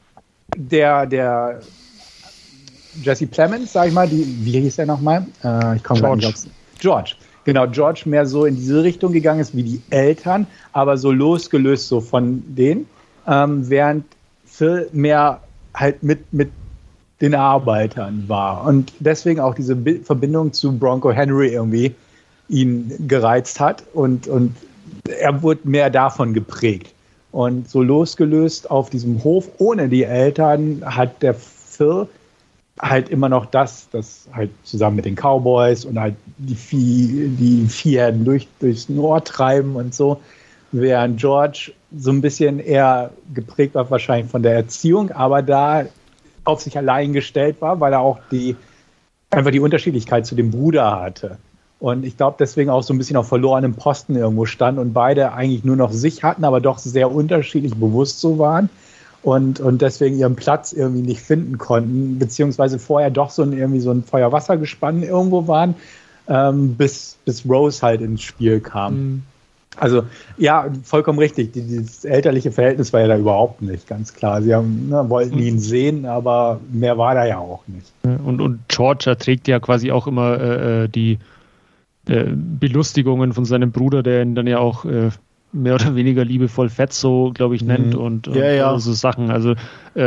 der Jesse Plemons, sag ich mal, wie hieß er nochmal? Ich komme gar nicht aufs... George. Genau, George mehr so in diese Richtung gegangen ist wie die Eltern, aber so losgelöst so von denen, während Phil mehr halt mit den Arbeitern war und deswegen auch diese Verbindung zu Bronco Henry irgendwie ihn gereizt hat und er wurde mehr davon geprägt. Und so losgelöst auf diesem Hof ohne die Eltern hat der Phil halt immer noch das halt zusammen mit den Cowboys und halt die Viehherden durchs Nord treiben und so, während George so ein bisschen eher geprägt war wahrscheinlich von der Erziehung, aber da auf sich allein gestellt war, weil er auch einfach die Unterschiedlichkeit zu dem Bruder hatte. Und ich glaube, deswegen auch so ein bisschen auf verlorenem Posten irgendwo stand und beide eigentlich nur noch sich hatten, aber doch sehr unterschiedlich bewusst so waren und deswegen ihren Platz irgendwie nicht finden konnten, beziehungsweise vorher doch irgendwie so ein Feuer-Wasser-Gespann irgendwo waren, bis Rose halt ins Spiel kam. Mhm. Also, ja, vollkommen richtig. Dieses elterliche Verhältnis war ja da überhaupt nicht, ganz klar. Sie wollten ihn sehen, aber mehr war da ja auch nicht. Und George erträgt ja quasi auch immer die Belustigungen von seinem Bruder, der ihn dann ja auch mehr oder weniger liebevoll Fetzo, glaube ich, nennt und so Sachen. Also,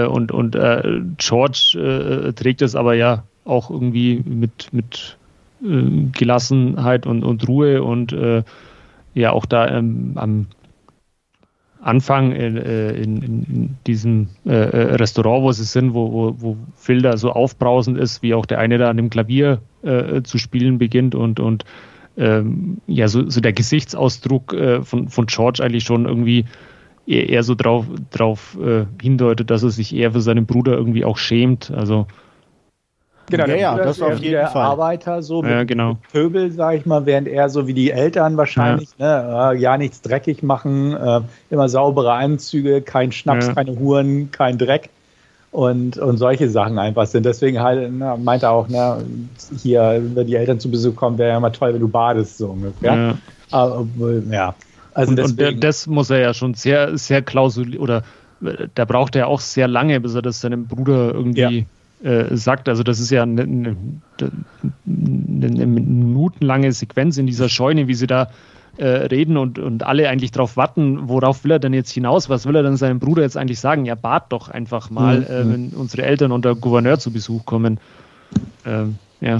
George trägt es aber ja auch irgendwie mit Gelassenheit und Ruhe und ja, auch da am Anfang in diesem Restaurant, wo sie sind, wo Phil da so aufbrausend ist, wie auch der eine da an dem Klavier zu spielen beginnt und ja, so der Gesichtsausdruck von George eigentlich schon irgendwie eher so drauf hindeutet, dass er sich eher für seinen Bruder irgendwie auch schämt. Also genau, das auf jeden der Fall. Arbeiter so mit genau. Pöbel, sag ich mal, während er so wie die Eltern wahrscheinlich, ja nichts dreckig machen, immer saubere Anzüge, kein Schnaps, keine Huren, kein Dreck und solche Sachen einfach sind. Deswegen halt, meint er auch, hier, wenn die Eltern zu Besuch kommen, wäre ja mal toll, wenn du badest, so ungefähr. Ja. Aber, ja. Also und das muss er ja schon sehr, sehr oder da braucht er auch sehr lange, bis er das seinem Bruder irgendwie sagt. Also das ist ja eine minutenlange Sequenz in dieser Scheune, wie sie da reden und alle eigentlich drauf warten, worauf will er denn jetzt hinaus? Was will er denn seinem Bruder jetzt eigentlich sagen? Ja, bat doch einfach mal, wenn unsere Eltern und der Gouverneur zu Besuch kommen. Ja.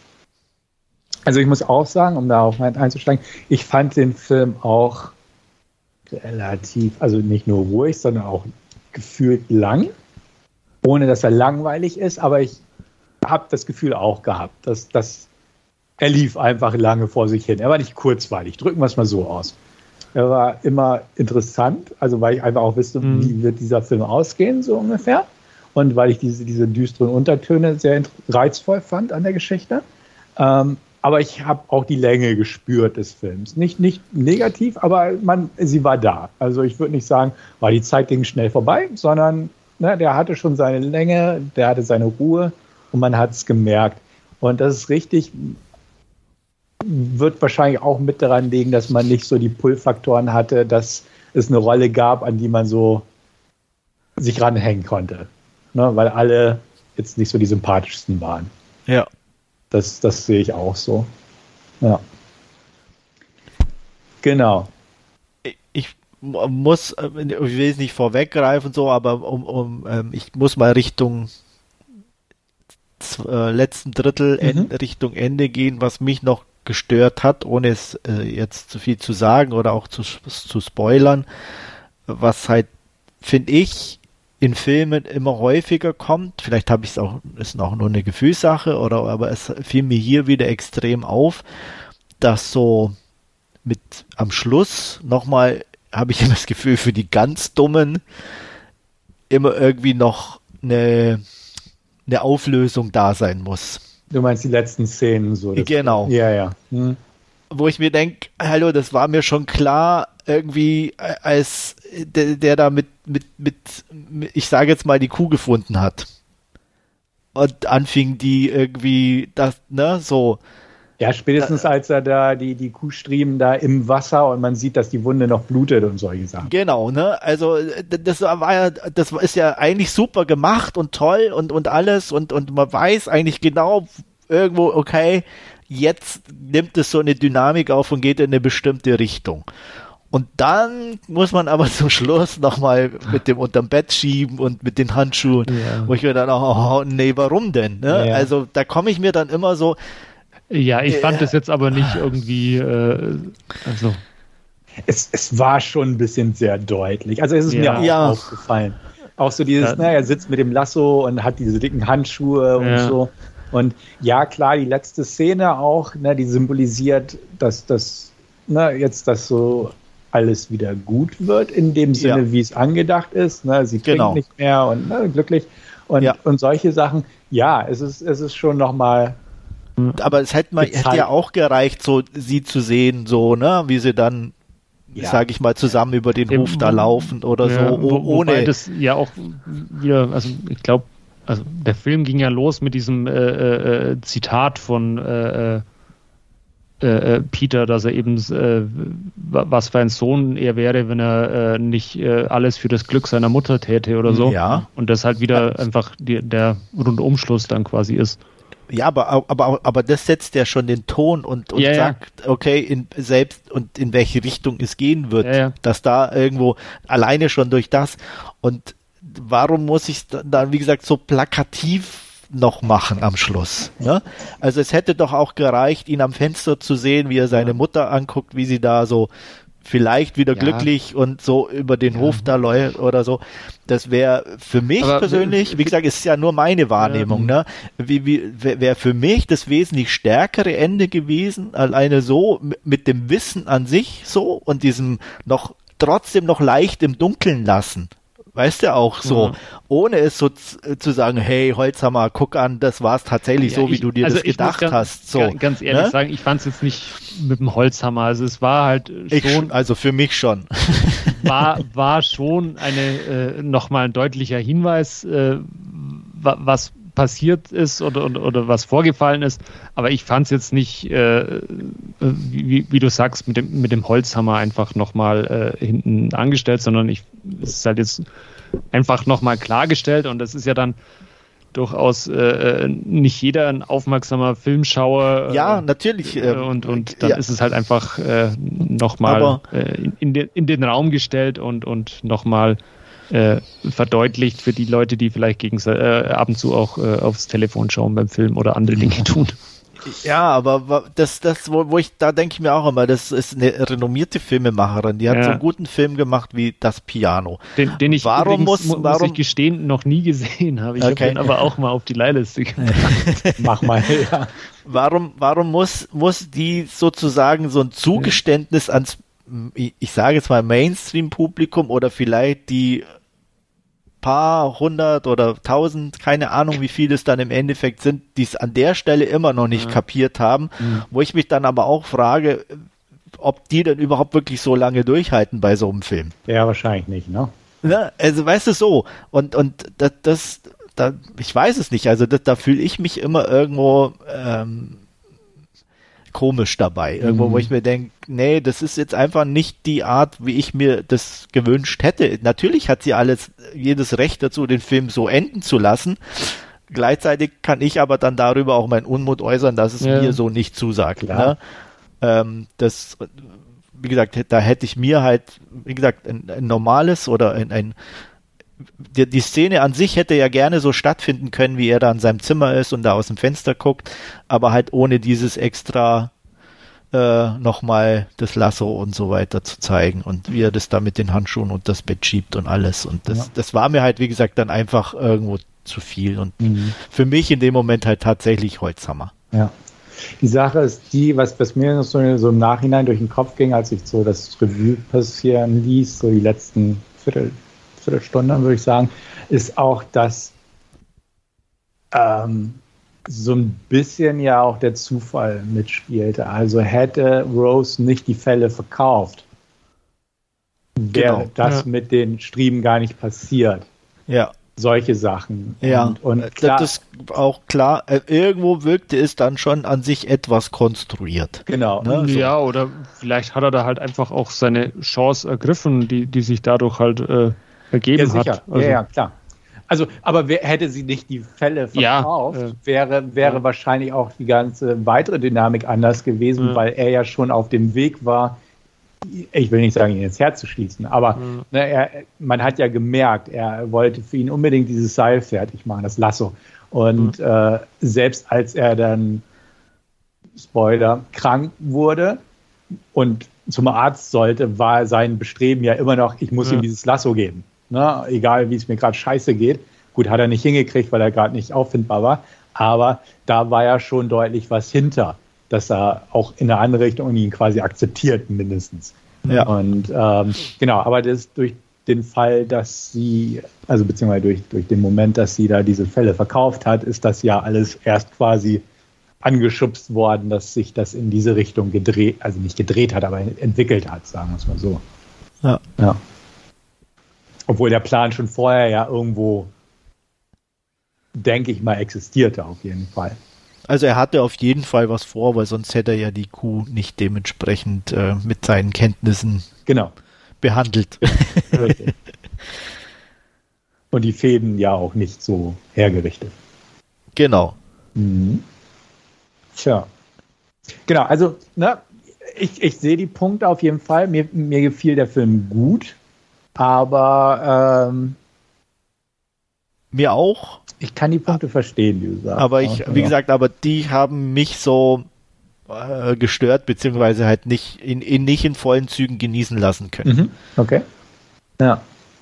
Also ich muss auch sagen, um da auch mal einzusteigen, ich fand den Film auch relativ, also nicht nur ruhig, sondern auch gefühlt lang, ohne dass er langweilig ist, aber ich habe das Gefühl auch gehabt, dass er lief einfach lange vor sich hin. Er war nicht kurzweilig, drücken wir es mal so aus. Er war immer interessant, also weil ich einfach auch wusste, wie wird dieser Film ausgehen, so ungefähr. Und weil ich diese düsteren Untertöne sehr reizvoll fand an der Geschichte. Aber ich habe auch die Länge gespürt des Films. Nicht negativ, aber sie war da. Also ich würde nicht sagen, die Zeit ging schnell vorbei, sondern der hatte schon seine Länge, der hatte seine Ruhe und man hat es gemerkt. Und das ist richtig, wird wahrscheinlich auch mit daran liegen, dass man nicht so die Pull-Faktoren hatte, dass es eine Rolle gab, an die man so sich ranhängen konnte. Weil alle jetzt nicht so die sympathischsten waren. Ja. Das sehe ich auch so. Ja. Genau. Ich muss, ich will es nicht vorweggreifen und so, aber ich muss mal Richtung letzten Drittel Richtung Ende gehen, was mich noch gestört hat, ohne es jetzt zu viel zu sagen oder auch zu spoilern, was halt, finde ich, in Filmen immer häufiger kommt. Vielleicht habe ich es auch, ist auch nur eine Gefühlssache, aber es fiel mir hier wieder extrem auf, dass so am Schluss nochmal, habe ich immer das Gefühl, für die ganz Dummen immer irgendwie noch eine Auflösung da sein muss. Du meinst die letzten Szenen so? Genau. Ja. Wo ich mir denke, hallo, das war mir schon klar, irgendwie, als der da mit, ich sage jetzt mal, die Kuh gefunden hat. Und anfing die irgendwie, so. Ja, spätestens als er da die Kuhstriemen da im Wasser und man sieht, dass die Wunde noch blutet und solche Sachen. Genau, also das ist ja eigentlich super gemacht und toll und alles und man weiß eigentlich genau irgendwo, okay, jetzt nimmt es so eine Dynamik auf und geht in eine bestimmte Richtung. Und dann muss man aber zum Schluss nochmal mit dem unterm Bett schieben und mit den Handschuhen, wo ich mir dann auch, nee, warum denn? Ne? Ja. Also da komme ich mir dann immer so. Ja, ich fand das jetzt aber nicht irgendwie, also. Es war schon ein bisschen sehr deutlich. Also es ist mir auch aufgefallen. Auch so dieses, er sitzt mit dem Lasso und hat diese dicken Handschuhe und so. Und ja, klar, die letzte Szene auch, die symbolisiert, dass jetzt das so alles wieder gut wird, in dem Sinne, wie es angedacht ist. Sie trinkt nicht mehr und glücklich. Und solche Sachen, es ist schon nochmal. Aber es hätte ja auch gereicht, so sie zu sehen, so, wie sie dann, sage ich mal, zusammen über den Hof da laufen oder so, ohne. Wobei das ja auch wieder, also ich glaube, also der Film ging ja los mit diesem Zitat von Peter, dass er eben was für ein Sohn er wäre, wenn er nicht alles für das Glück seiner Mutter täte oder so. Ja. Und das halt wieder einfach der Rundumschluss dann quasi ist. Ja, aber das setzt ja schon den Ton und sagt, okay, in welche Richtung es gehen wird, dass da irgendwo alleine schon durch das und warum muss ich dann, wie gesagt, so plakativ noch machen am Schluss? Ne? Also es hätte doch auch gereicht, ihn am Fenster zu sehen, wie er seine Mutter anguckt, wie sie da so vielleicht wieder glücklich und so über den Hof da läuft oder so. Das wäre für mich persönlich, wie gesagt, es ist ja nur meine Wahrnehmung, ne? Wäre für mich das wesentlich stärkere Ende gewesen, alleine so mit dem Wissen an sich so und diesem trotzdem noch leicht im Dunkeln lassen. Weißt du auch so, ohne es so zu sagen, hey Holzhammer, guck an, das war es tatsächlich so, wie du dir das gedacht hast. So, ganz ehrlich sagen, ich fand es jetzt nicht mit dem Holzhammer, also es war halt schon. Also für mich schon. war schon nochmal ein deutlicher Hinweis, was passiert ist oder was vorgefallen ist, aber ich fand es jetzt nicht, wie du sagst, mit dem Holzhammer einfach nochmal hinten angestellt, sondern es ist halt jetzt einfach nochmal klargestellt und das ist ja dann durchaus nicht jeder ein aufmerksamer Filmschauer. Ja, natürlich. Und dann ist es halt einfach nochmal in den Raum gestellt und nochmal verdeutlicht für die Leute, die vielleicht ab und zu auch aufs Telefon schauen beim Film oder andere Dinge tun. Ja, aber wo ich, da denke ich mir auch immer, das ist eine renommierte Filmemacherin, die hat so einen guten Film gemacht wie Das Piano. Den ich muss ich gestehen, noch nie gesehen habe. Ich habe den aber auch mal auf die Leihliste gemacht. Mach mal, ja. Warum muss die sozusagen so ein Zugeständnis ans, ich sage jetzt mal Mainstream-Publikum oder vielleicht die paar hundert oder tausend, keine Ahnung, wie viele es dann im Endeffekt sind, die es an der Stelle immer noch nicht kapiert haben, wo ich mich dann aber auch frage, ob die denn überhaupt wirklich so lange durchhalten bei so einem Film. Ja, wahrscheinlich nicht, ne? Ja, also weißt du so, und das ich weiß es nicht, also da fühle ich mich immer irgendwo komisch dabei. Irgendwo, wo ich mir denke, nee, das ist jetzt einfach nicht die Art, wie ich mir das gewünscht hätte. Natürlich hat sie jedes Recht dazu, den Film so enden zu lassen. Gleichzeitig kann ich aber dann darüber auch meinen Unmut äußern, dass es mir so nicht zusagt. Ne? Das, wie gesagt, da hätte ich mir halt, wie gesagt, ein normales oder die Szene an sich hätte ja gerne so stattfinden können, wie er da in seinem Zimmer ist und da aus dem Fenster guckt, aber halt ohne dieses extra nochmal das Lasso und so weiter zu zeigen und wie er das da mit den Handschuhen und das Bett schiebt und alles. Und das war mir halt, wie gesagt, dann einfach irgendwo zu viel und für mich in dem Moment halt tatsächlich Holzhammer. Ja. Die Sache ist die, was mir noch so im Nachhinein durch den Kopf ging, als ich so das Revue passieren ließ, so die letzten Viertelstunde, würde ich sagen, ist auch, dass so ein bisschen ja auch der Zufall mitspielte. Also hätte Rose nicht die Fälle verkauft, wäre das mit den Striemen gar nicht passiert. Ja. Solche Sachen. Ja, und klar, das ist auch klar. Irgendwo wirkte es dann schon an sich etwas konstruiert. Genau. Ne? So. Ja, oder vielleicht hat er da halt einfach auch seine Chance ergriffen, die sich dadurch halt ergeben hat. Also, ja, klar. Also, aber hätte sie nicht die Fälle verkauft, wäre wahrscheinlich auch die ganze weitere Dynamik anders gewesen, weil er ja schon auf dem Weg war, ich will nicht sagen, ihn ins Herz zu schließen, aber man hat ja gemerkt, er wollte für ihn unbedingt dieses Seil fertig machen, das Lasso. Und selbst als er dann, Spoiler, krank wurde und zum Arzt sollte, war sein Bestreben ja immer noch, ich muss ihm dieses Lasso geben. Ne? Egal, wie es mir gerade scheiße geht. Gut, hat er nicht hingekriegt, weil er gerade nicht auffindbar war. Aber da war ja schon deutlich was hinter, dass er auch in eine andere Richtung ihn quasi akzeptiert, mindestens. Ja. Und genau, aber das durch den Fall, dass sie, also beziehungsweise durch den Moment, dass sie da diese Fälle verkauft hat, ist das ja alles erst quasi angeschubst worden, dass sich das in diese Richtung also nicht gedreht hat, aber entwickelt hat, sagen wir es mal so. Ja. Obwohl der Plan schon vorher ja irgendwo, denke ich mal, existierte auf jeden Fall. Also er hatte auf jeden Fall was vor, weil sonst hätte er ja die Kuh nicht dementsprechend mit seinen Kenntnissen behandelt. Richtig. Und die Fäden ja auch nicht so hergerichtet. Genau. Tja. Genau, also ich sehe die Punkte auf jeden Fall. Mir gefiel der Film gut. Aber mir auch. Ich kann die Punkte verstehen, die du sagst. Aber wie gesagt, aber die haben mich so gestört, beziehungsweise halt nicht in vollen Zügen genießen lassen können. Okay. Ja.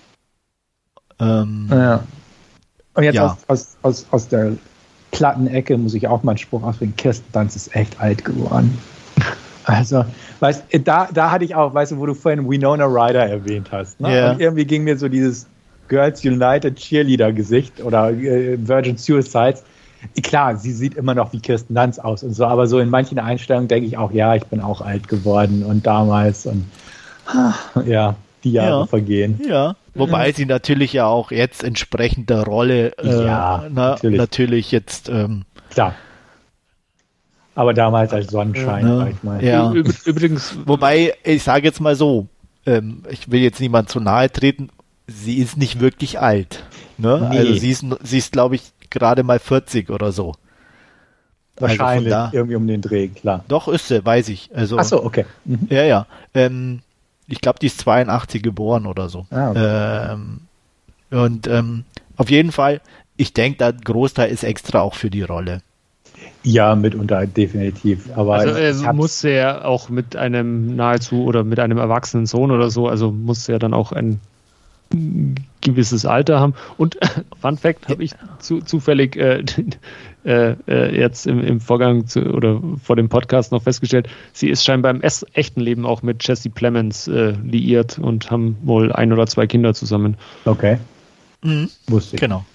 Ja. Und jetzt aus der platten Ecke muss ich auch mal einen Spruch ausbringen. Kirsten Dunst ist echt alt geworden. Also, weißt, da hatte ich auch, weißt du, wo du vorhin Winona Ryder erwähnt hast. Ne? Yeah. Und irgendwie ging mir so dieses Girls United Cheerleader-Gesicht oder Virgin Suicides. Klar, sie sieht immer noch wie Kirsten Dunst aus und so, aber so in manchen Einstellungen denke ich auch, ja, ich bin auch alt geworden und damals und ja, die Jahre vergehen. Ja, wobei sie natürlich ja auch jetzt entsprechend der Rolle natürlich jetzt klar. Aber damals als Sonnenschein, sag ich mal. Ja. Übrigens, wobei, ich sage jetzt mal so, ich will jetzt niemand zu nahe treten, sie ist nicht wirklich alt. Ne? Nee. Also sie ist, glaube ich, gerade mal 40 oder so. Wahrscheinlich, also irgendwie um den Dreh, klar. Doch, ist sie, weiß ich. Also, ach so, okay. Ja. Ich glaube, die ist 82 geboren oder so. Okay. Und auf jeden Fall, ich denke, der Großteil ist extra auch für die Rolle. Ja, mitunter definitiv. Aber also er musste ja auch mit einem nahezu oder mit einem erwachsenen Sohn oder so, also musste er dann auch ein gewisses Alter haben. Und Fun Fact habe ich zufällig jetzt im Vorgang oder vor dem Podcast noch festgestellt, sie ist scheinbar im echten Leben auch mit Jesse Plemons liiert und haben wohl 1 oder 2 Kinder zusammen. Okay. Wusste ich. Genau.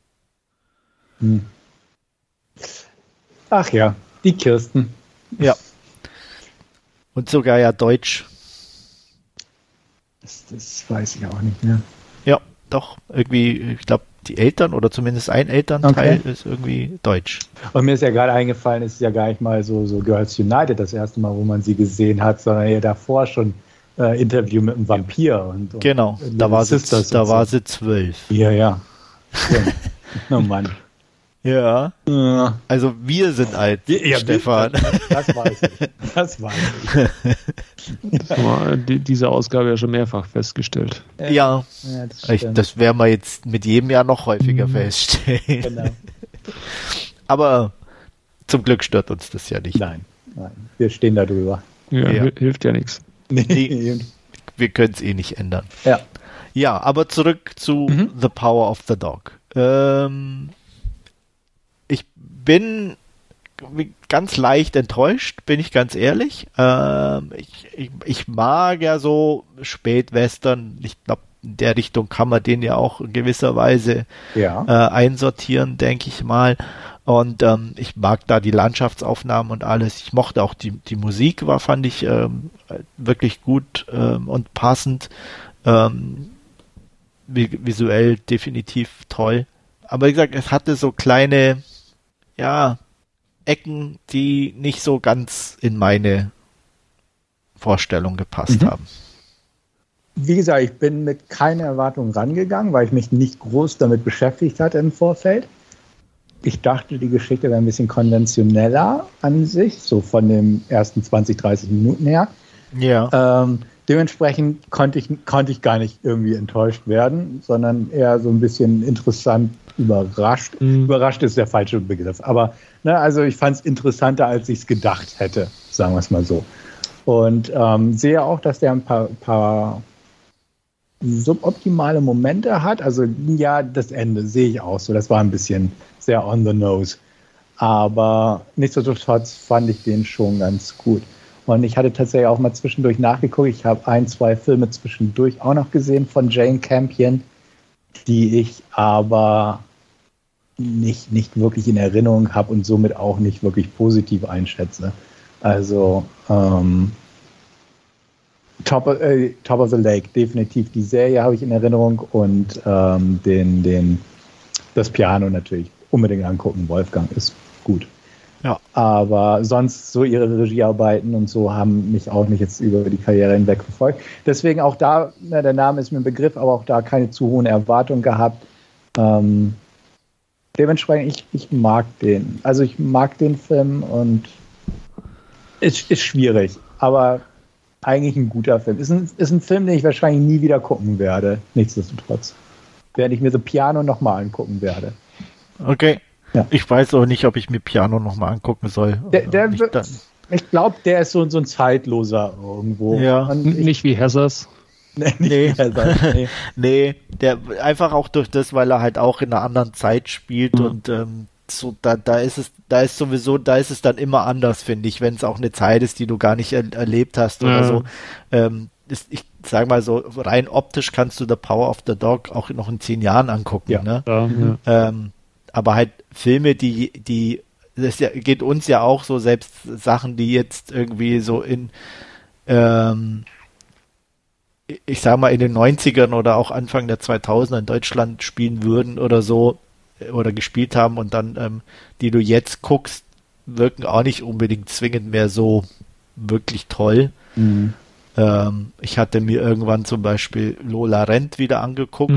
Ach ja, die Kirsten. Ja. Und sogar ja Deutsch. Das weiß ich auch nicht mehr. Ja, doch. Irgendwie, ich glaube, die Eltern oder zumindest ein Elternteil ist irgendwie deutsch. Und mir ist ja gerade eingefallen, es ist ja gar nicht mal so Girls United das erste Mal, wo man sie gesehen hat, sondern ja davor schon Interview mit einem Vampir. Und genau, da war sie 12. Ja. Oh Mann. Ja. Also wir sind alt, ja, Stefan. Das weiß ich. Diese Ausgabe ja schon mehrfach festgestellt. Ja, das werden wir jetzt mit jedem Jahr noch häufiger feststellen. Genau. Aber zum Glück stört uns das ja nicht. Nein. Wir stehen da drüber. Ja. Hilft ja nichts. Nee, wir können es eh nicht ändern. Ja, aber zurück zu The Power of the Dog. Ich bin ganz leicht enttäuscht, bin ich ganz ehrlich. Ich mag ja so Spätwestern. Ich glaube, in der Richtung kann man den ja auch in gewisser Weise einsortieren, denke ich mal. Und ich mag da die Landschaftsaufnahmen und alles. Ich mochte auch die Musik, fand ich wirklich gut und passend. Visuell definitiv toll. Aber wie gesagt, es hatte so kleine Ecken, die nicht so ganz in meine Vorstellung gepasst haben. Wie gesagt, ich bin mit keiner Erwartung rangegangen, weil ich mich nicht groß damit beschäftigt hatte im Vorfeld. Ich dachte, die Geschichte wäre ein bisschen konventioneller an sich, so von den ersten 20, 30 Minuten her. Ja. Dementsprechend konnte ich gar nicht irgendwie enttäuscht werden, sondern eher so ein bisschen interessant überrascht. Überrascht ist der falsche Begriff. Aber also ich fand es interessanter, als ich es gedacht hätte, sagen wir es mal so. Und sehe auch, dass der ein paar suboptimale Momente hat. Also ja, das Ende sehe ich auch so. Das war ein bisschen sehr on the nose. Aber nichtsdestotrotz fand ich den schon ganz gut. Und ich hatte tatsächlich auch mal zwischendurch nachgeguckt. Ich habe 1, 2 Filme zwischendurch auch noch gesehen von Jane Campion, die ich aber nicht wirklich in Erinnerung habe und somit auch nicht wirklich positiv einschätze. Also Top of the Lake, definitiv die Serie habe ich in Erinnerung und das Piano natürlich unbedingt angucken. Wolfgang ist gut. Ja. Aber sonst so ihre Regiearbeiten und so haben mich auch nicht jetzt über die Karriere hinweg verfolgt. Deswegen auch da, der Name ist mir ein Begriff, aber auch da keine zu hohen Erwartungen gehabt. Dementsprechend, ich mag den. Also ich mag den Film und es ist schwierig, aber eigentlich ein guter Film. Ist ein Film, den ich wahrscheinlich nie wieder gucken werde, nichtsdestotrotz. Während ich mir The Piano nochmal angucken werde. Okay. Ja. Ich weiß auch nicht, ob ich mir Piano nochmal angucken soll. Ich glaube, der ist so ein zeitloser irgendwo. Ja. Nicht wie Hessers. Nee. Nee, der einfach auch durch das, weil er halt auch in einer anderen Zeit spielt und so da ist es dann immer anders, finde ich, wenn es auch eine Zeit ist, die du gar nicht erlebt hast oder so. Ich sage mal so, rein optisch kannst du The Power of the Dog auch noch in 10 Jahren angucken. Ja. Ne? Aber halt Filme, das geht uns ja auch so, selbst Sachen, die jetzt irgendwie so ich sag mal in den 90ern oder auch Anfang der 2000er in Deutschland spielen würden oder so, oder gespielt haben und dann, die du jetzt guckst, wirken auch nicht unbedingt zwingend mehr so wirklich toll. Ich hatte mir irgendwann zum Beispiel Lola Rent wieder angeguckt.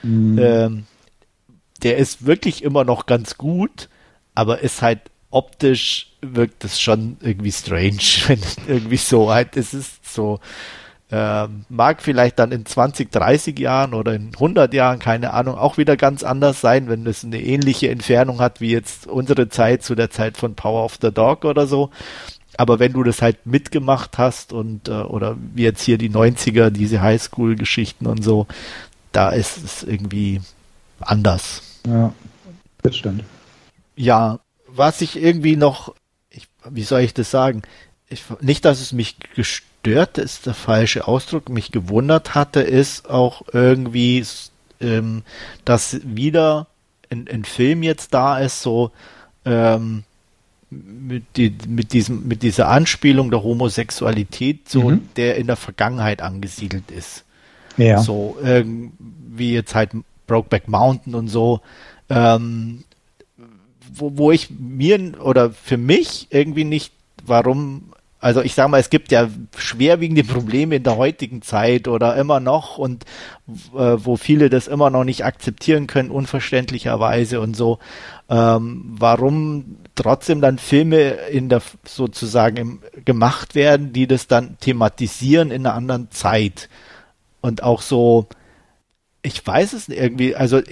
Der ist wirklich immer noch ganz gut, aber ist halt optisch wirkt es schon irgendwie strange, wenn irgendwie so halt, es ist so Mag vielleicht dann in 20, 30 Jahren oder in 100 Jahren, keine Ahnung, auch wieder ganz anders sein, wenn es eine ähnliche Entfernung hat wie jetzt unsere Zeit zu der Zeit von Power of the Dog oder so. Aber wenn du das halt mitgemacht hast und oder wie jetzt hier die 90er, diese Highschool-Geschichten und so, da ist es irgendwie anders. Ja, das stimmt. Ja, was ich irgendwie noch, wie soll ich das sagen? Nicht, dass es mich gestört ist der falsche Ausdruck, mich gewundert hatte, ist auch irgendwie, dass wieder ein Film jetzt da ist, so mit dieser Anspielung der Homosexualität, so der in der Vergangenheit angesiedelt ist. Ja. So wie jetzt halt Brokeback Mountain und so, wo ich mir oder für mich irgendwie nicht, warum, also ich sage mal, es gibt ja schwerwiegende Probleme in der heutigen Zeit oder immer noch und wo viele das immer noch nicht akzeptieren können, unverständlicherweise und so. Warum trotzdem dann Filme in der sozusagen gemacht werden, die das dann thematisieren in einer anderen Zeit und auch so, ich weiß es irgendwie, also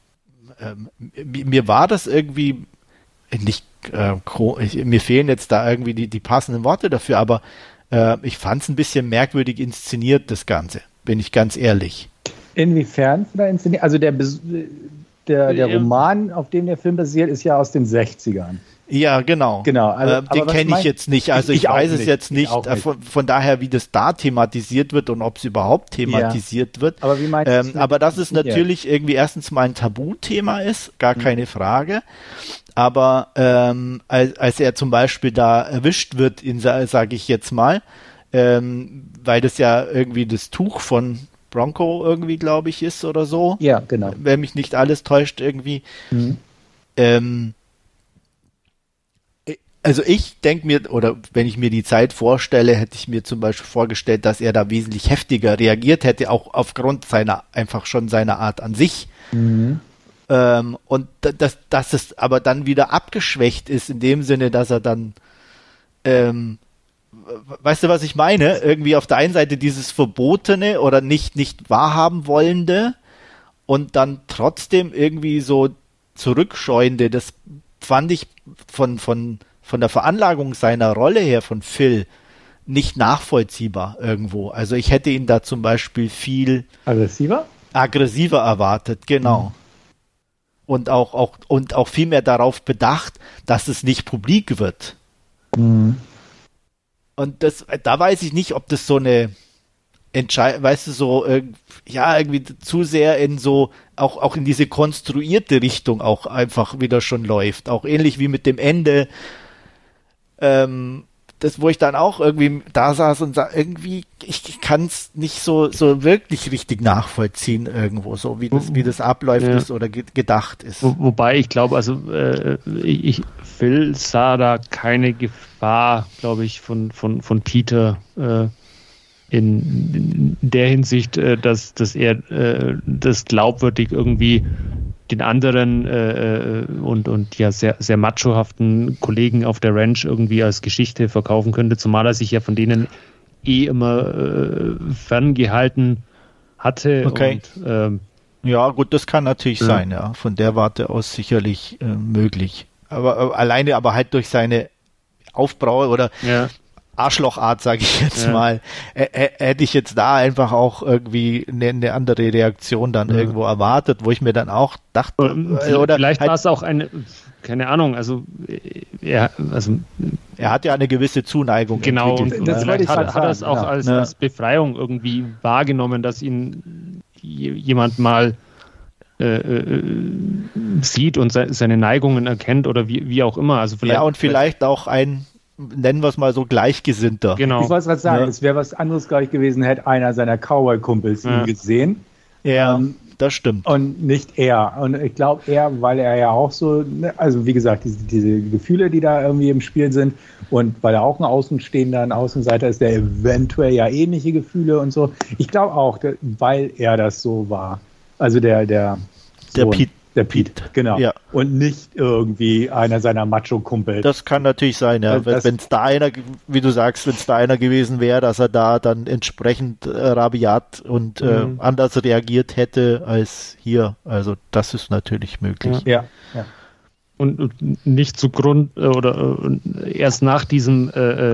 mir war das irgendwie nicht, mir fehlen jetzt da irgendwie die passenden Worte dafür, aber ich fand es ein bisschen merkwürdig inszeniert, das Ganze, bin ich ganz ehrlich. Inwiefern inszeniert? Also der Roman, auf dem der Film basiert, ist ja aus den 60ern. Ja, genau. Also, den kenne ich jetzt nicht. Also ich weiß es jetzt nicht. Von daher, wie das da thematisiert wird und ob es überhaupt thematisiert wird. Aber wie meinst du? Aber dass es natürlich irgendwie erstens mal ein Tabuthema ist, gar keine Frage. Aber als er zum Beispiel da erwischt wird, sage ich jetzt mal, weil das ja irgendwie das Tuch von Bronco irgendwie, glaube ich, ist oder so. Ja, genau. Wenn mich nicht alles täuscht irgendwie. Also ich denke mir, oder wenn ich mir die Zeit vorstelle, hätte ich mir zum Beispiel vorgestellt, dass er da wesentlich heftiger reagiert hätte, auch aufgrund seiner Art an sich. Und dass es aber dann wieder abgeschwächt ist, in dem Sinne, dass er dann, weißt du, was ich meine? Irgendwie auf der einen Seite dieses Verbotene oder nicht wahrhaben wollende und dann trotzdem irgendwie so zurückscheuende, das fand ich von der Veranlagung seiner Rolle her von Phil nicht nachvollziehbar irgendwo. Also ich hätte ihn da zum Beispiel viel aggressiver erwartet, genau. Und auch viel mehr darauf bedacht, dass es nicht publik wird. Und da weiß ich nicht, ob das so eine weißt du, so irgendwie zu sehr in so auch in diese konstruierte Richtung auch einfach wieder schon läuft. Auch ähnlich wie mit dem Ende, das, wo ich dann auch irgendwie da saß und irgendwie, ich kann es nicht so wirklich richtig nachvollziehen irgendwo, so wie das abläuft ist oder gedacht ist. Wobei ich glaube, also Phil sah da keine Gefahr, glaube ich, von Peter in der Hinsicht, dass er das glaubwürdig irgendwie den anderen und ja sehr, sehr machohaften Kollegen auf der Ranch irgendwie als Geschichte verkaufen könnte, zumal er sich ja von denen immer ferngehalten hatte. Okay. Und, ja, gut, das kann natürlich sein, ja. Von der Warte aus sicherlich möglich. Aber alleine aber halt durch seine Aufbraue oder Arschlochart, sage ich jetzt mal, hätte ich jetzt da einfach auch irgendwie eine andere Reaktion dann irgendwo erwartet, wo ich mir dann auch dachte, oder vielleicht halt, war es auch keine Ahnung, also er hat ja eine gewisse Zuneigung genau, entwickelt. Und vielleicht hat er es auch als Befreiung irgendwie wahrgenommen, dass ihn jemand mal sieht und seine Neigungen erkennt oder wie auch immer. Also vielleicht, und vielleicht auch nennen wir es mal so, Gleichgesinnter. Genau. Ich wollte gerade sagen, es wäre was anderes, glaube ich, gewesen, hätte einer seiner Cowboy-Kumpels ihn gesehen. Ja, das stimmt. Und nicht er. Und ich glaube, weil er ja auch so, also wie gesagt, diese Gefühle, die da irgendwie im Spiel sind und weil er auch ein Außenstehender, ein Außenseiter ist, der eventuell ja ähnliche Gefühle und so. Ich glaube auch, weil er das so war. Also der Der Pete, genau. Ja. Und nicht irgendwie einer seiner Macho-Kumpels. Das kann natürlich sein, ja. Wenn es da einer, wie du sagst, wenn es da einer gewesen wäre, dass er da dann entsprechend rabiat und anders reagiert hätte als hier. Also das ist natürlich möglich. Ja. Und nicht zugrund oder erst nach diesem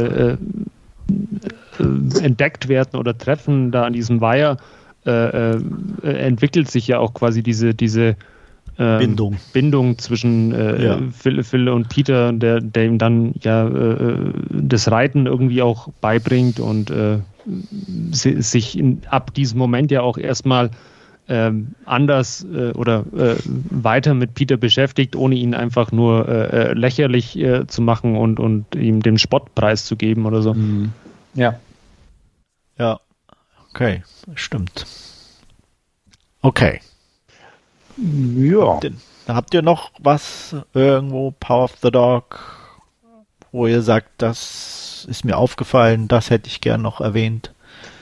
entdeckt werden oder Treffen da an diesem Weiher entwickelt sich ja auch quasi diese Bindung zwischen Phil und Peter, der ihm dann das Reiten irgendwie auch beibringt und sich ab diesem Moment ja auch erstmal anders oder weiter mit Peter beschäftigt, ohne ihn einfach nur lächerlich zu machen und ihm den Spottpreis zu geben oder so. Ja. Ja, okay, stimmt. Okay. Ja. Habt ihr noch was irgendwo, Power of the Dog, wo ihr sagt, das ist mir aufgefallen, das hätte ich gern noch erwähnt?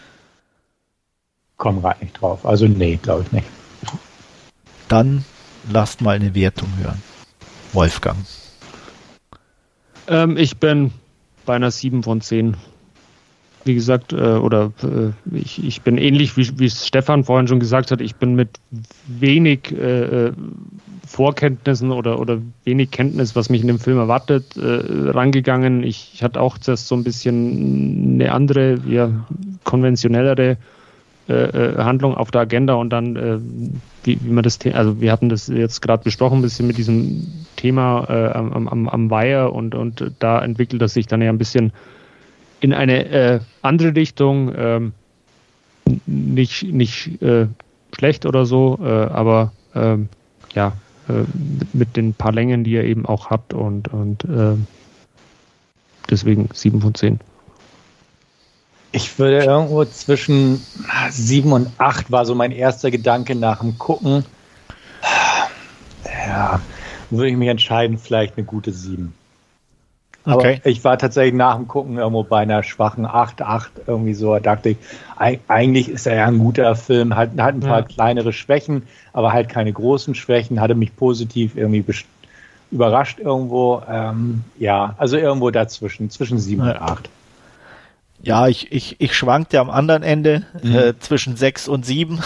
Komm gerade nicht drauf. Also nee, glaube ich nicht. Dann lasst mal eine Wertung hören. Wolfgang. Ich bin bei einer 7 von 10. Wie gesagt, ich bin ähnlich, wie es Stefan vorhin schon gesagt hat, ich bin mit wenig Vorkenntnissen oder wenig Kenntnis, was mich in dem Film erwartet, rangegangen. Ich hatte auch zuerst so ein bisschen eine andere, konventionellere Handlung auf der Agenda und dann, wie man das, also wir hatten das jetzt gerade besprochen, ein bisschen mit diesem Thema am Weiher und da entwickelt das sich dann ja ein bisschen in eine andere Richtung, nicht schlecht oder so, aber mit den paar Längen, die ihr eben auch habt und deswegen 7 von 10. Ich würde irgendwo zwischen 7 und 8 war so mein erster Gedanke nach dem Gucken. Ja, würde ich mich entscheiden, vielleicht eine gute 7. Okay. Aber ich war tatsächlich nach dem Gucken irgendwo bei einer schwachen 8 irgendwie so. Da dachte ich, eigentlich ist er ja ein guter Film, hat ein paar kleinere Schwächen, aber halt keine großen Schwächen, hatte mich positiv irgendwie überrascht irgendwo. Also irgendwo dazwischen, zwischen 7 und 8. Ja, ich schwankte am anderen Ende zwischen 6 und 7.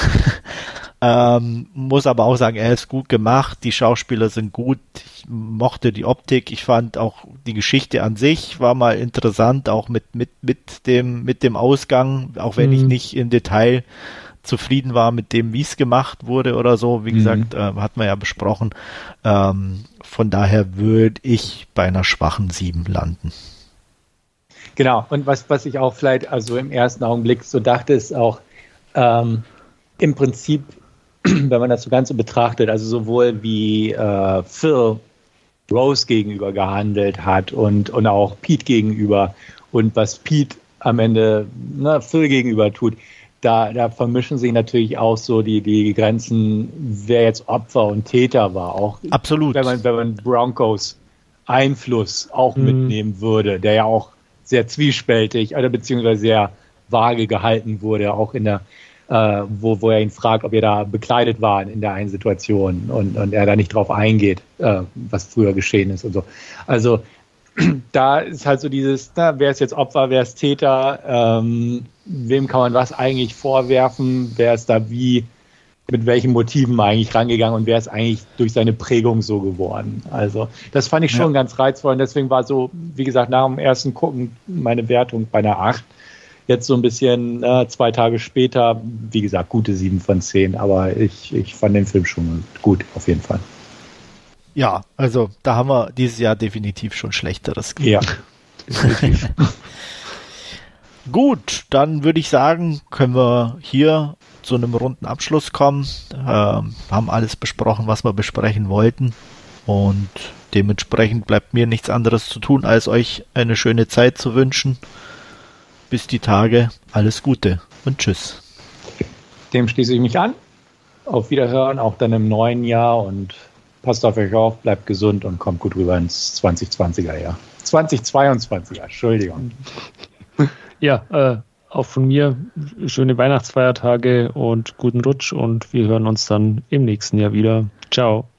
Muss aber auch sagen, er ist gut gemacht, die Schauspieler sind gut, ich mochte die Optik, ich fand auch die Geschichte an sich war mal interessant, auch mit dem Ausgang, auch wenn ich nicht im Detail zufrieden war mit dem, wie es gemacht wurde oder so, wie gesagt, hat man ja besprochen. Von daher würde ich bei einer schwachen 7 landen. Genau, und was ich auch vielleicht also im ersten Augenblick so dachte, ist auch im Prinzip, wenn man das so ganz so betrachtet, also sowohl wie Phil Rose gegenüber gehandelt hat und auch Pete gegenüber und was Pete am Ende Phil gegenüber tut, da vermischen sich natürlich auch so die Grenzen, wer jetzt Opfer und Täter war. Auch absolut. Wenn man Broncos Einfluss auch mitnehmen würde, der ja auch sehr zwiespältig oder beziehungsweise sehr vage gehalten wurde, auch in der wo er ihn fragt, ob er da bekleidet war in der einen Situation und er da nicht drauf eingeht, was früher geschehen ist und so. Also da ist halt so dieses, wer ist jetzt Opfer, wer ist Täter, wem kann man was eigentlich vorwerfen, wer ist da mit welchen Motiven eigentlich rangegangen und wer ist eigentlich durch seine Prägung so geworden. Also das fand ich schon ganz reizvoll und deswegen war so, wie gesagt, nach dem ersten Gucken meine Wertung bei einer 8. Jetzt so ein bisschen 2 Tage später, wie gesagt, gute 7 von 10, aber ich fand den Film schon gut, auf jeden Fall. Ja, also da haben wir dieses Jahr definitiv schon Schlechteres gemacht. Ja, definitiv. Gut, dann würde ich sagen, können wir hier zu einem runden Abschluss kommen. Haben alles besprochen, was wir besprechen wollten und dementsprechend bleibt mir nichts anderes zu tun, als euch eine schöne Zeit zu wünschen. Bis die Tage, alles Gute und tschüss. Dem schließe ich mich an. Auf Wiederhören, auch dann im neuen Jahr und passt auf euch auf, bleibt gesund und kommt gut rüber ins 2020er Jahr. 2022er, Entschuldigung. Ja, auch von mir schöne Weihnachtsfeiertage und guten Rutsch und wir hören uns dann im nächsten Jahr wieder. Ciao.